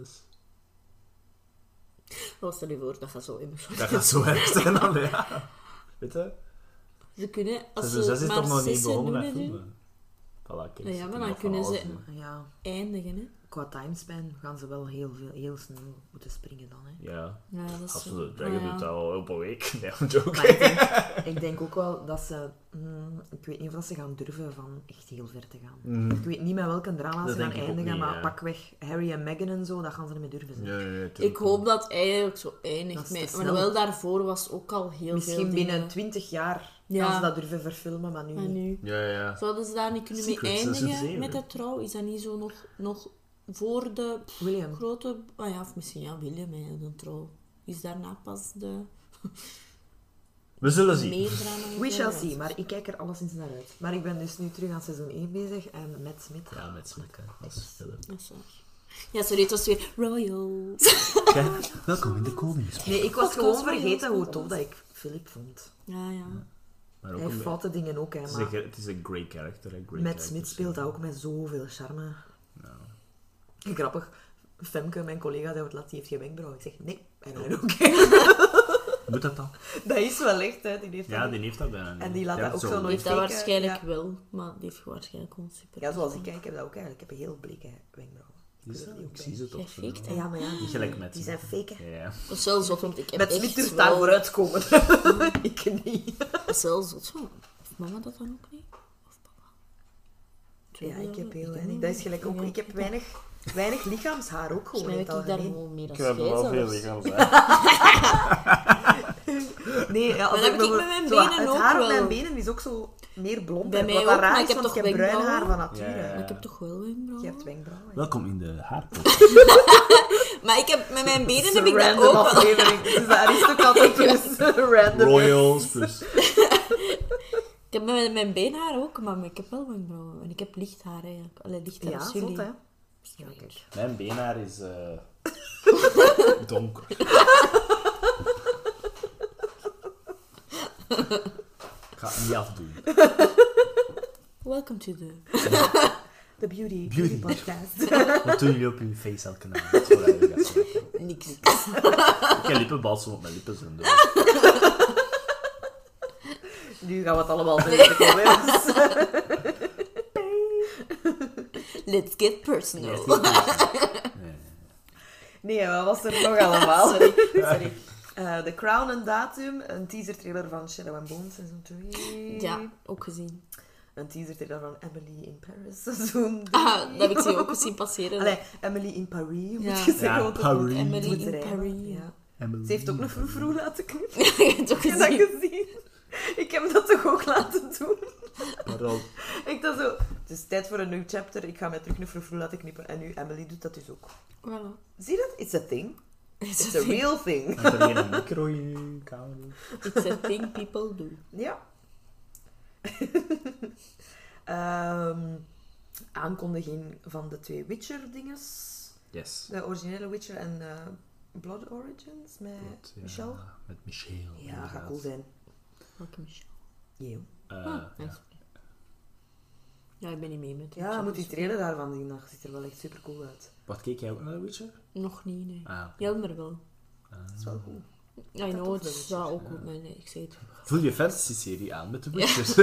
6. Oh, stel je voor, dat gaat zo emotioneel. Dat gaat zo erg zijn dan, ja. Weet je? Ze kunnen, als Seizoen 6 ze is maar toch nog niet 6 begonnen met seizoenen doen, filmen? Voilà, kijk, Ja, ze maar dan nog van kunnen alles ze- doen. Ja, eindigen, hè. qua timespan gaan ze wel heel snel moeten springen dan, hè. Ja. Ja, dat is Als zo. we Dragon Ah, ja. doet dat al op een week. Nee, I'm joking. Maar ik denk ook wel dat ze... ik weet niet of dat ze gaan durven van echt heel ver te gaan. Ik weet niet met welke drama Dat ze gaan denk ik ook eindigen, niet, maar ja. pakweg Harry en Meghan en zo, dat gaan ze niet meer durven zijn. Nee, Ik hoop dat eigenlijk zo Dat eindigt is met... te Maar snel. wel daarvoor was ook al heel veel Misschien dingen. binnen 20 jaar Ja. gaan ze dat durven verfilmen, maar nu Maar niet. nu... Ja. Zouden ze daar niet kunnen mee Secret seizoen eindigen 7. met de trouw? Is dat niet zo nog voor de William. grote... Ah ja, of misschien ja, William, hè, de trouw. Is daarna pas de We zullen zien. meer drama? We shall see, maar ik kijk er alleszins naar uit. Maar ik ben dus nu terug aan seizoen 1 bezig en met Smith. Ja, met Smith, hè. Dat is Philip. Dat is waar. Ja, sorry, het was weer Royals. Ja, welkom in de Koningspaal. Nee, ik was Podcast gewoon van vergeten Royals. hoe tof dat ik Philip vond. Ja, ja. Maar Hij ook heeft een, foute dingen ook, hè, maar het is een great character, hè. Great met character, Smith speelt dat ook met zoveel charme. Ja. Grappig. Femke, mijn collega, zei, wat laat, die heeft geen wenkbrauw. Ik zeg, nee, en hij ook. Moet dat dan? Dat is wel echt, hè. Die heeft Ja, dat die heeft dat bijna niet. En die laat Ja, dat ook zo Die nooit heeft dat faken, waarschijnlijk ja. wel, maar die heeft waarschijnlijk gewoon super. Ja, zoals ik kijk, heb dat ook eigenlijk. Ik heb een heel bleke wenkbrauwen. Is dat? die ook Ik zie ze toch. Jij faked, hè? Ja, maar ja, Niet gelijk met die Smith. zijn fake, hè. Ja. Dat is wel zot, want ik heb Met echt Smith durft wel... daar vooruit komen. Ik niet. Dat is wel zot zo. Of mama dat dan ook niet? Of papa? Ja, ik heb heel denk weinig. wel. Dat is gelijk ook. Ik heb weinig lichaamshaar ook gewoon in Volgens mij het heb ik daar algemeen. gewoon meer dan Ik heb wel veel zelfs. lichaams, hè. Nee, ja, als dat heb ik met mijn benen Het ook haar op wel. mijn benen is ook zo meer blond. Bij hè, mij wat ook, dat maar raar ik is, heb want toch ik heb bruin wenkbrauwen? haar van nature. Ja, ja. Maar ik heb toch wel wenkbrauwen. Je hebt wenkbrauwen. Welkom in de haarpot. Maar ik heb, met mijn benen Het heb is ik een dat random ook wel. aflevering. Het is de aristocraten plus random. Royals plus. Ik heb met mijn beenhaar ook, maar ik heb wel wenkbrauwen. En ik heb licht haar eigenlijk. Allee, licht haar Ja, als zot, jullie. hè. Ja, kijk. Mijn beenhaar is donker. Ik ga het niet afdoen. Welcome to the... De Beauty Beauty. Podcast. Wat doen jullie op jullie face elke nacht? Dat is wat eigenlijk gaat zeggen. Niks. Ik heb lippenbalsem op mijn lippen zijn. Dus. Nu gaan we het allemaal weten komen. jongens. Let's get personal. Nee, het is niet nee. Nee, wat was er nog allemaal? Sorry. The Crown een datum, een teaser trailer van Shadow and Bone seizoen 2. Ja, ook gezien. Een teaser trailer van Emily in Paris seizoen 3. Ah, dat heb ik ze ook gezien passeren. Allee, Emily in Paris, moet Ja. je zeggen. Ja, want het Paris. moet Emily moet in rijmen. Paris, Ja. Emily. Ze heeft ook een froufrou laten knippen. Je hebt het ook Heb je dat gezien. gezien? Ik heb dat toch ook laten doen? Waarom? Ik dacht zo, het is tijd voor een nieuw chapter, ik ga mij terug een froufrou laten knippen. En nu, Emily doet dat dus ook. Voilà. Zie je dat? It's a thing. It's It's a real thing. Heb er geen micro in je kamer? It's a thing people do. Ja. Aankondiging van de 2 Witcher-dinges. Yes. De originele Witcher en Blood Origins met Klopt, ja. Michelle. Met Michelle. Ja, inderdaad. gaat cool zijn. Welke Michelle? Eeuw. Ja. Ja, ik ben niet mee met Ja, je moet die trailer daarvan zien. Dat ziet er wel echt super cool uit. Wat, keek jij ook naar The Witcher? Nog niet, nee. Ah, oké. Jelmer wel. Dat is wel cool. Ja, I Dat know, ook het wel zou Witcher, ook goed, maar nee, ik zei het. Voel je fantasy-serie aan met The Witcher?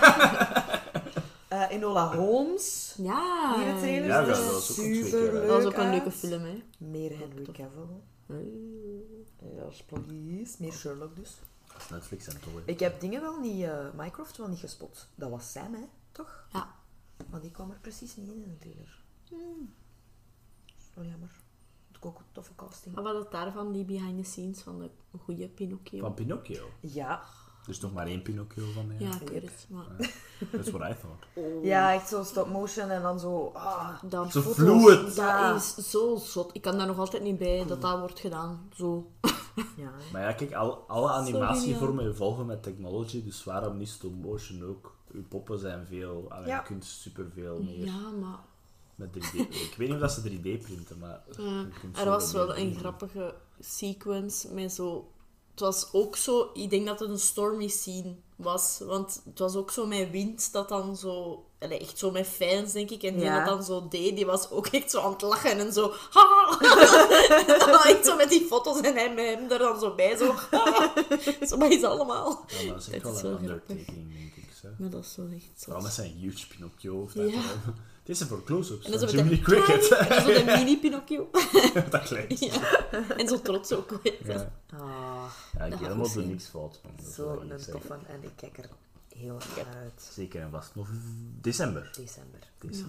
Enola Holmes. Ja. Die trailer Ja, ziet er dat was ook een super twee keer leuk uit. Dat was ook een uit. leuke film, hè. Meer Henry Cavill. Als police. Meer Sherlock dus. Dat is Netflix en toch. Ik heb dingen wel niet, Mycroft wel niet gespot. Dat was Sam, hè? Toch? Ja. Maar die kwam er precies niet in de trailer. Dat is wel jammer. ook een toffe casting. Wat was het daarvan, die behind the scenes van de goede Pinocchio? Van Pinocchio. Ja. Er is nog maar 1 Pinocchio van mij. Ja, ik weet het. Maar... That's what I thought. Ja, echt zo stop motion en dan zo... Dat, Zo foto's. fluid. Ja. dat is zo zot. Ik kan daar nog altijd niet bij dat wordt gedaan. Zo. Ja. Maar ja, kijk, alle animatievormen evolven met technology, dus waarom niet stop motion ook? Uw poppen zijn veel, Ja. je kunt superveel meer Ja, maar... met 3D. Ik weet niet of dat ze 3D printen, maar... je kunt Er zoveel was wel meer een doen. grappige sequence met zo... Het was ook zo... Ik denk dat het een stormy scene was. Want het was ook zo met wind dat dan zo... Echt zo met fans, denk ik. En die Ja. dat dan zo deed, die was ook echt zo aan het lachen en zo... Ha! En dan echt zo met die foto's en hij met hem er dan zo bij, zo... Ha! Zo, maar is allemaal... Ja, maar dat is echt Dat is wel een wel grappig. undertaking, denk ik. Zo. Maar dat is zo echt zo... Vooral met zijn huge Pinocchio. Of Ja. Dit is voor close-ups. En dan zo van met Jiminy de... Cricket. En dan zo de mini-Pinocchio. Dat klinkt. Ja. En zo trots ook. Ja, ja Dat helemaal gaat doet goed niks fout. Man. Dat is Zo wel een iets, hè. toffe en ik kijk er heel erg naar uit. Zeker en vast. Nog december. December.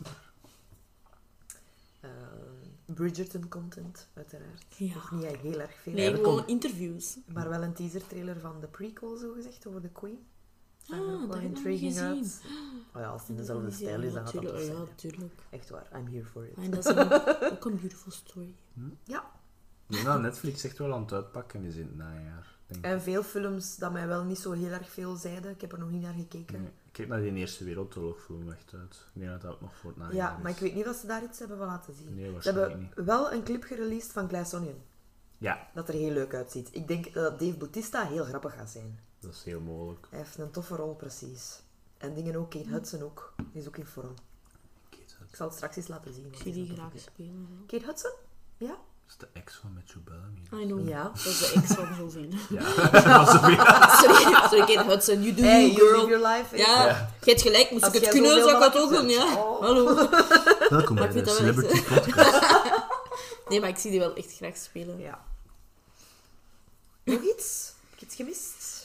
Bridgerton content, uiteraard. Ja. Nog niet heel erg veel. Nee, dat gewoon komt- interviews. Maar wel een teaser trailer van de prequel, zo gezegd, over de Queen. Zag er ook Dat wel heb ik nog niet intriguing gezien. uit. Oh ja, als het in dezelfde stijl is, dan gaat dat tof zijn. Ja, hè. tuurlijk. Echt waar, I'm here for it. En dat is een, ook een beautiful story. Ja, Ik denk dat Netflix echt wel aan het uitpakken is in het najaar. Denk ik. en veel films dat mij wel niet zo heel erg veel zeiden. Ik heb er nog niet naar gekeken. Nee, ik kijk naar die Eerste Wereldoorlog film echt uit. Ik denk dat dat ook nog voor het najaar Ja, is. maar ik weet niet of ze daar iets hebben van laten zien. Nee, Ze waarschijnlijk hebben wel een clip gereleased van Glass Onion. Ja, Dat er heel leuk uitziet. Ik denk dat Dave Bautista heel grappig gaat zijn. dat is heel mogelijk. Hij heeft een toffe rol, precies. En dingen ook, Kate Hudson ook. Die is ook in vorm. Ik zal het straks eens laten zien. Ik want zie die die is een graag toffe spelen. Kate Hudson? Ja? Dat is de ex van Matthew Bellamy. I know. Ja. Dat is de ex van zoveel. Ja, dat is weer. Sorry, Kate Hudson. You do Hey, you, you girl. live your life. Ja, Ja. je hebt gelijk. Moest Als ik het jij kunnen, zoveel zou ik het ook maakt, doen, ja. oh. Hallo. Welkom bij ik vind de dat wel echt- Celebrity Podcast. Nee, maar ik zie die wel echt graag spelen. Ja. Nog iets? Heb ik iets gemist?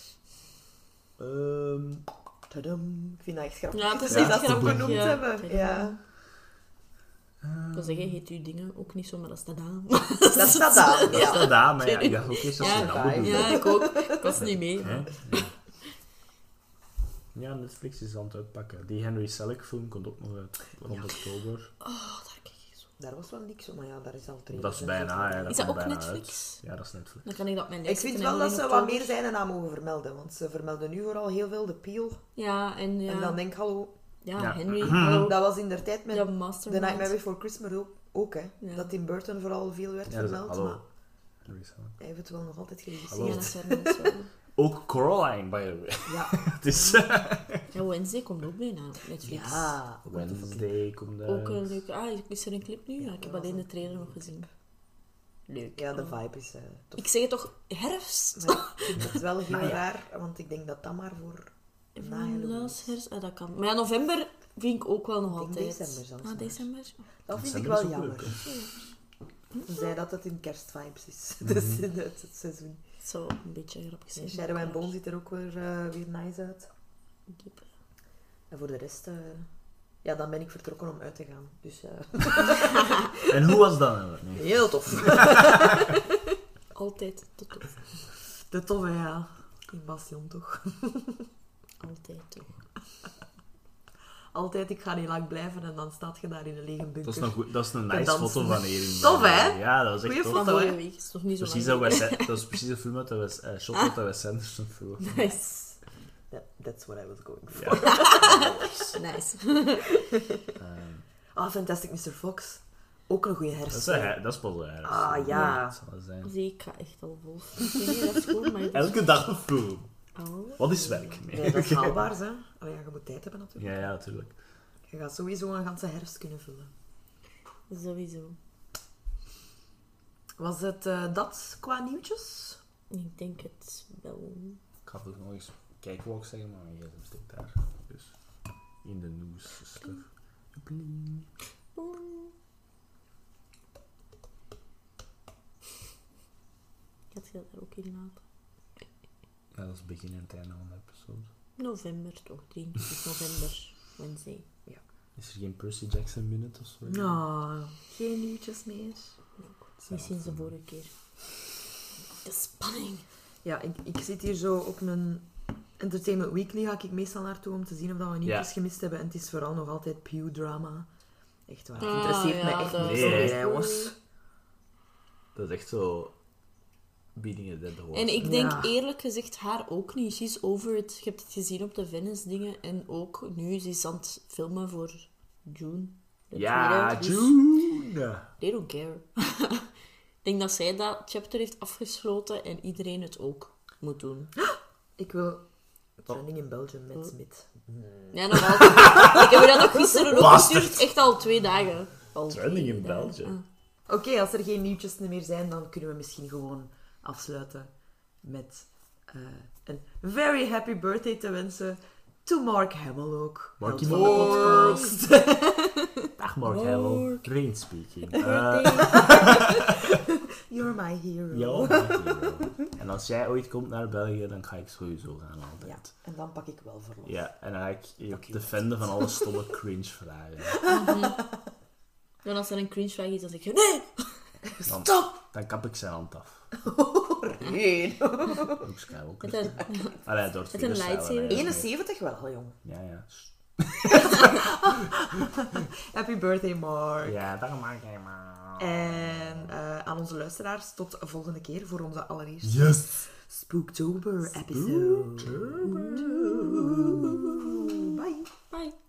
Tadam. Ik vind dat echt grappig. Ja, het is dat ze echt dat zo grappig, genoemd ja. hebben. Ja. Ik wil zeggen, heet uw dingen ook niet zo, maar dat is gedaan. Dat staat daar. Dat is dat daar, maar ja, ik dacht ook eens dat ze Ja, dat moeten doen. Ja, ik ook. Ik was niet mee. Hè? Ja. Ja, Netflix is aan het uitpakken. Die Henry Selick film komt ook nog uit rond oktober. Oh, daar kijk ik zo. Daar was wel niks op, maar ja, daar is al drie. Dat is bijna, ja. Is dat komt ook bijna Netflix? uit. Ja, dat is Netflix. Dan kan ik dat op mijn Ik lijst vind zetten wel en dat in ze wat oktober. meer zijn naam mogen vermelden, want ze vermelden nu vooral heel veel de Peel. Ja, en ja. En dan denk ik, hallo, Ja, Ja. Henry. Hallo. dat was in der tijd met De The Mastermind. Nightmare Before Christmas ook hè. Ja. Dat Tim Burton vooral veel werd Ja, dat is- vermeld, hallo. maar Henry Selick. hij heeft het wel nog altijd Hallo. geregisseerd. Ja, dat zijn mensen wel. Ook Coraline, by the way. Ja. Het is Ja, Wednesday komt ook bijna op Netflix. Ja. Wednesday komt uit. Ook een leuke... Ah, is er een clip nu? Ja, ik heb dat alleen was de trailer nog gezien. Leuk. Ja, de Oh. vibe is tof. Ik zeg het toch, herfst? Maar ik vind het wel heel Nou ja. raar, want ik denk dat dat maar voor na Van Halloween Laas, is. herfst, dat kan. Maar ja, november vind ik ook wel nog Ik denk altijd. december zelfs Ah, maar. december? Dat vind ik December wel is ook jammer. leuk, hè. Zij dat het in kerstvibes is. Dus in het seizoen. Het zou een beetje grappig zijn. En Shadow and Bone ziet er ook weer nice uit. Yep. En voor de rest, ja, dan ben ik vertrokken om uit te gaan. Dus En hoe was dat nou? Nee. heel tof. Altijd tot tof. De toffe, ja. In Bastion toch. Altijd toch. Altijd, ik ga niet lang blijven en dan staat je daar in een lege bunker. Dat is een nice dansen. foto van hier. Tof, hè? Ja, dat is echt Goeie tof. foto. Van hè? vorige week is toch niet zo Precies lang dat is precies een film uit de shot uit de Wes Anderson film. Nice. That's what I was going for. Ja. Nice. Ah, Fantastic Mr. Fox. Ook een goede herfst. Dat is pas een herfst. Ah, ja. Dat zal het zijn. Zie, ik ga echt al vol. Ik weet niet, dat is goed, maar... Elke dag een film. Oh. Wat is werk? Nee, dat is haalbaar, hè. Allee, ja, je moet tijd hebben natuurlijk. Ja, ja, natuurlijk. Je gaat sowieso een ganse herfst kunnen vullen. Sowieso. Was het dat qua nieuwtjes? Ik denk het wel. Ik ga ook nog eens kijkwalk zeggen, maar mijn gsm steekt daar. Dus in de nieuws stuff. Pling. Gaat je dat er ook in laten? Ja, dat is begin en het einde van de episode. November toch, 23 november, Wednesday. Is er geen Percy Jackson minute of zo? Nou, geen nieuwtjes meer. Niet sinds de vorige keer. De spanning. Ja, ik zit hier zo op mijn Entertainment Weekly, ga ik meestal naartoe om te zien of dat we nieuwtjes gemist hebben. En het is vooral nog altijd Pew-drama. Echt waar, het interesseert me echt dat niet. is Nee, Zo, jongens. Dat is echt zo... Beating a dead horse. En ik denk Ja. eerlijk gezegd haar ook niet. She's over it. Je hebt het gezien op de Venice dingen. En ook nu, ze is aan het filmen voor June. de Ja, tweede. Dus June! they don't care. Ik denk dat zij dat chapter heeft afgesloten en iedereen het ook moet doen. Ik wil Trending in Belgium met Smit. Ja, nog altijd. Ik heb je dat ook gisteren ook Bastard. gestuurd. Echt al 2 dagen. Al Trending 2 in dagen. Belgium. Oké, als er geen nieuwtjes meer zijn, dan kunnen we misschien gewoon afsluiten met een very happy birthday te wensen. To Mark Hamill ook. Marky held van de Mark. podcast. Dag Mark Hamill. Rain speaking. You're my hero. Ja, my hero. En als jij ooit komt naar België, dan ga ik sowieso gaan Ja, altijd. en dan pak ik wel verlof. Ja, en dan ga ik je defenden van alle stomme cringe vragen. En als er een cringe vraag is, dan zeg je nee! Stop! Dan kap ik zijn hand af. Nee. Ook Skywalker. Met een, Allee, Darth met een Vader lightsaber. stijl, hè. 71 wel, jong. Ja, ja. Happy birthday, Mark. Ja, dag Mark Hamill. En aan onze luisteraars, tot de volgende keer voor onze allereerste Yes! Spooktober episode. Bye. Bye.